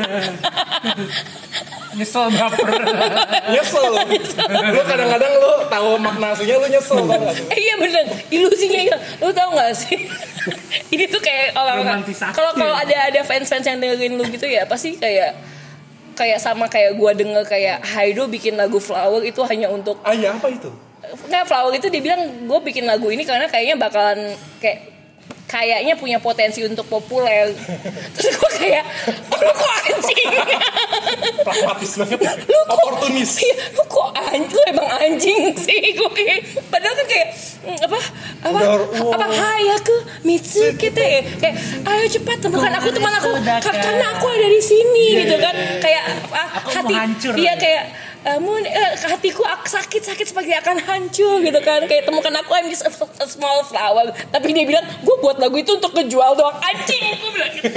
Nyesel baper. Nyesel. Lu kadang-kadang lu tahu makna aslinya lu nyesel banget. Iya bener, ilusinya itu. Lu tau gak sih? Ini tuh kayak orang kalau ada fans-fans yang dengerin lu gitu ya pasti kayak sama kayak gua denger kayak Haido bikin lagu Flower itu hanya untuk ya apa itu? Nggak, Flower itu dia bilang gue bikin lagu ini karena kayaknya bakalan kayaknya punya potensi untuk populer. Terus gue kayak lu kok anjing? Pragmatis banget. Lu kok oportunis. Iya, lu kok anjing? Lu emang anjing sih gue kayak. Padahal kan kayak apa hai aku Mitsukete kayak ayo cepat temukan aku teman aku karena aku ada di sini gitu kan. Kayak hati iya kayak hatiku sakit seperti akan hancur gitu kan. Kayak temukan aku, I'm just a small flower. Tapi dia bilang gue buat lagu itu untuk ngejual doang. Anjing, gue bilang gitu.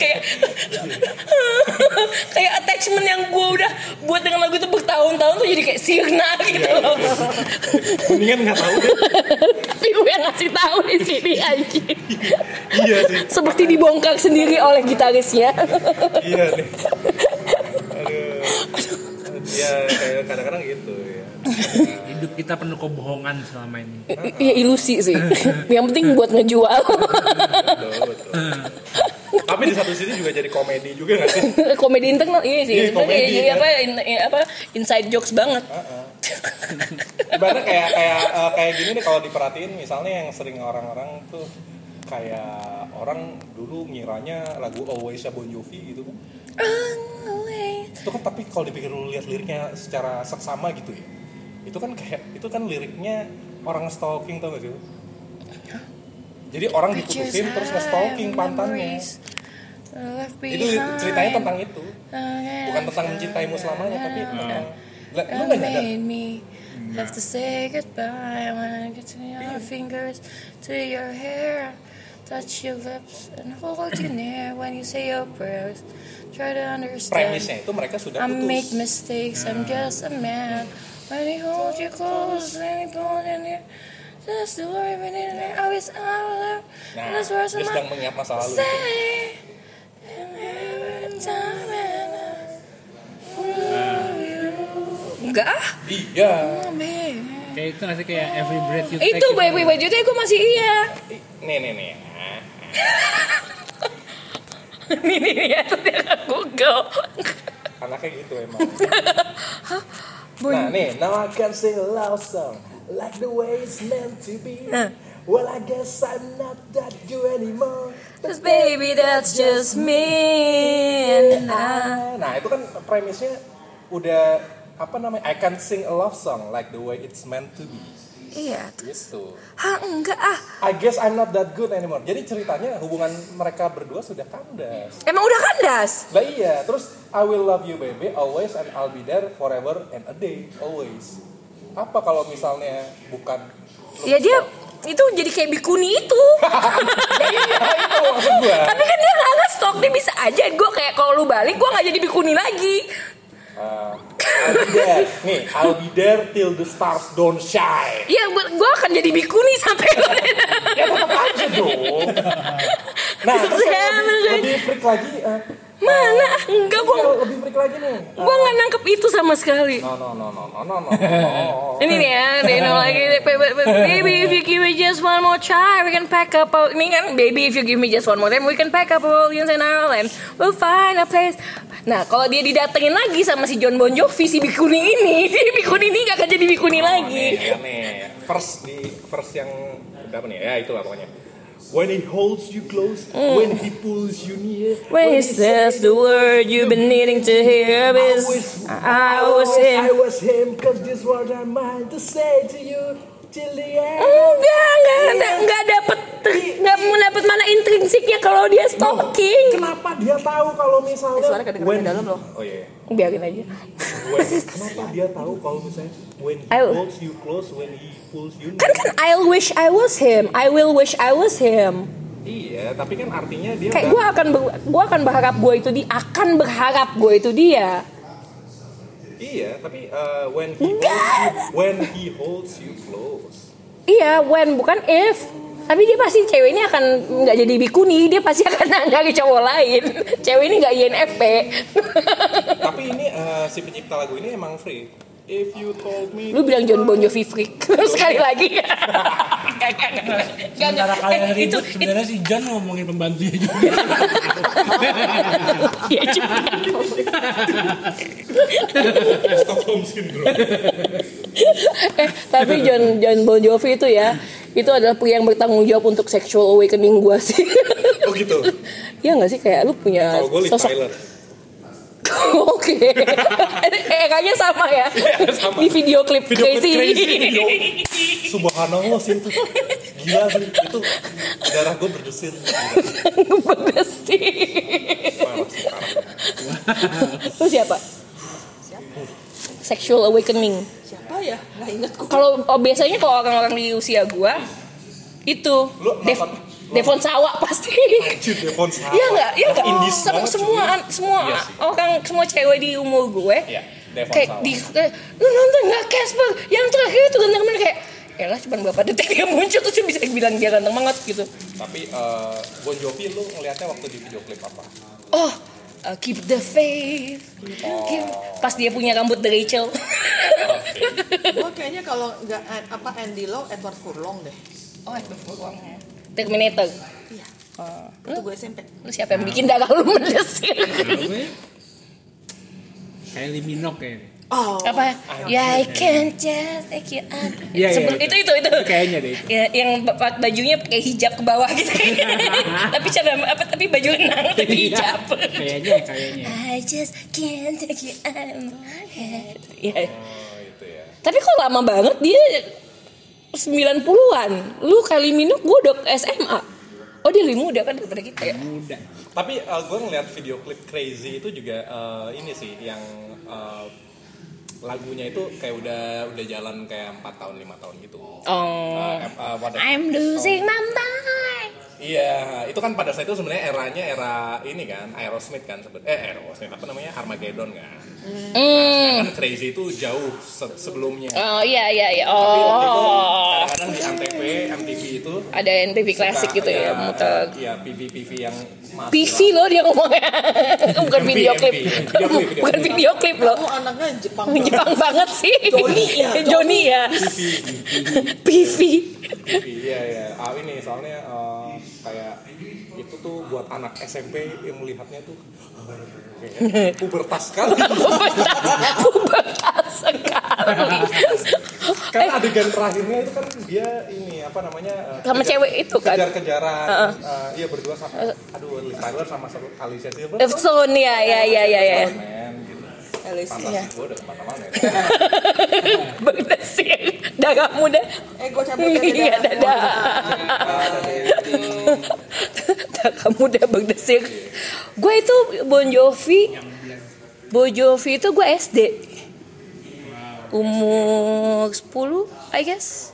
kayak attachment yang gue udah buat dengan lagu itu bertahun-tahun tuh jadi kayak sirna gitu loh. Mendingan nggak tahu deh. Tapi gue yang ngasih tahu di sini anjing. Iya sih. Seperti dibongkar sendiri oleh gitarisnya. Iya nih. Ya kayak kadang-kadang gitu ya. Hidup kita penuh kebohongan selama ini. Iya ilusi sih. Yang penting buat ngejual. Betul. Tapi di satu sisi juga jadi komedi juga nggak sih? Komedi internal iya sih. Iya, komedi, Iya, kan? apa inside jokes banget. Ibaratnya kayak gini nih kalau diperhatiin misalnya yang sering orang-orang tuh kayak orang dulu ngiranya lagu Always Bon Jovi gitu kan. Itu kan tapi kalau dipikir lu lihat liriknya secara seksama gitu ya. Itu kan liriknya orang stalking tau gak sih? Jadi orang diputusin terus nge-stalking pantannya. Itu ceritanya tentang itu. Bukan tentang mencintaimu selamanya tapi lu enggak nyadar. Have to say goodbye when I get to your fingers, to your hair, touch your lips and hold you near when you say your prayers. Try to understand. Premisnya itu mereka sudah putus. I make mistakes, I'm just a man. When he holds you close, when he pull in there, just the word in there. I was out Nah, dia sedang mengingat masa lalu itu. Enggak ah? Iya. Kayak itu nggak sih kayak every breath you take. Itu baby baju itu gue masih iya. Nih. Nih ya tuh dia ke Google. Anaknya gitu emang. Nah nih, now I can sing a love song like the way it's meant to be. Well I guess I'm not that you anymore. Cause baby that's just me and I. Nah itu kan premisnya udah apa namanya? I can sing a love song like the way it's meant to be. Iya. Gitu. Enggak ah. I guess I'm not that good anymore. Jadi ceritanya hubungan mereka berdua sudah kandas. Emang udah kandas? Lah iya, terus I will love you baby always and I'll be there forever and a day always. Apa kalau misalnya bukan? Ya dia itu jadi kayak bikuni itu. Iya itu maksud gue. Tapi kan dia nggak nge-stok, dia bisa aja gue kayak kalau lu balik gue nggak jadi bikuni lagi. I'll be there. Nih, I'll be there till the stars don't shine. Iya, gue akan jadi bikuni sampai lu. Ya tetap aja dong. Nah, lebih freak lagi. Mana? Enggak, gue lebih freak lagi nih. Gue nggak nangkep itu sama sekali. No. Ini nih ya, they know lagi. Baby, if you give me just one more try, we can pack up. Ini kan, baby, if you give me just one more time, we can pack up all in Ireland. We'll find a place. Nah, kalau dia didatengin lagi sama si John Bon Jovi, si bikuni ini, dia bikuni ini gak akan jadi bikuni lagi. Nih, verse yang berapa nih? Ya itulah pokoknya. When he holds you close, when he pulls you near, when he says the word you've been needing to hear is I was him, cause this what I mind to say to you till the end. Enggak dapet mana intrinsiknya kalau dia stalking. Kenapa dia tahu kalau misalnya suara kedengeran di dalam loh. Oh iya. Biarin aja. Kenapa dia tahu kalau misalnya when he holds you close, when he pulls you near. Kan I'll wish I was him. I will wish I was him. Iya, tapi kan artinya dia kayak gue akan berharap gue itu dia. Iya, tapi when he holds you close. Iya, when bukan if. Tapi dia pasti cewek ini akan nggak jadi bikuni, dia pasti akan nyari cowok lain. Cewek ini nggak INFP. Tapi ini si pencipta lagu ini emang free. If you told me. Lu bilang John Bon Jovi freak sekali lagi. Sementara kalian ribut sebenarnya si John ngomongin pembantunya juga. Iya juga. Stockholm Syndrome. Tapi John Bon Jovi itu ya, itu adalah pria yang bertanggung jawab untuk sexual awakening gue sih. Oh gitu. Iya nggak sih, kayak lu punya Kalau gue Liv sosok. Tyler. Oke. Kayaknya sama ya. Sama. Di video klip crazy. Subhanallah sih itu. Gila sih itu. Darah gue berdesir. Berdesir. Lu siapa? Sexual awakening. Siapa ya? Nggak inget gue. Kalau biasanya kalau orang-orang di usia gua itu Lu nonton- Devon Sawa pasti. Anjir, Devon Sawa. Iya nggak? Iya nggak? Indies banget, Semua Iya sih. orang, semua cewek di umur gue Iya, Devon kayak Sawa. lu nonton nggak Casper? Yang terakhir itu ganteng banget kayak elah cuma beberapa detik dia muncul terus dia bisa bilang dia ganteng banget gitu. Tapi Bon Jovi lu ngelihatnya waktu di video klip apa? Oh, keep the faith. Pas dia punya rambut The Rachel. Gue kayaknya kalau nggak Andy Lau, Edward Furlong deh. Oh, itu Furlong. Terminator. Iya. Itu gue SMP. Lu siapa yang bikin darah lu mendesir? Kylie Minogue kayaknya. Oh. Apa? Ya, I can't just take you out. Iya, Itu. Itu kayaknya deh itu. Ya, yang bajunya pakai hijab ke bawah gitu. Tapi baju renang tapi hijab. Kayaknya. I just can't take you out of my head. Ya. Oh itu ya. Tapi kok lama banget dia 90-an. Lu Kylie Minogue gue udah SMA. Oh dia lebih muda kan daripada kita ya. Muda. Tapi gue ngeliat video klip Crazy itu juga ini sih yang lagunya itu kayak udah jalan kayak 4 tahun 5 tahun gitu. Oh. I'm losing my mind. Iya, itu kan pada saat itu sebenarnya era ini kan Aerosmith kan Aerosmith apa namanya Armageddon kan. Kan Crazy itu jauh sebelumnya. Oh iya. Tapi waktu itu Oh. kadang-kadang di Antv, MTV itu Ada NTV klasik gitu ya, muter. Iya, PV yang masih PV loh dia ngomongnya. Bukan MV, video klip. Video klip. Bukan video klip loh. Kamu anaknya Jepang. Jepang banget sih. Johnny ya. PV. Iya. Ini soalnya kayak itu tuh buat anak SMP yang melihatnya tuh kayak pubertas sekali. Pubertas sekali. Kan adegan terakhirnya itu kan dia ini apa namanya Sama cewek itu kan. kejar-kejaran. Iya berdua sama Liv Tyler sama Alicia Silverstone. Efson ya. Men, gitu. Alicia. Fantasi gue udah kemana-mana ya. Berdesir. Darah muda. Gue cabut Iya dadah. Darah muda berdesir. Gue itu Bon Jovi itu gue SD. Umur 10 I guess.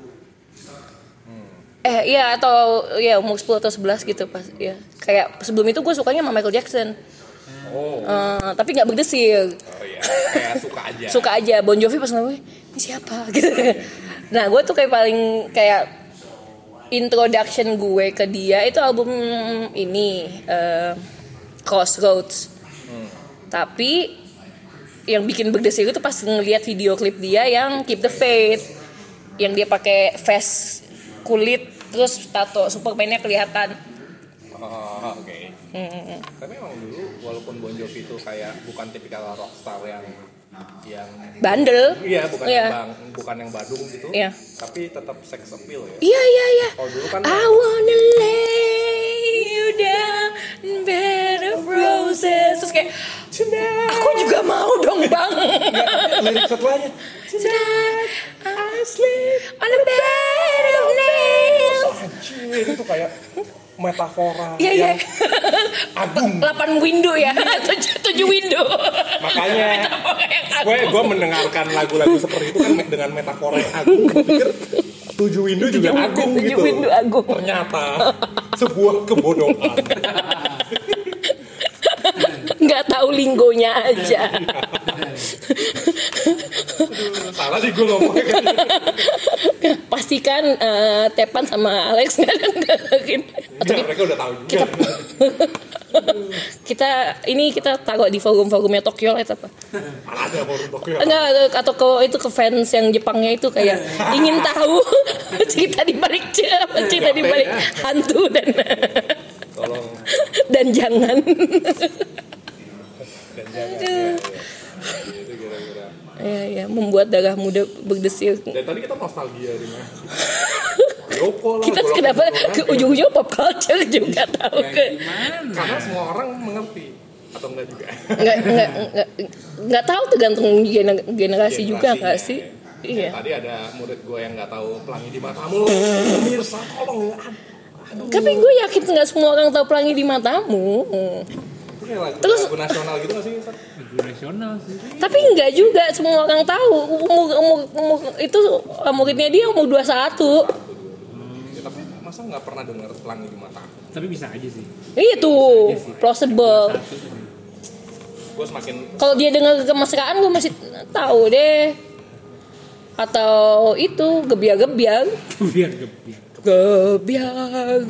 Iya atau ya umur 10 atau 11 gitu pas ya. Kayak sebelum itu gue sukanya sama Michael Jackson. Tapi nggak berdesir. Oh iya, kayak Suka aja. Bon Jovi pas nanya, ini siapa gitu. Nah gue tuh kayak introduction gue ke dia itu album ini Crossroads. Tapi yang bikin berdesir itu pas ngelihat video klip dia yang Keep the Faith, yang dia pakai vest kulit terus tato Superman-nya kelihatan. Oh, oke. Tapi emang dulu walaupun Bon Jovi itu kayak bukan tipikal rockstar yang Bandel. iya bukan Iya. bukan yang badung gitu. Iya. Tapi tetap sex appeal ya. Iya. Kalau dulu kan I wanna lay you down in bed of roses. Terus kayak aku juga mau dong bang. lirik setelahnya Tonight I sleep on a bed of nails. anjir itu kayak metafora Iya. yang agung. 8 window ya. 7 window. Makanya gue mendengarkan lagu-lagu seperti itu kan dengan metafora yang agung. Gue pikir 7 window juga agung 7 gitu. window agung. Ternyata sebuah kebodohan. Nggak tahu linggonya aja. Salah sih gue ngomongnya kan. Pastikan Tepan sama Alex nggak dengerin. Atau Mereka udah tahu juga. kita taruh di forum-forumnya Tokyo itu apa? Ada forum Tokyo. Enggak, atau itu ke fans yang Jepangnya itu kayak ingin tahu cerita di balik hantu dan Tolong. dan jangan. Dan jangan. Itu kira-kira. Ya, membuat darah muda berdesir. Dari tadi kita nostalgia di mana? Yoko lah. Kita kenapa ke ujung-ujung pop culture juga tahu ke. Karena semua orang mengerti atau enggak juga. Enggak tahu tergantung generasi juga enggak sih? Iya. Tadi ada murid gue yang nggak tahu Pelangi di Matamu. Pemirsa tolong. Aduh. Tapi gue yakin nggak semua orang tahu Pelangi di Matamu. Terus lagu nasional gitu nggak sih? Lagu nasional sih. Tapi enggak juga semua orang tahu. Umur itu muridnya dia umur 21. Ya, tapi masa nggak pernah dengar Pelangi di Matamu? Tapi bisa aja sih. Itu plausible. Gue semakin Kalau dia dengar kemesraan gue masih tahu deh. Atau itu gebiar-gebiar. Gebiar.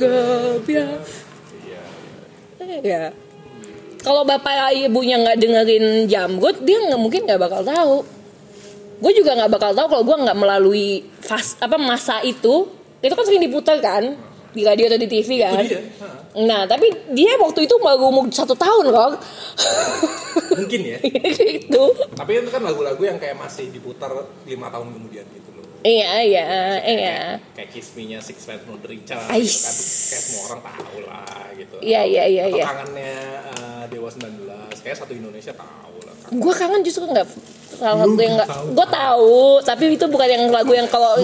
Ya. Kalau bapak ibunya nggak dengerin Jamrut, dia mungkin nggak bakal tahu. Gue juga nggak bakal tahu kalau gue nggak melalui masa itu kan sering diputar kan di radio atau di TV kan. Nah tapi dia waktu itu baru umur 1 tahun kok. mungkin ya. Itu. Tapi itu kan lagu-lagu yang kayak masih diputar 5 tahun kemudian gitu loh. Iya. Kayak Kiss Me-nya Sixpence None the Richer gitu Ais. kan. Kayak semua orang tahu lah gitu. Iya. Atau kangennya Dewa 19 kayak satu Indonesia tahu lah. Gue kangen justru nggak salah satu yang nggak. Gue tahu, tapi itu bukan yang lagu yang kalau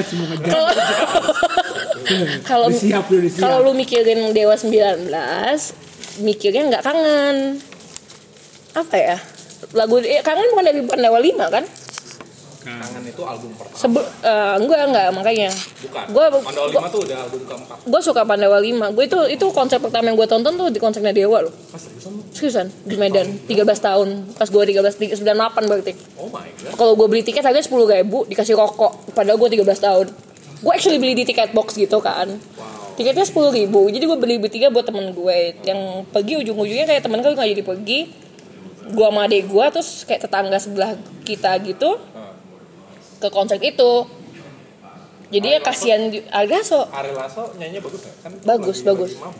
lu mikirin Dewa 19, mikirnya nggak kangen. Apa ya? Lagu kangen bukan dari Pandawa 5 kan? Kangen itu album pertama. Enggak makanya. Bukan. Pandawa 5 tuh udah album keempat. Gue suka Pandawa 5. Gue itu konser pertama yang gue tonton tuh di konsernya Dewa loh. Seriusan di Medan 13 tahun. Pas gue 98 berarti. Oh my god. Kalau gue beli tiket harganya 10.000 dikasih rokok. Padahal gue 13 tahun. Gue actually beli di tiket box gitu kan. Wow. Tiketnya 10.000. Jadi gue beli bertiga buat temen gue. Yang pergi ujung-ujungnya kayak temen gue nggak jadi pergi. Gue sama adik gue terus kayak tetangga sebelah kita gitu. Ke konser itu. Jadi ya kasihan Ari Lasso nyanyinya bagus nggak? Kan bagus sih.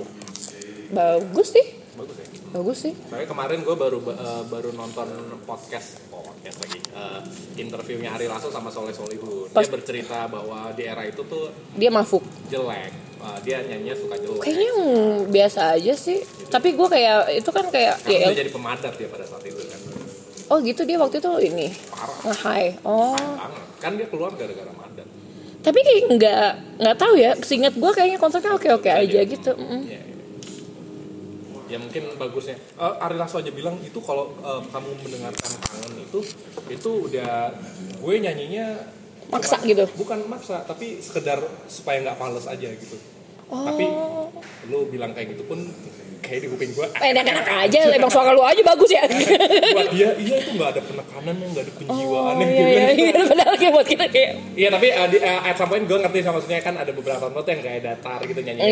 Bagus sih. Soalnya kemarin gue baru nonton podcast lagi. Interviewnya Ari Lasso sama Soleh Solihun. Dia bercerita bahwa di era itu tuh dia mafuk jelek. Dia nyanyinya suka jelek. Kayaknya biasa aja sih. Gitu. Tapi gue kayak itu kan kayak dia jadi pemadat dia pada saat itu kan. Oh gitu, dia waktu itu ini nge-high. Oh. Kan dia keluar gara-gara madat. Tapi kayak nggak tahu ya. Seingat gue kayaknya konsernya oke aja gitu. Iya. Ya mungkin bagusnya. Ari Lasso aja bilang itu kalau kamu mendengarkan Kangen itu udah gue nyanyinya maksa gitu. Bukan maksa, tapi sekedar supaya nggak fals aja gitu. Oh. Tapi lu bilang kayak gitu pun kayak di kuping gue enak-enak aja, emang suara lu aja bagus ya. Buat dia itu nggak ada penekanan, nggak ada penjiwaan iya, padahal kayak buat kita kayak iya, tapi at some point gue ngerti sama maksudnya kan ada beberapa note yang kayak datar gitu nyanyi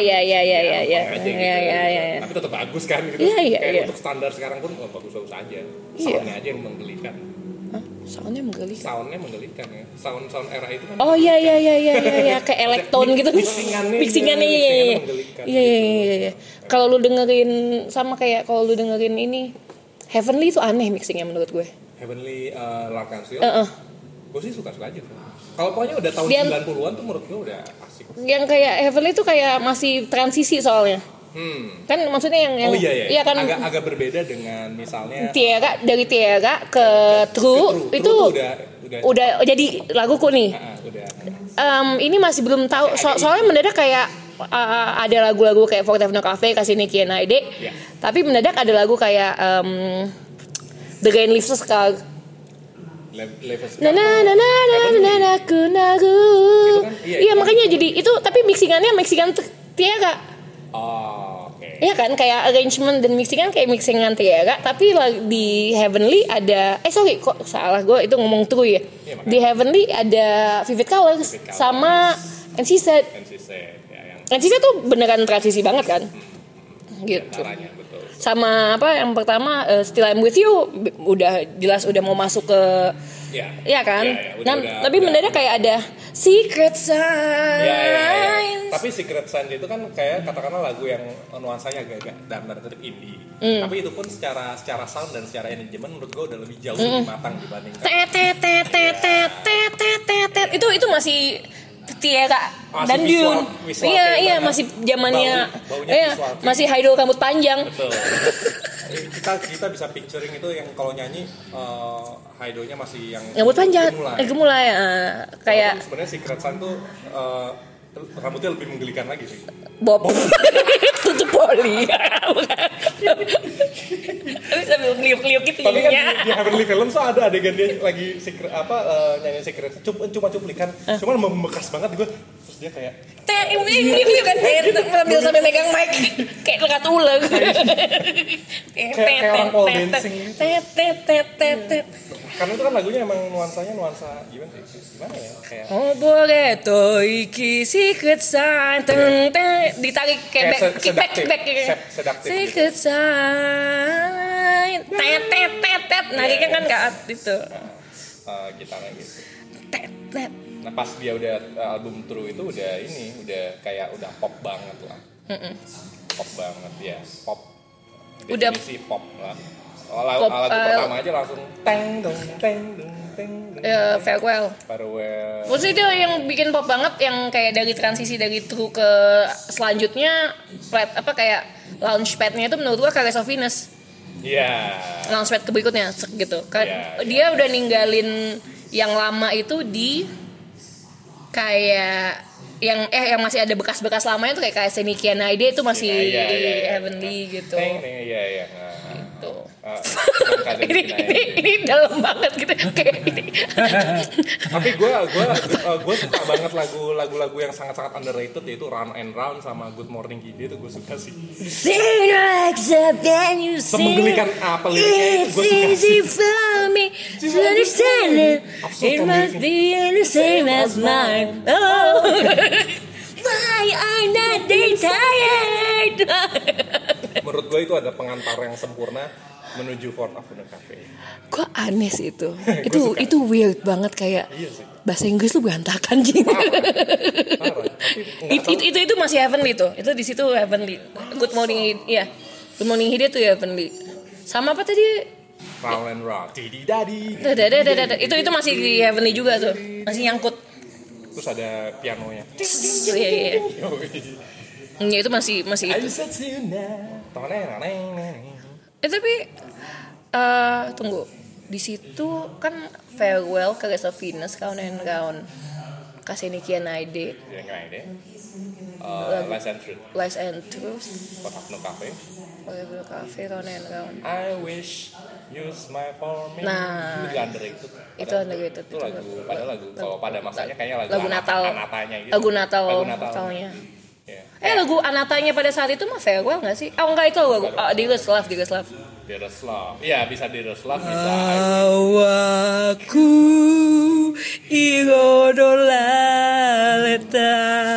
iya. Tapi tetap bagus kan gitu. Kayak untuk standar sekarang pun bagus-bagus aja. Soundnya aja yang menggelikan. Soundnya menggelikan ya. Sound era itu kan. Oh iya kayak elektron gitu. Mixingannya iya. Kalau lu dengerin sama kayak kalau lu dengerin ini Heavenly itu aneh mixingnya menurut gue. Heavenly L'Arc-en-Ciel. Gue sih suka-suka aja. Kalau pokoknya udah tahun 90-an tuh menurut gue udah asik. Yang kayak Heavenly itu kayak masih transisi soalnya. Kan maksudnya yang iya kan agak berbeda dengan misalnya dari Tiara ke True itu udah jadi laguku nih. Ini masih belum tahu soalnya mendadak kayak ada lagu-lagu kayak For Techno Cafe kasih Nicky and Aide. Tapi mendadak ada lagu kayak The Rain Leaves Us Scar. Iya makanya jadi itu tapi mixingan Tiara. Oh, oke. Iya kan, kayak arrangement dan mixing kan kayak mixingan Tiara, tapi di Heavenly ada sorry kok salah gue itu ngomong True ya. Di Heavenly ada Vivid Colors sama NCZ. NCZ tuh beneran transisi banget kan. Gitu. Sama apa yang pertama Still I'm With You udah jelas udah mau masuk ke ya kan. Tapi mendadak kayak ada Secret Signs. Ya. Tapi Secret Signs itu kan kayak katakanlah lagu yang nuansanya agak dalam tanda kutip indie. Tapi itu pun secara sound dan secara arrangement menurut gue udah lebih jauh lebih matang dibandingkan. Itu masih Tiara dan Dune. Iya masih zamannya. Masih Haidul rambut panjang. Betul. kita bisa picturing itu yang kalau nyanyi Haidonya masih yang rambut panjang. Gemulai kayak sebenarnya Secret Sun tuh rambutnya lebih menggelikan lagi sih. Bob. Tutup poli. Tapi sambil ngeliuk-ngeliuk gitu. Tapi kan di Heavenly Films tuh ada adegan dia lagi nyanyi Secret cuma cuplikan, cuman membekas banget gue. Terus dia kayak ini kan sambil megang mic kayak lekat ular. Kayak orang pole dancing. Karena itu kan lagunya emang nuansa gimana ya kayak Boreto iki Secret Sign ditarik kayak back Secret Sign nariknya kan nggak itu gitarnya gitu. Nah pas dia udah album True itu udah kayak udah pop banget lah. Pop banget ya, pop. Definisi pop lah. Lagu pertama aja langsung teng dong. Farewell. Maksudnya itu yang bikin pop banget, yang kayak dari transisi dari True ke selanjutnya kayak launchpad-nya itu menurut gua Caress of Venus. Iya. Launchpad ke berikutnya gitu. Dia udah ninggalin yang lama itu di kayak yang masih ada bekas-bekas lamanya tuh kayak Senikia Naide itu masih Heavenly gitu. Iya. Gitu. Ini dalam banget gitu kayak ini. Tapi gue suka banget lagu-lagu yang sangat-sangat underrated, yaitu Run and Round sama Good Morning Kid. Itu gue suka sih. Semenggelikan apa liriknya itu gue suka sih. It must be the same as mine. Oh, why I'm not tired. Menurut gue itu ada pengantar yang sempurna menuju Fourth Avenue Cafe. Gue aneh sih itu. Itu weird banget kayak bahasa Inggris lu berantakan Jing. Parah. Itu masih Heavenly tuh. Itu di situ Heavenly. Good Morning Good Morning Hide tuh Heavenly. Sama apa tadi? Round and Round. Didi. Itu masih di Heavenly juga tuh. Masih nyangkut. Terus ada pianonya. Iya. Ya, itu masih itu. Tapi tunggu. Di situ kan Farewell, Caress of Venus, Round and Round. Senikia Naide. Lies and Truth. Fourth Avenue Cafe. Round and Round. I wish you smile for me. Nah, itu underrated. Itu lagu kalau pada masanya kayaknya lagu Natal. Anatanya gitu. Lagu Natalnya. Lagu Anatanya pada saat itu mah Farewell nggak sih? Oh enggak, itu lagu Dearest Love. Iya, bisa Dearest Love, bisa. Awaku irodoleta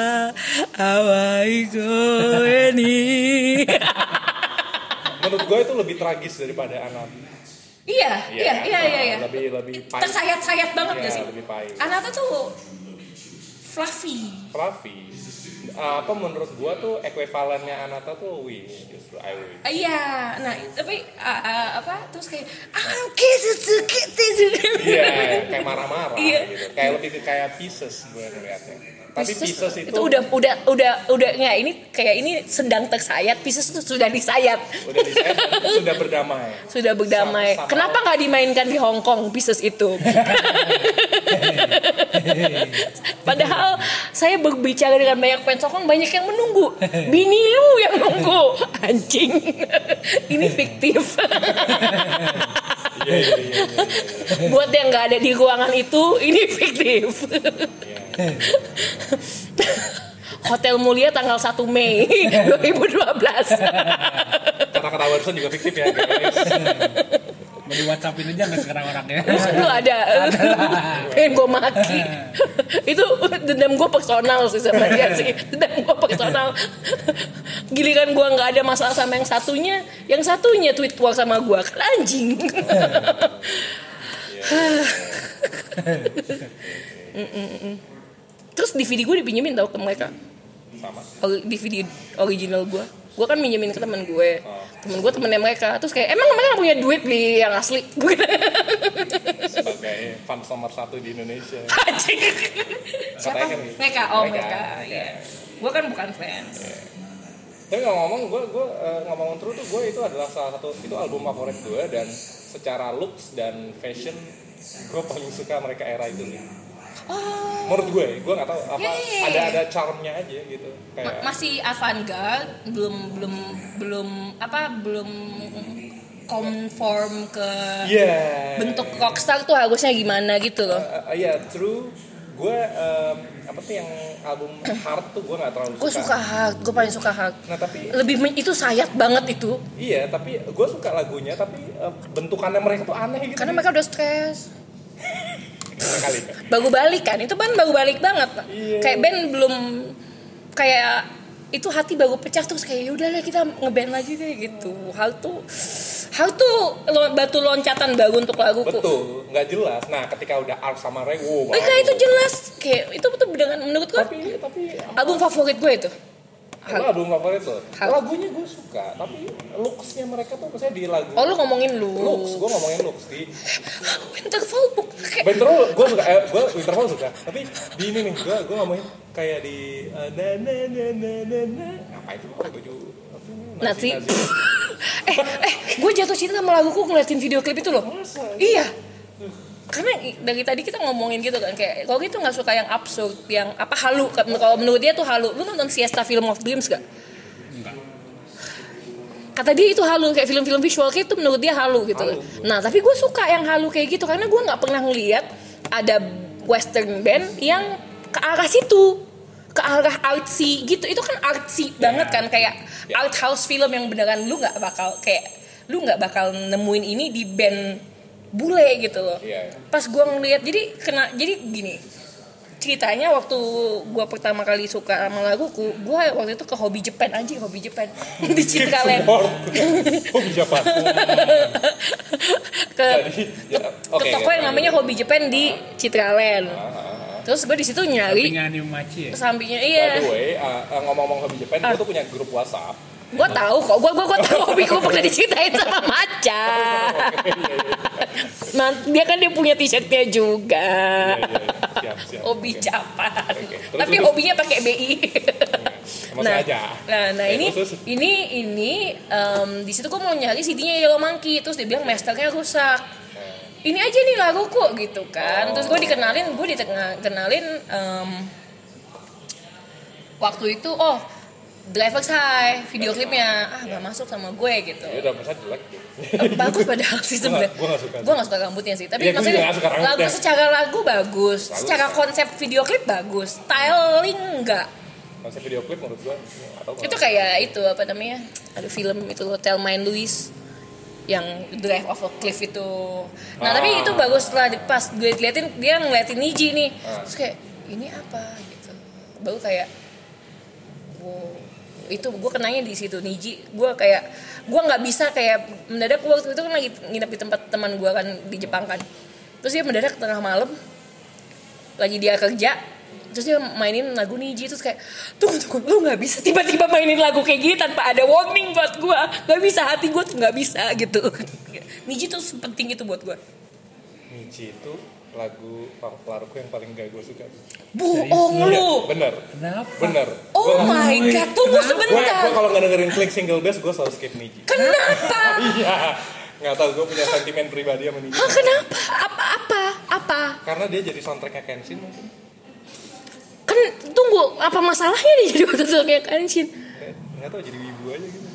awaiko eni. Menurut gue itu lebih tragis daripada Anat. Iya. Lebih pahit. Tersayat-sayat banget nggak sih? Lebih pahit. Anata tuh fluffy. Menurut gua tuh ekuivalennya Anata tuh Win justru I Win. Iya, nah tapi terus kayak Iya, kayak marah-marah gitu. Kayak lebih kayak Pieces gue ngeliatnya. Tapi Pieces itu udah nggak, ini kayak ini sedang tersayat, Pieces itu sudah disayat. Sudah berdamai. Sama Kenapa nggak dimainkan di Hong Kong Pieces itu? Padahal saya berbicara dengan banyak fans Hong Kong, banyak yang menunggu. Bini lu yang nunggu. Anjing. Ini fiktif. Iya. Buat yang nggak ada di ruangan itu, ini fiktif. Hotel Mulia tanggal 1 Mei 2012. Kata-kata barusan juga fiktif ya guys. Mau di WhatsAppin aja nggak sekarang orangnya? Lu ada. Pengen gue maki. Itu dendam gue personal sih sama dia sih. Dendam gue personal. Giliran gue nggak ada masalah sama yang satunya tweet war sama gue kan anjing. Terus DVD gue dipinjemin tau ke mereka. Sama. DVD original gue kan minjemin ke temen gue. Temen gue temennya mereka. Terus kayak emang mereka punya duit beli yang asli. Sebagai fans nomor 1 di Indonesia. Anjing. Siapa? Kan, Mereka. Iya. Gue kan bukan fans. Tapi ngomong gue ngomong terus tuh gue itu adalah salah satu itu album favorit gue dan secara looks dan fashion gue paling suka mereka era itu sih. Oh. Menurut gue nggak tahu apa ada charmnya aja gitu kayak Masih avant-garde, belum conform ke bentuk rockstar tuh harusnya gimana gitu loh. True. Gue apa tuh yang album Hard tuh gue nggak terlalu suka. Gue suka Hard, gue paling suka Hard. Nah tapi itu sayat banget itu. Iya, tapi gue suka lagunya tapi bentukannya mereka tuh aneh gitu. Karena mereka udah stres. Kali. Baru balik kan, itu band baru balik banget. Iya. Kayak band belum kayak itu hati baru pecah terus kayak yaudahlah kita ngeband lagi deh gitu. Hal tuh batu loncatan baru untuk laguku. Betul, nggak jelas. Nah, ketika udah Ark sama Ray, mereka itu jelas kayak itu betul dengan menurutku. Tapi album favorit gue itu. Album favorit lo. Lagunya gue suka, tapi looks-nya mereka tuh misalnya di lagu. Oh, lu ngomongin looks, gue ngomongin looks di Winterfall Winterfall gue suka, gue Winterfall suka. Tapi di ini nih, gue ngomongin kayak di ngapain sih pakai baju Nazi. Gue jatuh cinta sama laguku ngeliatin video klip itu loh. Masa? Iya. Karena dari tadi kita ngomongin gitu kan kayak kalau gitu nggak suka yang absurd, yang apa halu. Kalau menurut dia tuh halu. Lu nonton Siesta Film of Dreams gak? Enggak. Kata dia itu halu, kayak film-film visual kayak itu menurut dia halu gitu. Nah tapi gue suka yang halu kayak gitu karena gue nggak pernah ngeliat ada western band yang ke arah situ, ke arah artsy gitu. Itu kan artsy banget kan, kayak art house film yang beneran lu nggak bakal nemuin ini di band bule gitu loh. Pas gue ngeliat jadi gini ceritanya waktu gue pertama kali suka sama laguku, gue waktu itu ke Hobby Japan di Citraland. Hobby Japan. ke toko yang namanya Hobby Japan di Citraland. Terus gue di situ nyari sampingnya By the way, ngomong-ngomong Hobby Japan, gue tuh punya grup WhatsApp. Gue tahu kok, gue tahu Hobby gue pernah diceritain sama Maca. Nah, dia punya t-shirtnya juga. Siap. Hobby Japan. Okay. Tapi hobinya pakai BI. Aja. Nah ini di situ gue mau nyari CD-nya Yellow Monkey, terus dia bilang masternya rusak. Ini aja nih laguku gitu kan. Terus gue dikenalin waktu itu Driver's High video klipnya gak masuk sama gue gitu. Ya udah masa jelek. Bagus padahal sih sebenarnya. Gue gak suka rambutnya sih. Tapi maksudnya secara lagu bagus, secara konsep video klip bagus, styling enggak. Konsep video klip menurut gue itu kayak itu apa namanya? Ada film itu Thelma and Louise yang Drive Off a Cliff itu. Nah tapi itu bagus lah pas gue ngeliatin Niji nih. Terus kayak ini apa gitu. Baru kayak wow. Itu gue kenanya di situ Niji. Gue nggak bisa kayak mendadak waktu itu kan lagi nginep di tempat teman gue kan di Jepang kan. Terus dia mendadak tengah malam lagi dia kerja, terus dia mainin lagu Niji. Terus kayak tunggu lu nggak bisa tiba-tiba mainin lagu kayak gini tanpa ada warning buat gue. Nggak bisa, hati gue tuh nggak bisa gitu. Niji tuh penting itu buat gue. Niji itu lagu populerku yang paling gak gue suka. Bohong lu. Bener. Kenapa? Bener. Oh my god, tunggu sebentar. Gue kalau nggak dengerin Click Single Bass, gue selalu skip Niji. Kenapa? Iya. Nggak tahu, gue punya sentimen pribadi sama Niji. Kenapa? Apa? Karena dia jadi soundtracknya Kenshin mungkin. Kan tunggu, apa masalahnya dia jadi soundtracknya Kenshin? Nggak tahu, jadi wibu aja gitu.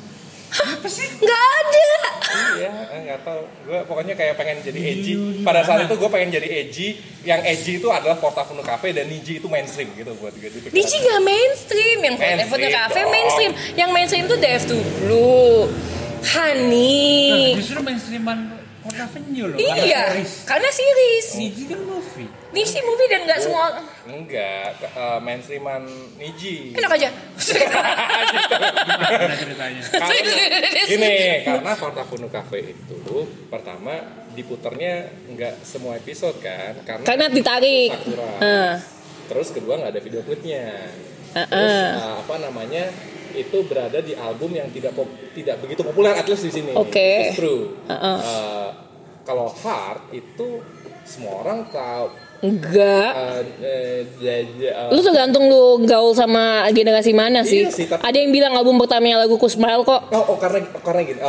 Nggak ada. Iya, nggak tahu. Gue pokoknya kayak pengen jadi edgy. Pada saat itu gue pengen jadi edgy. Yang edgy itu adalah Portafino Cafe dan Niji itu mainstream gitu buat gue. Niji nggak mainstream, yang Portafino Cafe mainstream. Yang mainstream tuh Death to Blue, Honey. Justru mainstreaman Portafino loh. Iya, karena series. Niji kan movie. Niji movie dan nggak semua. Enggak, mainstreaman Niji. Enak aja. Gimana ceritanya? Karena Portafino Cafe itu pertama diputarnya nggak semua episode kan, karena ditarik. Sakura. Terus kedua nggak ada video klipnya. Terus itu berada di album yang tidak begitu populer at least di sini. Oke. It's true. Kalau Heart itu semua orang tahu. Enggak. Lu tergantung lu gaul sama generasi mana sih. Iya sih, tapi... Ada yang bilang album pertamanya lagu Kusmail kok. Karena gini.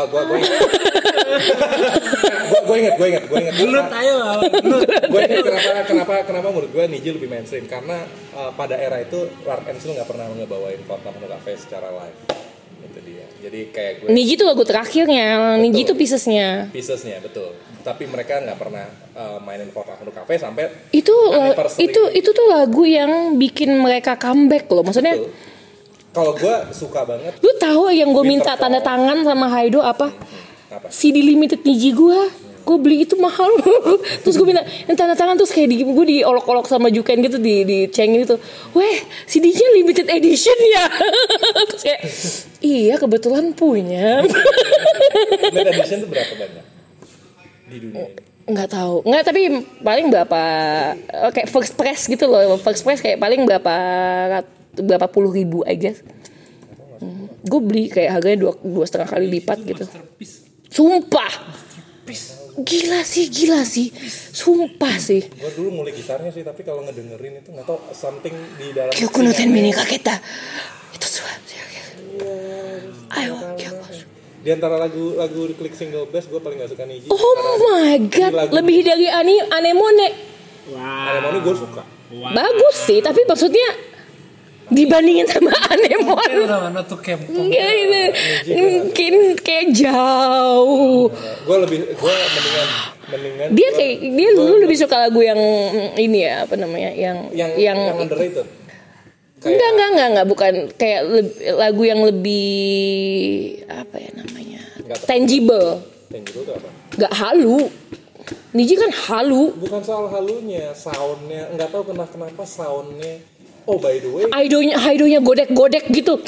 Gue inget. Gelut ayo. Gue inget kenapa menurut gue Niji lebih mainstream karena pada era itu Lark Ensign nggak pernah ngebawain Portafino Cafe secara live. Itu dia. Jadi kayak gue. Niji itu lagu terakhirnya. Betul. Niji itu piecesnya betul. Tapi mereka nggak pernah mainin Portafino Cafe sampai itu tuh lagu yang bikin mereka comeback loh. Maksudnya kalau gue suka banget. Lu tahu yang gue minta tanda tangan sama Haido apa? CD limited Niji gue beli itu mahal. Terus gue minta yang tanda tangan, terus kayak gue diolok-olok sama Juken gitu, dicengin gitu. Weh, CD-nya limited edition ya. Terus kayak iya kebetulan punya. Limited edition itu berapa banyak di dunia ini? Nggak tahu, tapi paling berapa kayak first press gitu loh. First press kayak paling berapa puluh ribu I guess. Gue beli kayak harganya 2,5 kali lipat gitu. Sumpah. Gila sih. Sumpah sih. Gue dulu mulai gitarnya sih, tapi kalau ngedengerin itu nggak tahu something di dalam. Kyoko no Tenmini Kaketa. Itu suara. Ayo, Kyoko. Di antara lagu di klik single best gue paling gak suka Niji. Oh my god, lebih dari Anemone. Anemone gue suka. Bagus sih, tapi maksudnya dibandingin sama Anemone. Mana tuh Kempong. Enggak itu. Mungkin kayak jauh. Gue mendingan dia dulu lebih suka lagu yang ini ya, apa namanya? Yang underrated. Enggak, bukan kayak lagu yang lebih apa ya namanya? Tangible. Tangible itu apa? Enggak halu. Niji kan halu. Bukan soal halunya, soundnya. Enggak tahu kenapa soundnya. Oh by the way, Haidonya godek-godek gitu.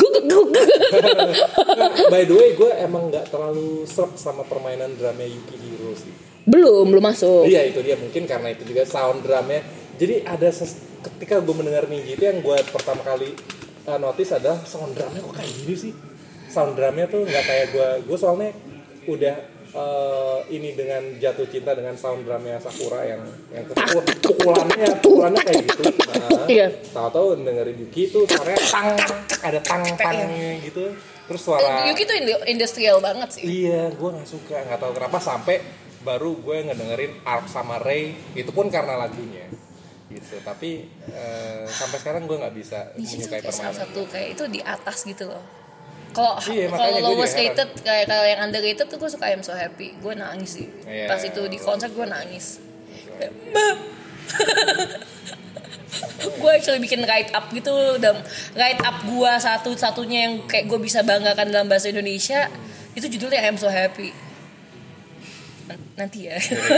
By the way, gue emang nggak terlalu serap sama permainan drumnya Yukihiro sih. Belum masuk. Iya itu dia, mungkin karena itu juga sound drumnya. Jadi ada ketika gue mendengar Niji itu yang gue pertama kali notice adalah sound drumnya kok kayak gini sih. Sound drumnya tuh nggak kayak gue soalnya udah ini dengan jatuh cinta dengan sound drumnya Sakura yang pukulannya kayak gitu. Nah, tahu-tahu dengerin Yuki tuh suaranya ada tang-tangnya gitu. Terus suara Yuki tuh industrial banget sih. Iya, gue nggak suka, nggak tahu kenapa sampai baru gue ngedengerin Arc sama Ray itu pun karena lagunya. Gitu. Tapi sampai sekarang gue nggak bisa menyukai permainan. Salah satu kayak itu di atas gitu loh. Kalau lowest rated kayak kalau yang underrated tuh gue suka I'm So Happy. Gue nangis sih. Pas itu di konser gue nangis. Gue actually bikin write up gitu, dan write up gue satu-satunya yang kayak gue bisa banggakan dalam bahasa Indonesia itu judulnya I'm So Happy. Nanti ya.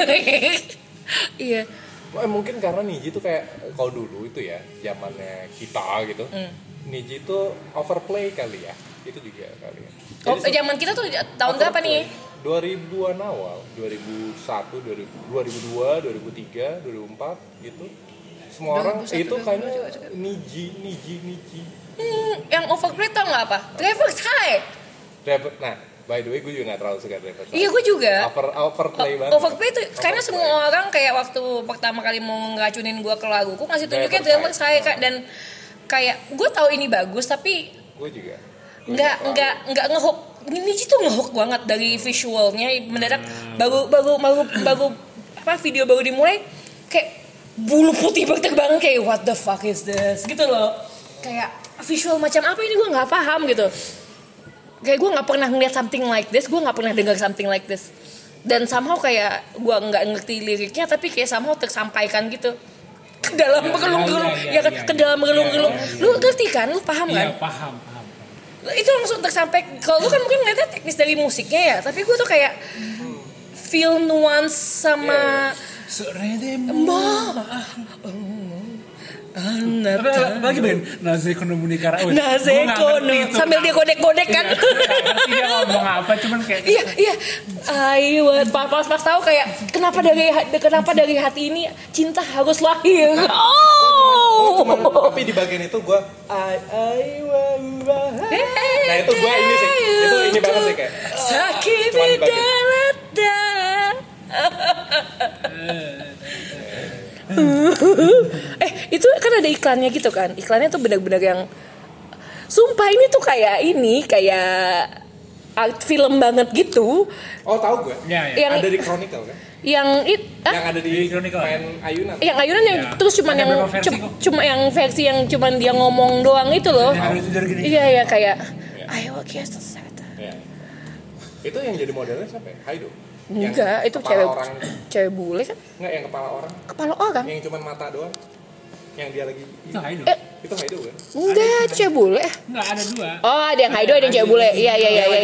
Iya. Mungkin karena Niji tuh kayak kalau dulu itu ya zamannya kita gitu. Niji tuh overplay kali ya. Itu juga kali ya. Zaman kita tuh tahun berapa nih? 2000-an awal, 2001, 2002, 2003, 2004 gitu. Semua orang itu kayaknya Niji. Yang overplay tau nggak apa? Driver's High. Nah, by the way gue juga nggak terlalu suka Driver's High. Iya gue juga. Overplay banget. Overplay tuh karena semua orang kayak waktu pertama kali mau ngeracunin gue ke lagu, gue ngasih tunjuknya Driver's High Kak, dan kayak gue tahu ini bagus tapi gue juga nggak ngehook. Niji tuh ngehook banget dari visualnya. Mendadak baru apa video baru dimulai kayak bulu putih berterbangan kayak what the fuck is this gitu loh, kayak visual macam apa ini gue nggak paham gitu. kayak gue nggak pernah ngeliat something like this, gue nggak pernah dengar something like this, dan somehow kayak gue nggak ngerti liriknya tapi kayak somehow tersampaikan gitu ke dalam relung-relung ke dalam relung-relung. Lu ngerti kan, lu paham kan? Iya, paham. Itu langsung tersampaikan. Kalau lu kan mungkin ngeliatnya teknis dari musiknya ya, tapi gue tuh kayak feel nuance sama lagi Ben Naze Kono Munikara sambil dia godek-godek kan. Dia ngomong apa cuman kayak iya ayo pas tahu kayak kenapa dari hati ini cinta harus lahir. Tapi di bagian itu gue nah itu gue ini sih ini banget sih kayak sakit di dalam itu kan ada iklannya gitu kan. Iklannya tuh benar-benar yang sumpah ini tuh kayak art film banget gitu. Oh tahu gue. Ya. Ada di Chronicle kan? Yang ada di Chronicle. main ayunan. Yang ayunan yang terus cuman yang cuma yang versi yang cuman dia ngomong doang itu loh. Iya kayak ayo kita selesai. Iya. Itu yang jadi modelnya siapa ya? Haido. Enggak, itu cewek bule kan? Enggak, yang kepala orang. Yang cuma mata doang. Yang dia lagi itu Haido. Itu Haido kan? Enggak, itu cewek bule. Enggak, ada dua. Oh, ada yang Haido, ada yang cewek bule. Iya.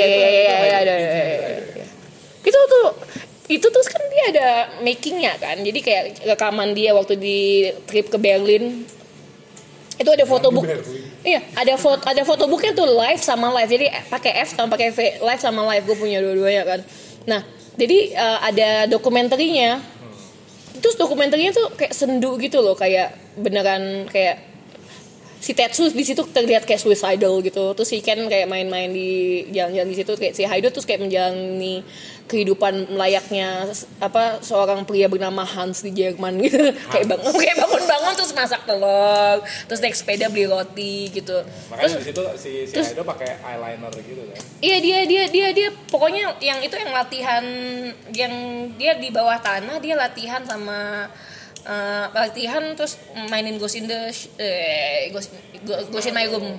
Itu terus kan dia ada makingnya kan. Jadi kayak rekaman dia waktu di trip ke Berlin. Itu ada fotobook. Iya, ada fotobooknya tuh live sama live. Jadi pakai F sama pakai V, live sama live. Gue punya dua-duanya kan. Nah, jadi ada dokumenterinya. Terus dokumenterinya tuh kayak sendu gitu loh, kayak beneran kayak si Tetsu di situ terlihat kayak suicidal gitu. Terus si Ken kayak main-main di jalan-jalan di situ, kayak si Haido terus kayak menjalani kehidupan layaknya seorang pria bernama Hans di Jerman gitu. Kayak bangun-bangun terus masak telur, terus naik sepeda beli roti gitu. Makanya terus, di situ si Haido pakai eyeliner gitu kan. Iya dia pokoknya yang itu yang latihan, yang dia di bawah tanah dia latihan sama latihan terus mainin Ghost in My Room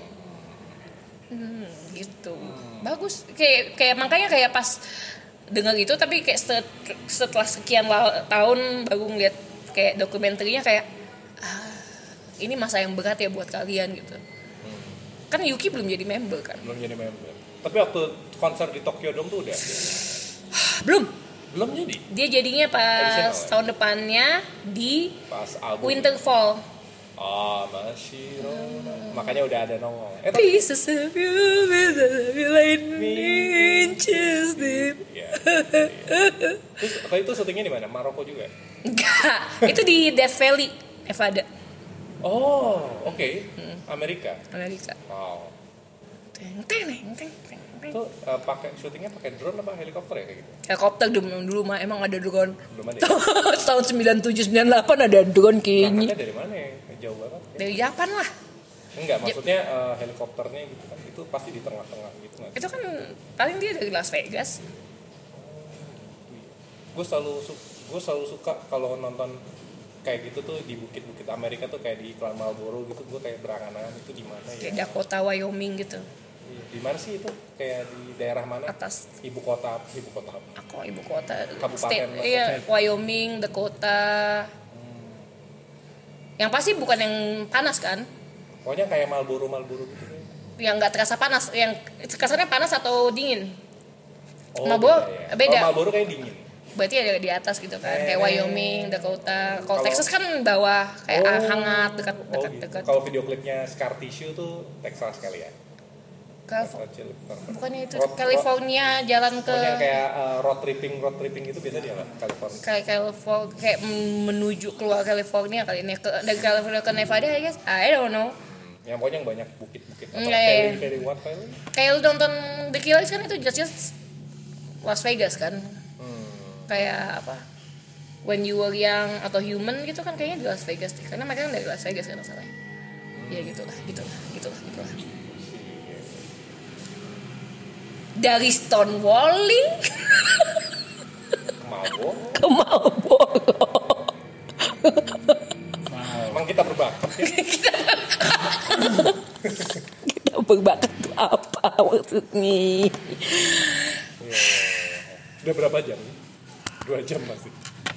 gitu. Bagus kayak makanya kayak pas dengar itu, tapi kayak setelah sekian tahun baru ngeliat kayak dokumenterinya kayak ini masa yang berat ya buat kalian gitu. Kan Yuki belum jadi member kan? Belum jadi member. Tapi waktu konser di Tokyo Dome tuh udah belum jadi. Dia jadinya pas tahun depannya di Winterfall. Oh, masih. Makanya udah ada nongol. Pieces of you like inches deep. Terus apa itu syutingnya di mana? Maroko juga? Enggak, itu di Death Valley, Nevada. Oh, oke. Amerika. Wow. Itu pakai syutingnya pakai drone apa helikopter ya kayak gitu? Helikopter dulu mah emang ada drone. Belum ada. Tahun 97 98 ada drone kayaknya. Dari mana ya? Jauh banget. Dari Japan lah. Enggak, maksudnya helikopternya gitu kan. Itu pasti di tengah-tengah gitu kan. Itu kan paling dia dari Las Vegas. Gue selalu suka kalau nonton kayak gitu tuh di bukit-bukit Amerika tuh kayak di iklan Marlboro gitu. Gue kayak berangan-angan itu di mana ya? Kayak Dakota, Wyoming gitu. Di mana sih itu? Kayak di daerah mana? Atas. Ibu kota. Aku ibu kota. Kabupaten. Iya, Wyoming, Dakota. Yang pasti bukan yang panas kan? Pokoknya kayak Marlboro gitu. Yang nggak terasa panas, yang kesannya panas atau dingin. Oh, Marlboro beda. Oh, Marlboro kayak dingin. Berarti ada di atas gitu kan, kayak Wyoming, Dakota. Kalau Texas kan bawah, kayak hangat, dekat. Kalau video klipnya Scar Tissue tuh Texas kali ya? Bukannya itu California jalan ke. Pokoknya kayak road tripping gitu biasa dia lah California. Kayak menuju keluar California kali ini, dari California ke Nevada I guess. I don't know. Yang pokoknya yang banyak bukit-bukit. Very what Valley? Kayak lu nonton The Killers kan itu just Las Vegas kan. Kayak apa? When You Were Young atau Human gitu kan kayaknya di Las Vegas deh. Karena mereka kan dari Las Vegas kan masalahnya. Ya gitulah. Dari Stonewalling ke Marlboro. Emang kita berbakat. Kita berbakat tuh apa? maksudnya. Udah berapa jam? 2 jam masih?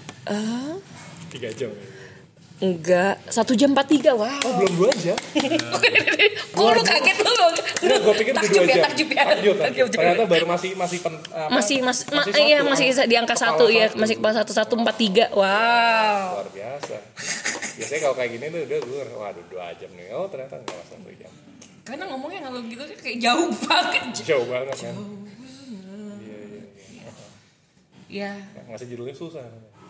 3 jam ya? Enggak, 1 jam 43, wow. Oh belum 2 jam? Kok lu kaget lu? Enggak, gue pikir udah 2 jam. Takjub ya. Ternyata baru masih di angka 1 ya, masih kepala 1143. Wow. Luar biasa. Biasanya kalau kayak gini tuh udah gue, waduh 2 jam nih. Oh ternyata enggak langsung 2 jam. Karena ngomongnya kalau gitu kayak jauh banget. Jauh banget kan. Iya. Ngasih judulnya susah.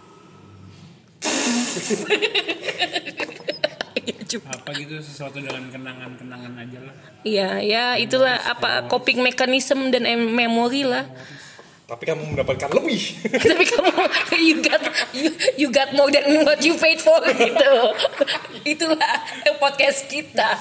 Apa gitu sesuatu dengan kenangan-kenangan aja lah. Iya, ya itulah apa coping mechanism dan memori lah. Tapi kamu mendapatkan lebih. Tapi kamu you got more than what you paid for gitu. Itulah podcast kita.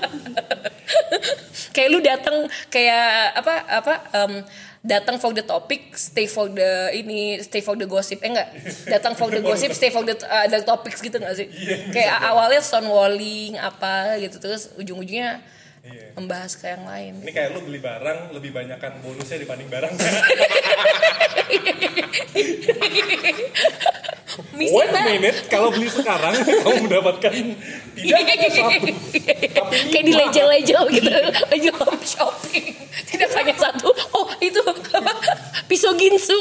Kayak lu datang kayak datang for the topic, stay for the gossip. Enggak, datang for the gossip, stay for the other topics gitu enggak sih? Kayak awalnya stonewalling apa gitu, terus ujung-ujungnya membahas ke yang lain. Ini kayak lu beli barang lebih banyakkan bonusnya dibanding barang. Wait a minute, kalau beli sekarang kamu mendapatkan tidak hanya 1, tapi 5. Kayak di legel-legel gitu, legel home shopping. Tidak hanya 1. Oh itu pisau ginsu.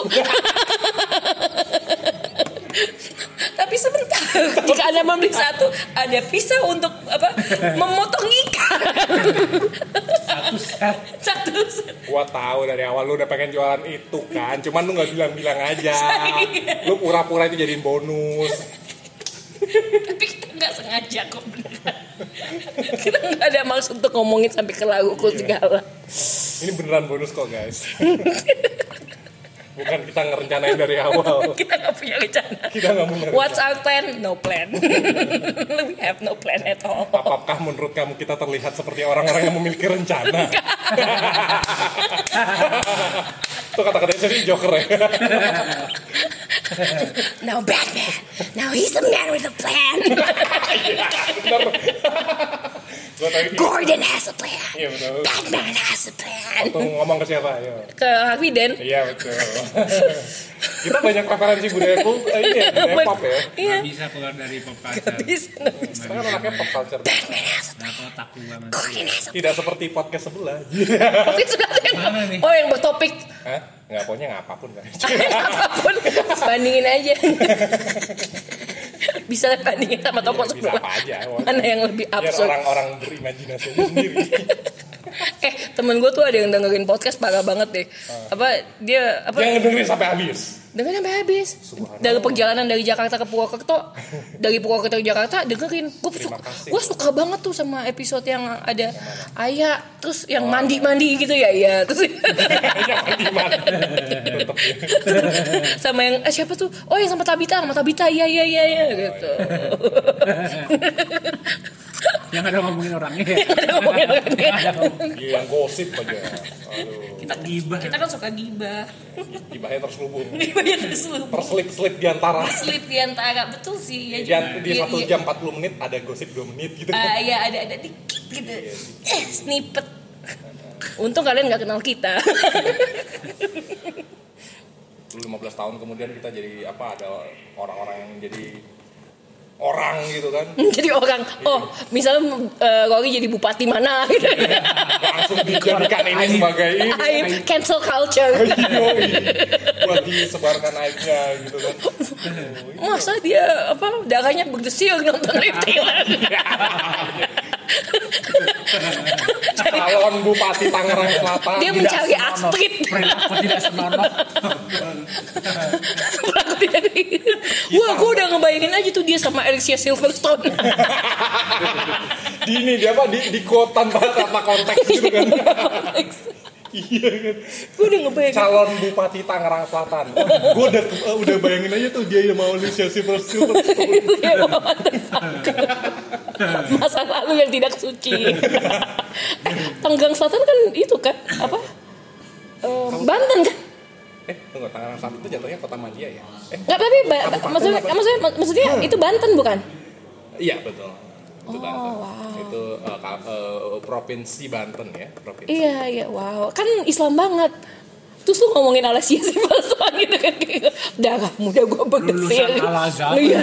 Tapi sebentar, jika Anda membeli 1, ada pisau untuk memotong ikan. 1 set. Gua tahu dari awal lu udah pengen jualan itu kan, cuman lu nggak bilang-bilang aja. Lu pura-pura itu jadiin bonus. Tapi kita nggak sengaja kok beneran. Kita nggak ada maksud untuk ngomongin sampai ke lagu segala. Ini beneran bonus kok guys. Bukan kita ngerencanain dari awal. Kita nggak punya rencana. Kita nggak punya rencana. What's our plan? No plan. We have no plan at all. Apakah menurut kamu kita terlihat seperti orang-orang yang memiliki rencana? Itu kata-katanya jadi Joker ya. Now Batman. Now he's the man with a plan. Iya, bener. Gordon has a plan. Iya betul. Batman has a plan. Waktu ngomong ke siapa? Ayo. Ke Harvey Dent. Iya betul. Kita banyak referensi budaya budaya pop ya. Iya. Gak bisa keluar dari pop culture. Bisa. Kan anaknya pop culture. Batman has a plan. Kenapa takut banget? Gordon has a plan. Tidak seperti podcast sebelah. Podcast sebelah Mana nih? Oh yang bertopik. Hah? Nggak, pokoknya nggak apapun kan. Apapun bandingin aja. Bisa bandingin sama toko Bisa sebelah. apa aja. Mana yang lebih Biar absurd? orang-orang berimajinasi aja sendiri. Temen gue tuh ada yang dengerin podcast parah banget deh. Yang ngedengerin sampai habis. Dengerin sampai habis. Dari perjalanan dari Jakarta ke Purwokerto, dari Purwokerto ke Jakarta dengerin. Gue suka banget tuh sama episode yang ada Ayah, terus yang mandi-mandi gitu ya, iya. Terus sama yang siapa tuh? Oh yang sama Tabita, iya gitu. Yang ada ngomongin orangnya. Yang gosip aja. Aduh. Kita gibah. Kita kan suka gibah. Gibahnya terselubung. Gibahnya terselubung. Terselip-selip di antara. Slip di antara, betul sih. Di 1 jam 40 menit ada gosip 2 menit gitu. Iya ada dikit gitu. Snippet. Untung kalian gak kenal kita. 15 tahun kemudian kita jadi apa, ada orang-orang yang jadi orang gitu kan. Jadi orang, misalnya Rory jadi bupati mana gitu. Langsung dijadikan ini sebagai ini. Cancel culture. Buat disebarkan aibnya gitu kan. Masa dia darahnya berdesir nonton Liv Taylor. Calon Bupati Tangerang Selatan. Dia mencari Astrid. Perilaku tidak senonoh. Wah, gue udah ngebayangin aja tuh dia sama Alicia Silverstone. Di quote tanpa konteks gitu kan. Iya kan. Gue udah ngebayangin. Calon Bupati Tangerang Selatan. Gue udah bayangin aja tuh dia yang mau Alicia Silverstone. Masa lalu yang tidak suci. Tanggerang Selatan kan itu kan Banten kan? Tunggu, Tangerang Selatan itu jatuhnya kota Madia ya? Enggak, tapi maksudnya itu Banten bukan? Iya betul. Itu Banten. Itu provinsi Banten ya, provinsi. Iya, wow. Kan Islam banget. Terus lu ngomongin Al-Azhar sih pas gitu kan kayak darah muda gue bergesir. Lulusan Al-Azhar. Iya.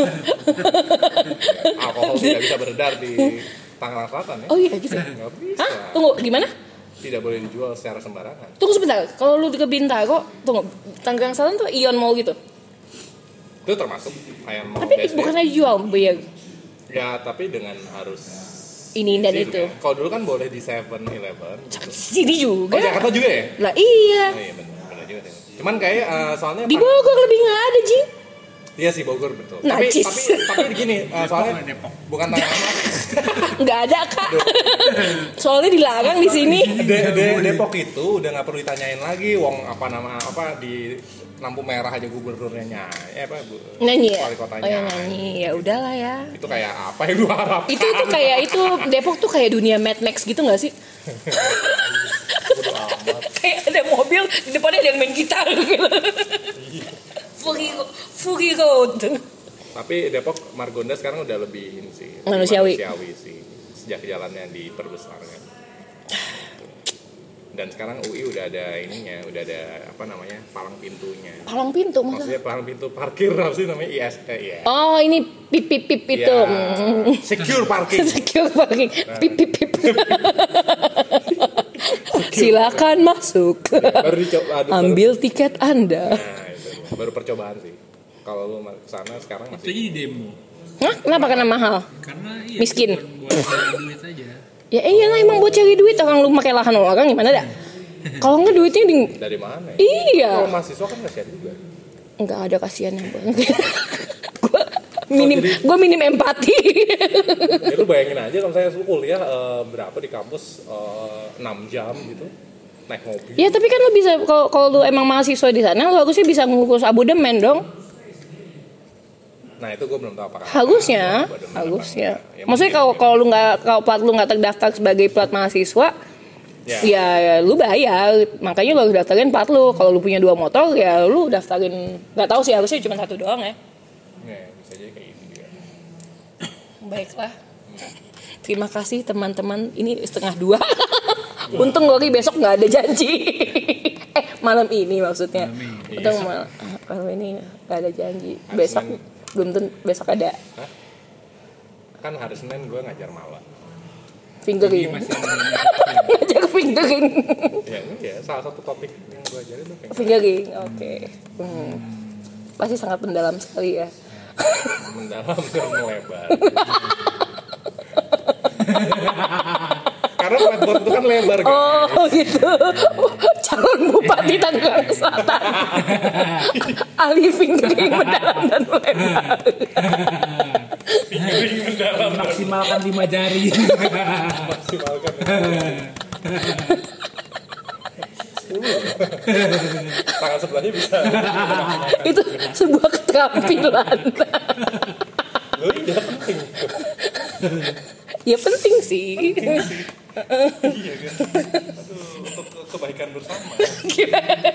Alkohol tidak bisa beredar di Tangerang Selatan ya. Oh iya gitu. Nggak bisa. Hah? Tunggu, gimana? Tidak boleh dijual secara sembarangan. Tunggu sebentar. Kalau lu ke Bintaro, tunggu. Tangerang Selatan tuh Ion Mall gitu. Itu termasuk ayam mau Tapi bukannya jual bayar ya, tapi dengan harus ini dan sini itu. kan. Kalau dulu kan boleh di 7-Eleven. Sini juga. Oh, Jakarta juga ya? Lah iya. Oh iya benar juga sih. Cuman kayak soalnya Di Bogor lebih nggak ada, Jing. iya sih Bogor betul. Najis. Tapi gini, soalnya Depok. bukan Tangerang. Nggak ada, Kak. Soalnya dilarang di sini. Depok itu udah nggak perlu ditanyain lagi, wong apa di lampu merah aja gubernurnya Nyanyi ya? wali kotanya. Oh ya nyanyi. Ya udahlah ya. Itu kayak apa yang lu harap? Itu kayak itu Depok tuh kayak dunia Mad Max gitu nggak sih? Kayak ada mobil di depannya ada yang main gitar gitu. Fury Road. Tapi Depok Margonda sekarang udah lebih ini sih. Manusiawi sih. Sejak jalannya diperbesar kan. Dan sekarang UI udah ada ininya, udah ada apa namanya palang pintunya. Palang pintu Maksudnya palang pintu parkir apa sih namanya ya. Oh ini pip itu. Ya, secure parking. Secure parking. Pip. Silakan masuk. Baru dicoba. Ambil tiket Anda. Nah itu baru percobaan sih. Kalau lu kesana sekarang Itu masih. jadi demo. Hah? Kenapa karena mahal? Karena Miskin. buat cari duit aja. Ya iyalah emang buat cari duit orang lu pakai lahan orang gimana dah? Kalau nggak duitnya Dari mana ya? Iya. Kalau mahasiswa kan kasihan juga. Nggak ada kasihan yang banget. Gue minim empati. Ya lu bayangin aja kalau saya kuliah berapa di kampus 6 jam gitu naik mobil. Ya tapi kan lu bisa kalau lu emang mahasiswa di sana lu harusnya bisa ngurus abodemen dong. Nah itu gue belum tahu apakah Harusnya. Ya, Maksudnya kalau lu nggak kalau plat lu nggak terdaftar sebagai plat mahasiswa, ya lu bayar. Makanya lu harus daftarin plat lu. Kalau lu punya 2 motor ya lu daftarin. Nggak tahu sih harusnya cuma 1 doang ya. Ya, bisa jadi kayak gitu juga. Baiklah. Terima kasih teman-teman. Ini 1:30. Untung Gori besok nggak ada janji. Malam ini maksudnya. Untung malam ini nggak ada janji. Besok belum tentu besok ada. Hah? Kan hari Senin gue ngajar malam. Fingering. Ngajar fingering. Ya salah satu topik yang gue ajarin tuh Fingering. Oke. Pasti sangat mendalam sekali ya. mendalam dan melebar. Karena whiteboard itu kan lebar kan. Oh gitu. Calon Bupati Tangerang Selatan. Ahli fingering mendalam dan melebar. Maksimalkan 5 jari. Maksimalkan. Tangan sebelahnya bisa. Itu sebuah keterampilan. Loh iya penting. Ya penting sih. Iya kan. Aduh, untuk kebaikan bersama. Gimana?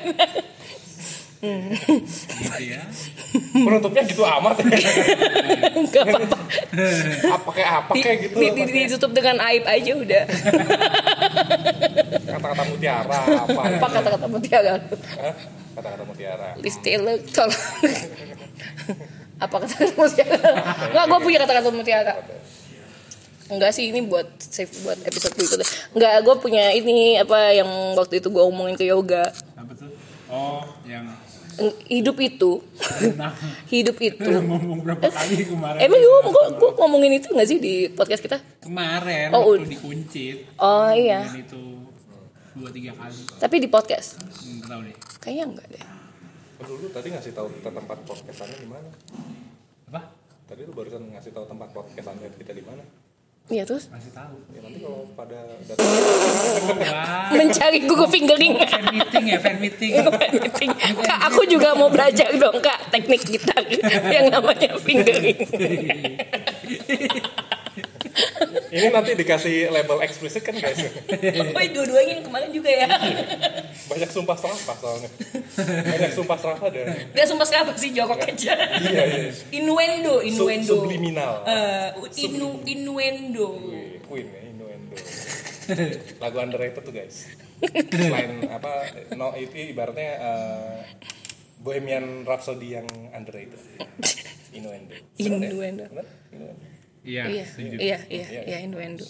Gitu ya. Penutupnya gitu amat ya. Enggak apa-apa. Apa kayak gitu. Ditutup dengan aib aja udah. Kata-kata mutiara apa? Apa kata-kata mutiara? Hah? Kata-kata mutiara. Liz Taylor tolong. Apa kata-kata mutiara? Enggak, gue punya kata-kata mutiara. Enggak sih, ini buat save buat episode berikutnya. Enggak, gue punya ini apa yang waktu itu gue omongin ke Yoga. Apa tuh? Oh, yang Hidup itu ngomong berapa kali kemarin? emang gue ngomongin itu nggak sih di podcast kita Kemarin Oh, waktu dikuncit. oh iya Dan itu 2-3 kali. tapi di podcast Enggak tahu deh. kayaknya enggak deh. Lu tadi ngasih tahu tempat podcastannya di mana? Apa? Tadi lu barusan ngasih tahu tempat podcastannya kita di mana? Iya terus Masih tahu. Ya nanti kalau pada datang Wah. mencari Google fingering. Fan meeting. Kak, aku juga mau belajar dong Kak teknik gitar yang namanya fingering. Ini nanti dikasih label eksplisit kan guys. Oh, dua-duanya yang kemarin juga ya. Banyak sumpah serapah soalnya. Banyak sumpah serapah dan Gak sumpah siapa sih, jokok aja. iya. Innuendo. Subliminal. Innuendo. Queen ya, innuendo. Lagu underrated tuh guys. Selain apa, itu ibaratnya Bohemian Rhapsody yang underrated. Innuendo. Innuendo. Bener? Innuendo. Iya, setuju. Iya, innuendo.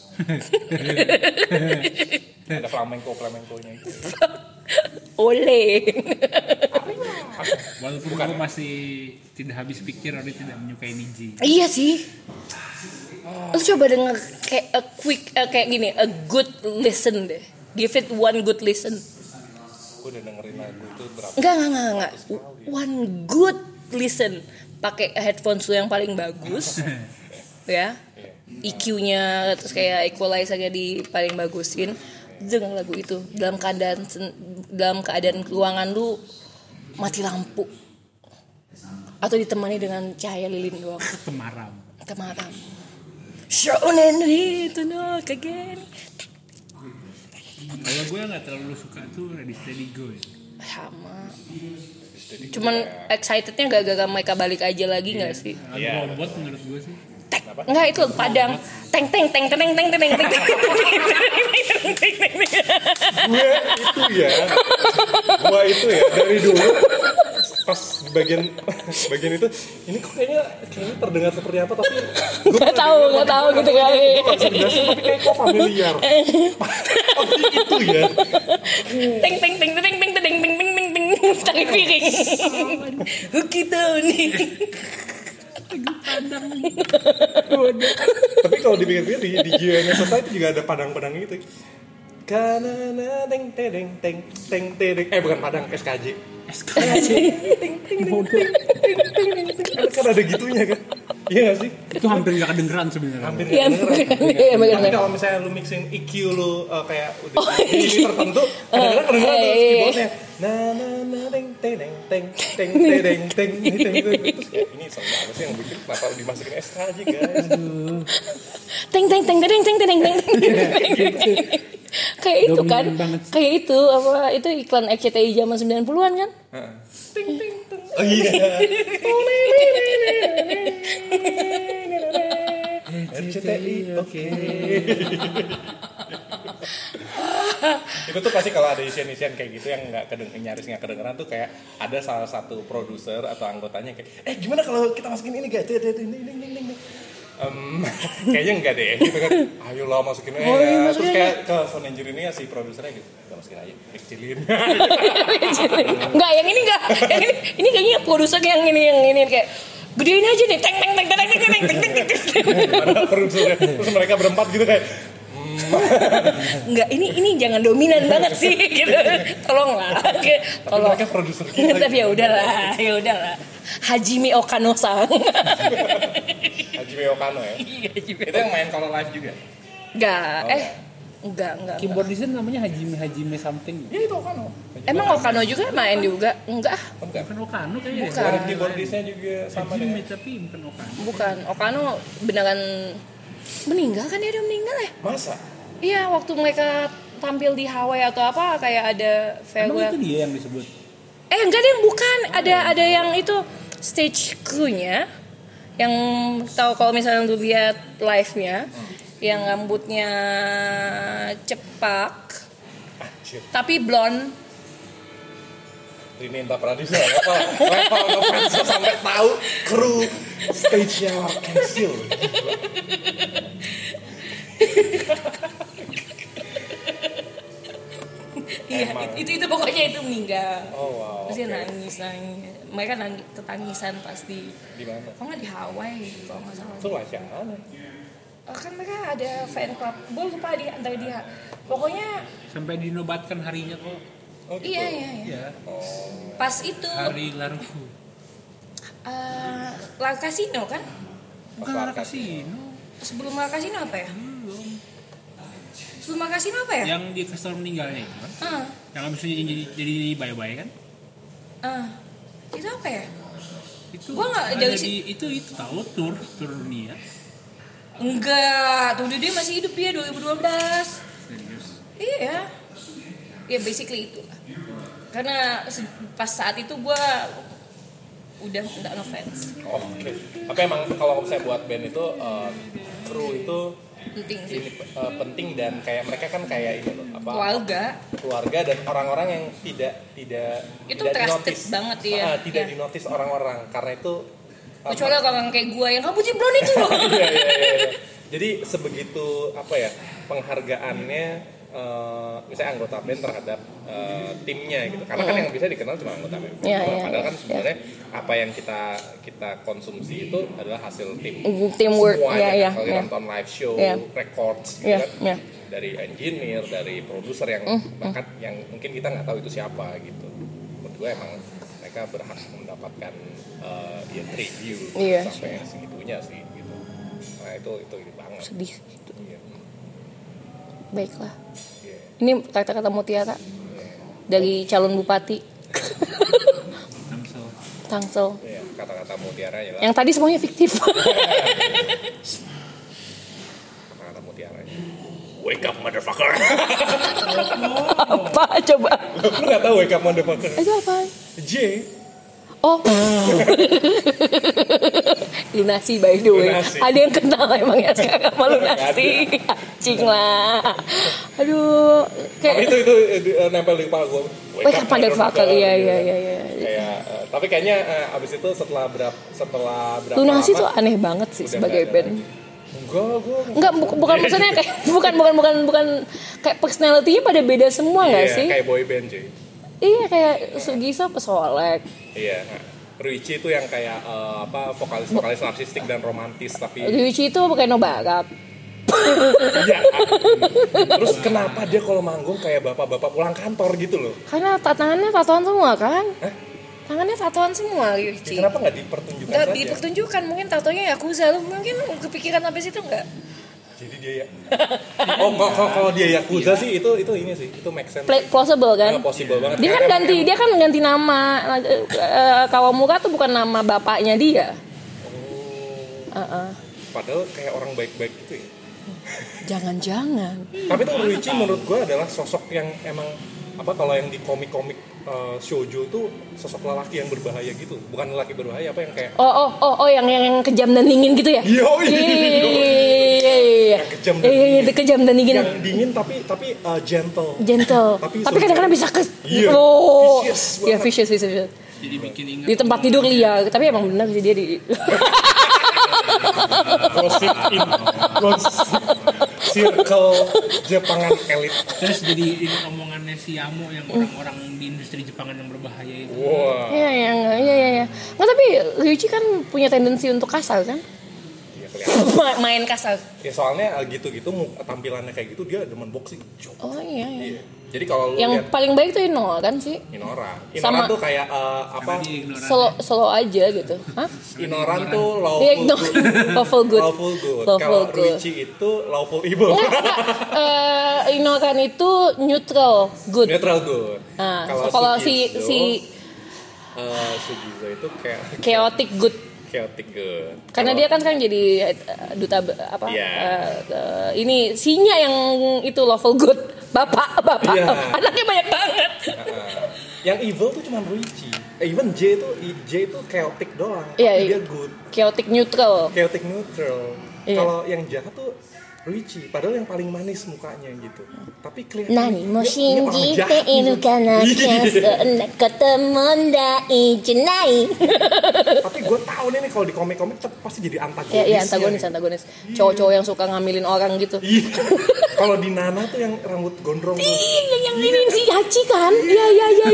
Ada flamenco-nya itu. Oleh. Walaupun gue masih tidak habis pikir, Odi tidak menyukai Niji. Iya sih. Lu coba denger kayak a quick kayak gini, a good listen deh. Give it one good listen. Gue udah dengerin lagu itu berapa? Enggak. One good listen. Pakai headphones lu yang paling bagus. Ya. EQ-nya terus kayak equalizer-nya di paling bagusin. Denger lagu itu dalam keadaan ruangan lu mati lampu atau ditemani dengan cahaya lilin doang. Temaram. Shounen itu no again. Kalau gue nggak terlalu suka tuh Ready Steady Go ya. Sama. Cuman excitednya gara-gara mereka balik aja lagi nggak sih? Lagu robot menurut gue sih. Enggak, itu Padang. Teng. Gue itu ya dari dulu pas bagian itu ini kok kayaknya terdengar seperti apa tapi gue nggak tahu gitu kali. Tapi kayak kok familiar. Oh itu ya. Teng. Tangan piring. Kita nih. Tapi kalau dipikir-pikir di Giant Society juga ada padang-padang gitu. Kanana teng bukan padang SKJ. Kan ada gitunya kan. Iya gak sih? Itu hampir nggak kedengeran sebenarnya. Iya, Tapi kalau misalnya lu mixing EQ lu kayak udah ini tertentu, kadang-kadang kedengeran tuh keyboardnya. Teng. Terus kayak ini sama banget sih yang bikin kenapa dimasukin SKJ guys. Teng. Kayak itu kan. Kayak itu apa? Itu iklan RCTI zaman 90-an kan? Ting. Oh iya. RCTI, oke. Itu tuh pasti kalau ada isian-isian kayak gitu yang nyaris nggak kedengeran tuh kayak ada salah satu produser atau anggotanya kayak gimana kalau kita masukin ini guys, ini. Kayaknya enggak deh gitu kan. Ayolah masukin aja. Terus kayak ke sound engineer-nya si produsernya gitu. Kita masukin aja, kecilin. Enggak, yang ini enggak. Yang ini kayaknya produser yang ini kayak gedein aja nih. Teng. Ada produsernya. Terus mereka berempat gitu kayak enggak, ini jangan dominan banget sih gitu. Tolonglah. Tolong. Mereka produser kita. Tapi ya udahlah. Hajime Okano-san. Hajime Okano ya? Iya, Itu yang main kalau live juga? Enggak. Keyboardisnya namanya Hajime something. Iya itu Okano. Emang Okano juga main juga? Enggak. Bukan Okano kayaknya. Bukan. Ada keyboardisnya juga sama Hajime dengan. tapi bukan Okano. Bukan. Okano beneran meninggal kan, dia udah meninggal ya? Masa? Iya, waktu mereka tampil di Hawaii atau apa kayak ada Emang farewell. itu dia yang disebut? Enggak ada yang bukan. Ada yang itu stage crew-nya yang tahu kalau misalnya lu lihat live-nya yang rambutnya cepak tapi blonde. Rininta Pradisa level ngefans sampai tahu kru stage-nya Kensil. Iya, itu pokoknya itu meninggal. Oh wow. Terus dia nangis. Mereka ketangisan pasti. Di mana? Kok nggak di Hawaii kalau nggak salah. Itu live yang mana? Kan mereka ada fan club. Gue lupa antara dia. Pokoknya Sampai dinobatkan harinya kok. Oh, gitu. iya. Iya. Pas itu Hari Larufu. La Casino kan? Bukan La Casino. Sebelum La Casino apa ya? Sebelum La Casino apa ya? Yang di festival meninggalnya itu kan? Yang habis jadi bye-bye kan? Itu apa ya? Itu Gua nggak ada dari di itu tahu tur dunia. Enggak, tuh dia masih hidup dia 2012. Serius. Iya. Ya basically itu lah. Karena pas saat itu gue udah nggak ngefans. Oke. Tapi emang kalau saya buat band itu kru itu Penting sih. ini penting dan kayak mereka kan kayak ini loh apa Keluarga dan orang-orang yang tidak itu tidak trusted dinotis. banget ya. Tidak Iya. dinotis orang-orang karena itu Kecuali orang kayak gue yang kamu ciblon itu loh. iya. Jadi sebegitu apa ya penghargaannya misalnya anggota band terhadap timnya gitu karena kan yang bisa dikenal cuma anggota band. Padahal kan sebenarnya apa yang kita konsumsi itu adalah hasil tim. Teamwork. Semuanya kalau kita nonton live show, records gitu kan. Iya. Dari engineer, dari produser yang bahkan yang mungkin kita nggak tahu itu siapa gitu. Menurut gue emang mereka berhak mendapatkan ya tribute sampai segitunya sih gitu. Nah itu banget. Sedih gitu. Iya. Baiklah. Iya. Ini kata-kata mutiara dari calon bupati Tangsel. Iya, kata-kata mutiara ya lah. Yang tadi semuanya fiktif. Kata-kata mutiara. Wake up motherfucker. Apa coba? Lu nggak tahu wake up motherfucker? Itu apa? J. Oh. Lunasi by the way. Lunasi. Ada yang kenal emang ya sekarang sama Lunasi. Cing lah. Aduh, kayak Tapi itu nempel di kepala gue. wake up motherfucker. Iya. Kayak tapi kayaknya abis itu setelah berapa Lunasi lama, tuh aneh banget sih sebagai band. Enggak, Bukan maksudnya kayak bukan kayak personality-nya pada beda semua enggak sih? Kayak boy band cuy. Iya, kayak Sugisa pesolek. Iya. Ruichi itu yang kayak vokalis narsistik dan romantis tapi Ryuichi itu kayak Nobarak. iya. Terus kenapa dia kalau manggung kayak bapak-bapak pulang kantor gitu loh? Karena tangannya tatoan semua kan? Tangannya tatoan semua Ryuichi. Kenapa nggak dipertunjukkan Nggak saja? dipertunjukkan, mungkin tatonya Yakuza. Lu mungkin kepikiran sampai situ nggak? Jadi dia ya. Kalau dia Yakuza sih itu ini sih, itu make sense. Plausible kan? Possible banget. Dia kan ganti nama Kawamura tuh bukan nama bapaknya dia. Padahal kayak orang baik-baik gitu ya. Jangan-jangan. Tapi tuh Ruichi menurut gue adalah sosok yang emang kalau yang di komik-komik shoujo itu sosok lelaki yang berbahaya gitu. Bukan lelaki berbahaya yang kayak yang kejam dan dingin gitu ya? Iya. Yang kejam dan dingin. Yang dingin tapi gentle. Tapi kadang-kadang bisa vicious. Iya, vicious. Jadi bikin ingat Di tempat tidur liar, tapi emang benar sih dia di circle Jepangan elit. terus jadi ingat omongannya si Yamo yang orang-orang di industri Jepangan yang berbahaya itu. Wah. Iya. Nggak, tapi Ryuichi kan punya tendensi untuk kasar kan? Iya kelihatan. Main kasar. Ya soalnya gitu-gitu tampilannya kayak gitu dia demen boxing. Oh iya. Jadi kalau lu Yang lihat paling baik tuh Ino kan sih? Inoran Sama- tuh kayak Slow aja gitu. Hah? Inoran tuh Lawful good. Kalau Ruichi itu lawful evil. Ino kan itu neutral good. Neutral good. Nah, kalau si Sugizo itu kayak chaotic good. chaotic good. Karena dia kan sekarang jadi duta ini sinya yang itu lawful good. Bapak. Iya. Anaknya banyak banget. Yang evil tuh cuma Ruichi. Even J itu chaotic doang. Iya, Tapi dia good. Chaotic neutral. Chaotic neutral. Iya. Kalau yang jahat tuh Ruichi, padahal yang paling manis mukanya gitu. Tapi kelihatan Nani mo dia orang shinji jahat te inu gitu. kana Iya. kyaso nakatemo dai janai. Tapi gue tahu nih kalau di komik-komik pasti jadi antagonis. Iya, antagonis. Cowok-cowok yang suka ngambilin orang gitu. Iya. Kalau di Nana tuh yang rambut gondrong tuh. Iya, yang ini si Hachi kan? Iya.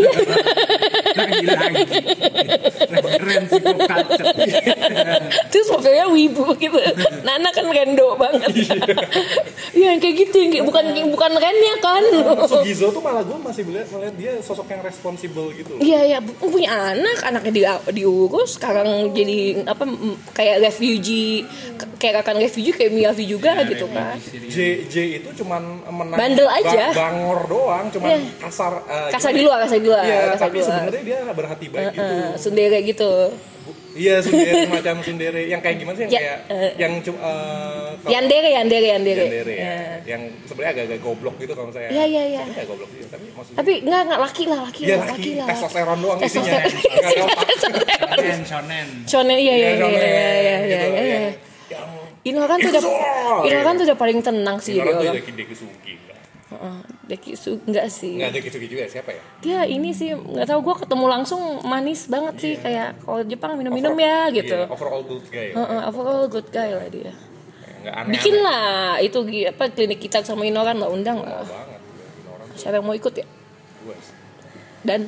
Lagi. Keren sih kok kacet. Terus mobilnya wibu gitu. Nana kan rendo banget. Iya, kayak gitu. Bukan Rennya kan. Sugizo tuh malah gue masih melihat dia sosok yang responsibel gitu. Iya, punya anaknya diurus. Sekarang jadi kayak refugee, kayak akan refugee kayak Miyavi juga gitu kan. J itu cuman menang Bandel aja. Bangor doang, cuman Kasar di luar. Iya, tapi sebenarnya dia berhati baik gitu. Sendiri gitu. Iya, sundere, macam sundere. Yang kayak gimana sih? Yang kayak yang Yandere. Yandere ya. Yang sebenarnya agak-agak goblok gitu kalau saya. Iya. Saya goblok gitu, tapi maksudnya Tapi enggak laki lah. testosteron doang isinya. Shonen, iya. Inoran tuh udah paling tenang sih dia orang. Dekisugi. Dekisugi enggak sih. Enggak Dekisugi juga siapa ya? Dia ini sih enggak tahu, gue ketemu langsung manis banget sih, kayak kalau Jepang minum-minum ya gitu. Iya, overall good guy. Overall good guy lah dia. Enggak aneh. Bikin lah itu klinik kita sama Inoran lah, undang lah. Banget. Siapa yang mau ikut ya? Gue. Dan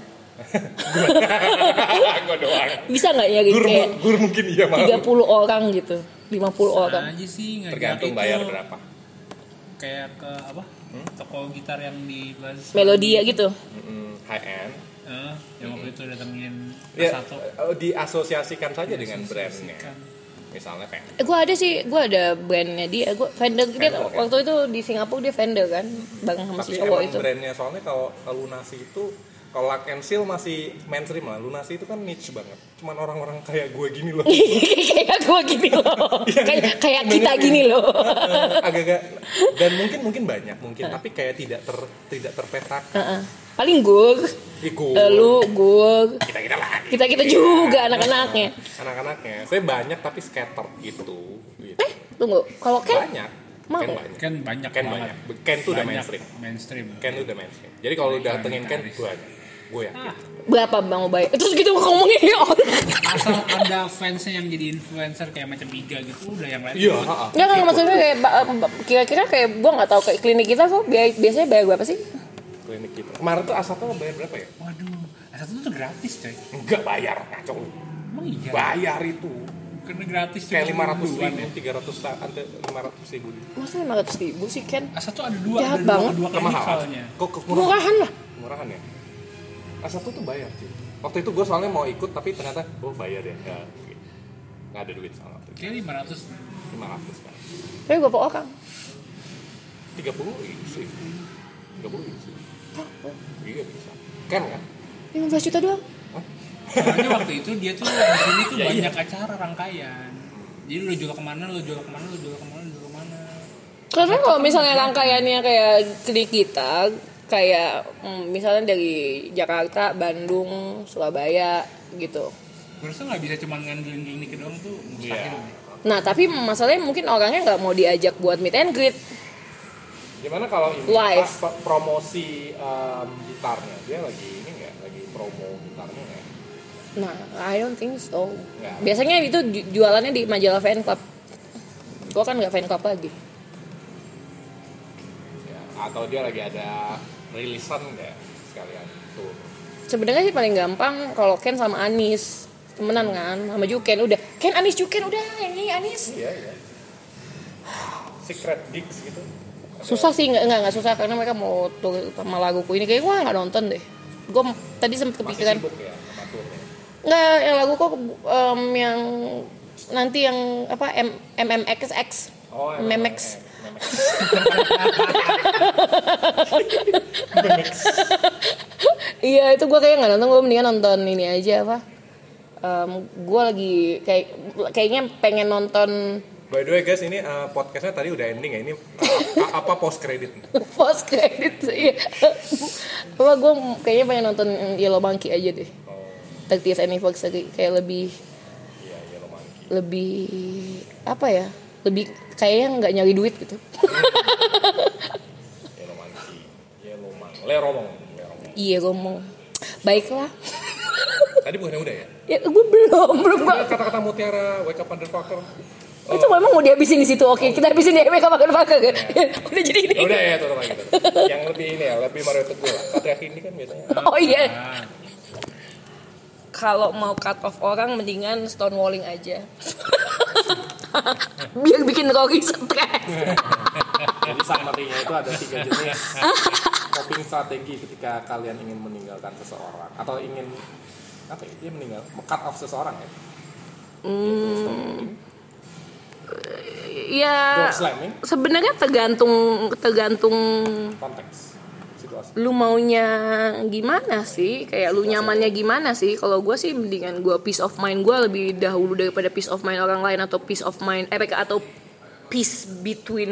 Gue doang. bisa nggak ya kayak Gur mungkin iya mau. 30 orang gitu, 50 orang. aja sih ngajak Tergantung itu bayar berapa. kayak ke apa toko gitar yang di Melodia gitu. High end. yang waktu itu datengin Ya, satu diasosiasikan saja dengan brandnya. Misalnya Fender. Gue ada brandnya dia, Fender dia waktu itu di Singapura dia Fender kan, bareng sama si Tapi cowok emang itu. brandnya soalnya kalau Lunasi itu, kalau Luck and Seal masih mainstream lah, Lunasi itu kan niche banget. Cuman orang-orang kayak gue gini loh. Kayak gue gini loh, kayak kita gini loh. Agak-agak, dan mungkin banyak tapi kayak tidak terpetakan. Paling gue, lu gue, Kita lagi. kita juga anak-anaknya. Anak-anaknya, saya banyak tapi scatter gitu. Tunggu, kalau Banyak. mau kan banyak Ken banget. banyak. Ken tuh udah mainstream Ken tuh udah mainstream. Jadi kalau udah datengin Ken, gue yakin. berapa bang mau bayar? Terus gitu ngomongin ya orang. asal ada fansnya yang jadi influencer kayak macam Iga gitu udah yang lain Iya. Nggak maksudnya kayak kira-kira kayak gue nggak tahu kayak klinik kita kok biasanya bayar berapa sih? Klinik kita. Kemarin tuh Asato bayar berapa ya? waduh satu tuh gratis coy Enggak bayar, kacau. emang iya Bayar itu. karena gratis Kayak cuma 500.000, 500.000. Masa 500.000 sih Ken? Asato ada dua Jahat ada banget. dua klinik Mahal. soalnya Kok Murahan lah. Murahan ya? Asato tuh bayar sih. Waktu itu gue soalnya mau ikut tapi ternyata bayar ya. Nggak ada duit soalnya. kayak 500 500 kan. Tapi berapa orang? 30 isi. 30 isi. Iya bisa. Kan? 15 juta doang. soalnya waktu itu dia tuh di sini tuh banyak acara rangkaian jadi lu jual kemana Karena kalau misalnya rangkaiannya kayak klinik kita, kayak misalnya dari Jakarta, Bandung, Surabaya gitu. gue rasa nggak bisa cuma ngandelin klinik doang tuh mustahil Nah tapi masalahnya mungkin orangnya nggak mau diajak buat meet and greet. Gimana kalau ini Live. promosi gitarnya? Dia lagi ini nggak? Lagi promo gitarnya nggak? Nah, I don't think so. Nggak. Biasanya itu jualannya di majalah fan club. Gua kan nggak fan club lagi. Ya, atau dia lagi ada rilisan nggak sekalian tuh? Sebenarnya sih paling gampang kalau Ken sama Anis temenan kan, sama Juken udah. Ken Anis Juken udah, ini Anis. Iya. Secret Gigs gitu. Susah sih, nggak susah karena mereka mau tur sama laguku ini kayak gua nggak nonton deh. Gua tadi sempet kepikiran. Masih sibuk ya sama turnya. Nggak, yang lagu kok yang nanti yang apa MMXX. Oh, MMX. Iya itu gue kayak nggak nonton, gue mendingan nonton ini aja apa. Gue lagi kayaknya pengen nonton. By the way guys, ini podcastnya tadi udah ending ya. Ini apa post credit? Post credit iya. Apa gue kayaknya pengen nonton Yellow Monkey aja deh. 30th anniversary kayak lebih apa ya? Lebih kayaknya nggak nyari duit gitu. Leromong. Iya ngomong. Baiklah. Tadi bukannya udah ya? Ya gue belum. Kata-kata Mutiara, wake up motherfucker. Itu memang mau dihabisin di situ. Oke, kita habisin di wake up motherfucker kan. Udah jadi ini. Udah ya, tutup lagi. Yang lebih ini ya, lebih Mario Teguh lah. Satria Kini kan biasanya. Oh iya. Kalau mau cut off orang mendingan stonewalling aja. Biar bikin Rocky stres. Jadi summary-nya itu ada 3 jenis coping strategi ketika kalian ingin meninggalkan seseorang atau ingin apa ya, dia meninggal, cut off seseorang ya. Ya sebenarnya tergantung konteks situasi. lu maunya gimana sih, kayak lu nyamannya gimana sih. Kalau gue sih mendingan gue peace of mind gue lebih dahulu daripada peace of mind orang lain, atau peace of mind atau peace between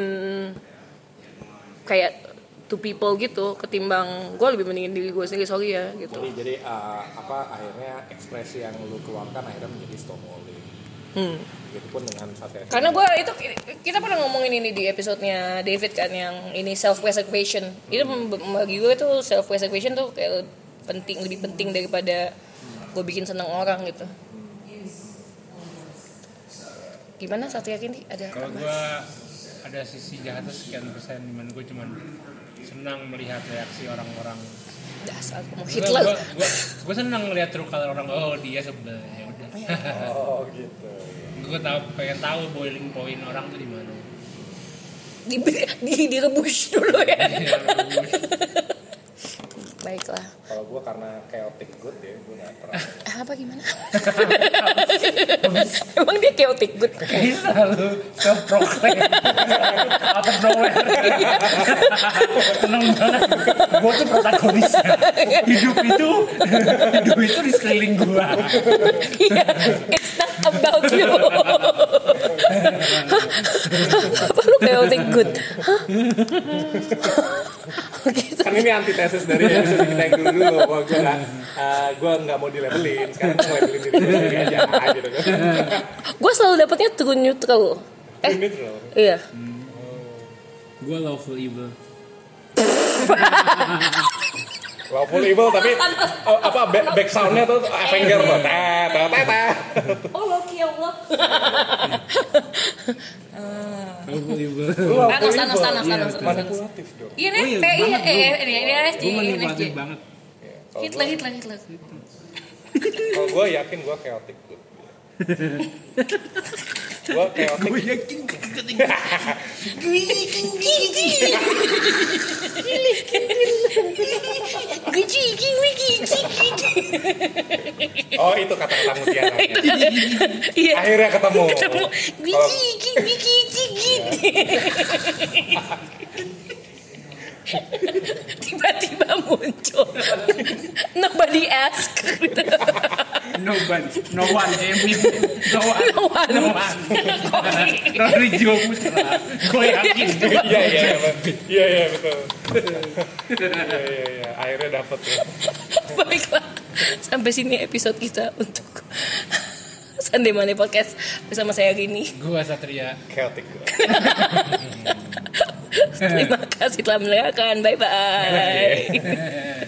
kayak two people gitu, ketimbang gue lebih mendingin diri gue sendiri. Sorry ya gitu. Jadi akhirnya ekspresi yang lu keluarkan akhirnya menjadi stonewalling. Begitupun dengan Satya. Karena gue itu, kita pernah ngomongin ini di episodenya David kan, yang ini self preservation. Itu bagi gue itu self preservation tuh kayak lebih penting daripada gue bikin seneng orang gitu. Gimana Satya Kini ada? Kalau gue ada sisi jahatnya sekian persen, dimana gue cuman senang melihat reaksi orang-orang. Dasar mau Hitler. Gue senang melihat true color orang. Oh dia sebel, ya udah. Oh gitu. Gue pengen tahu boiling point orang tuh di mana. Direbus dulu ya. Baiklah. Kalau gue karena chaotic good ya, gue nggak pernah. Apa gimana? Emang dia chaotic good? Bisa lu self-proclaim out of nowhere. Seneng banget. Gue tuh protagonisnya. Hidup itu di sekeliling gue. Iya, it's not about you. Apa lu chaotic good? Hah? Gitu. Kan ini antitesis dari episode kita yang dulu. Wah, gue nggak mau dilabelin. Sekarang gue labelin diri gue sendiri aja gitu kan. Gue selalu dapetnya true neutral. Neutral. Iya. Gue lawful evil. Lawful evil tapi back soundnya tuh Avenger tuh. Oh Loki Allah. Lawful evil. Tanos. Manipulatif dong. Iya nih, ini Gue manipulatif banget. Hitler. Kalau gue yakin gue chaotic good. Gue chaotic. Gue yakin Oh itu kata-kata mutiara. Iya. Akhirnya ketemu. Tiba-tiba muncul. Nobody ask. no one Emin, no one. Rory Joe Putra. Gue yakin. Iya betul. Iya. Akhirnya dapet ya. Baiklah, sampai sini episode kita untuk Sunday Money Podcast bersama saya Rini. Gue Satria. Chaotic. Terima kasih telah mendengarkan. Bye bye.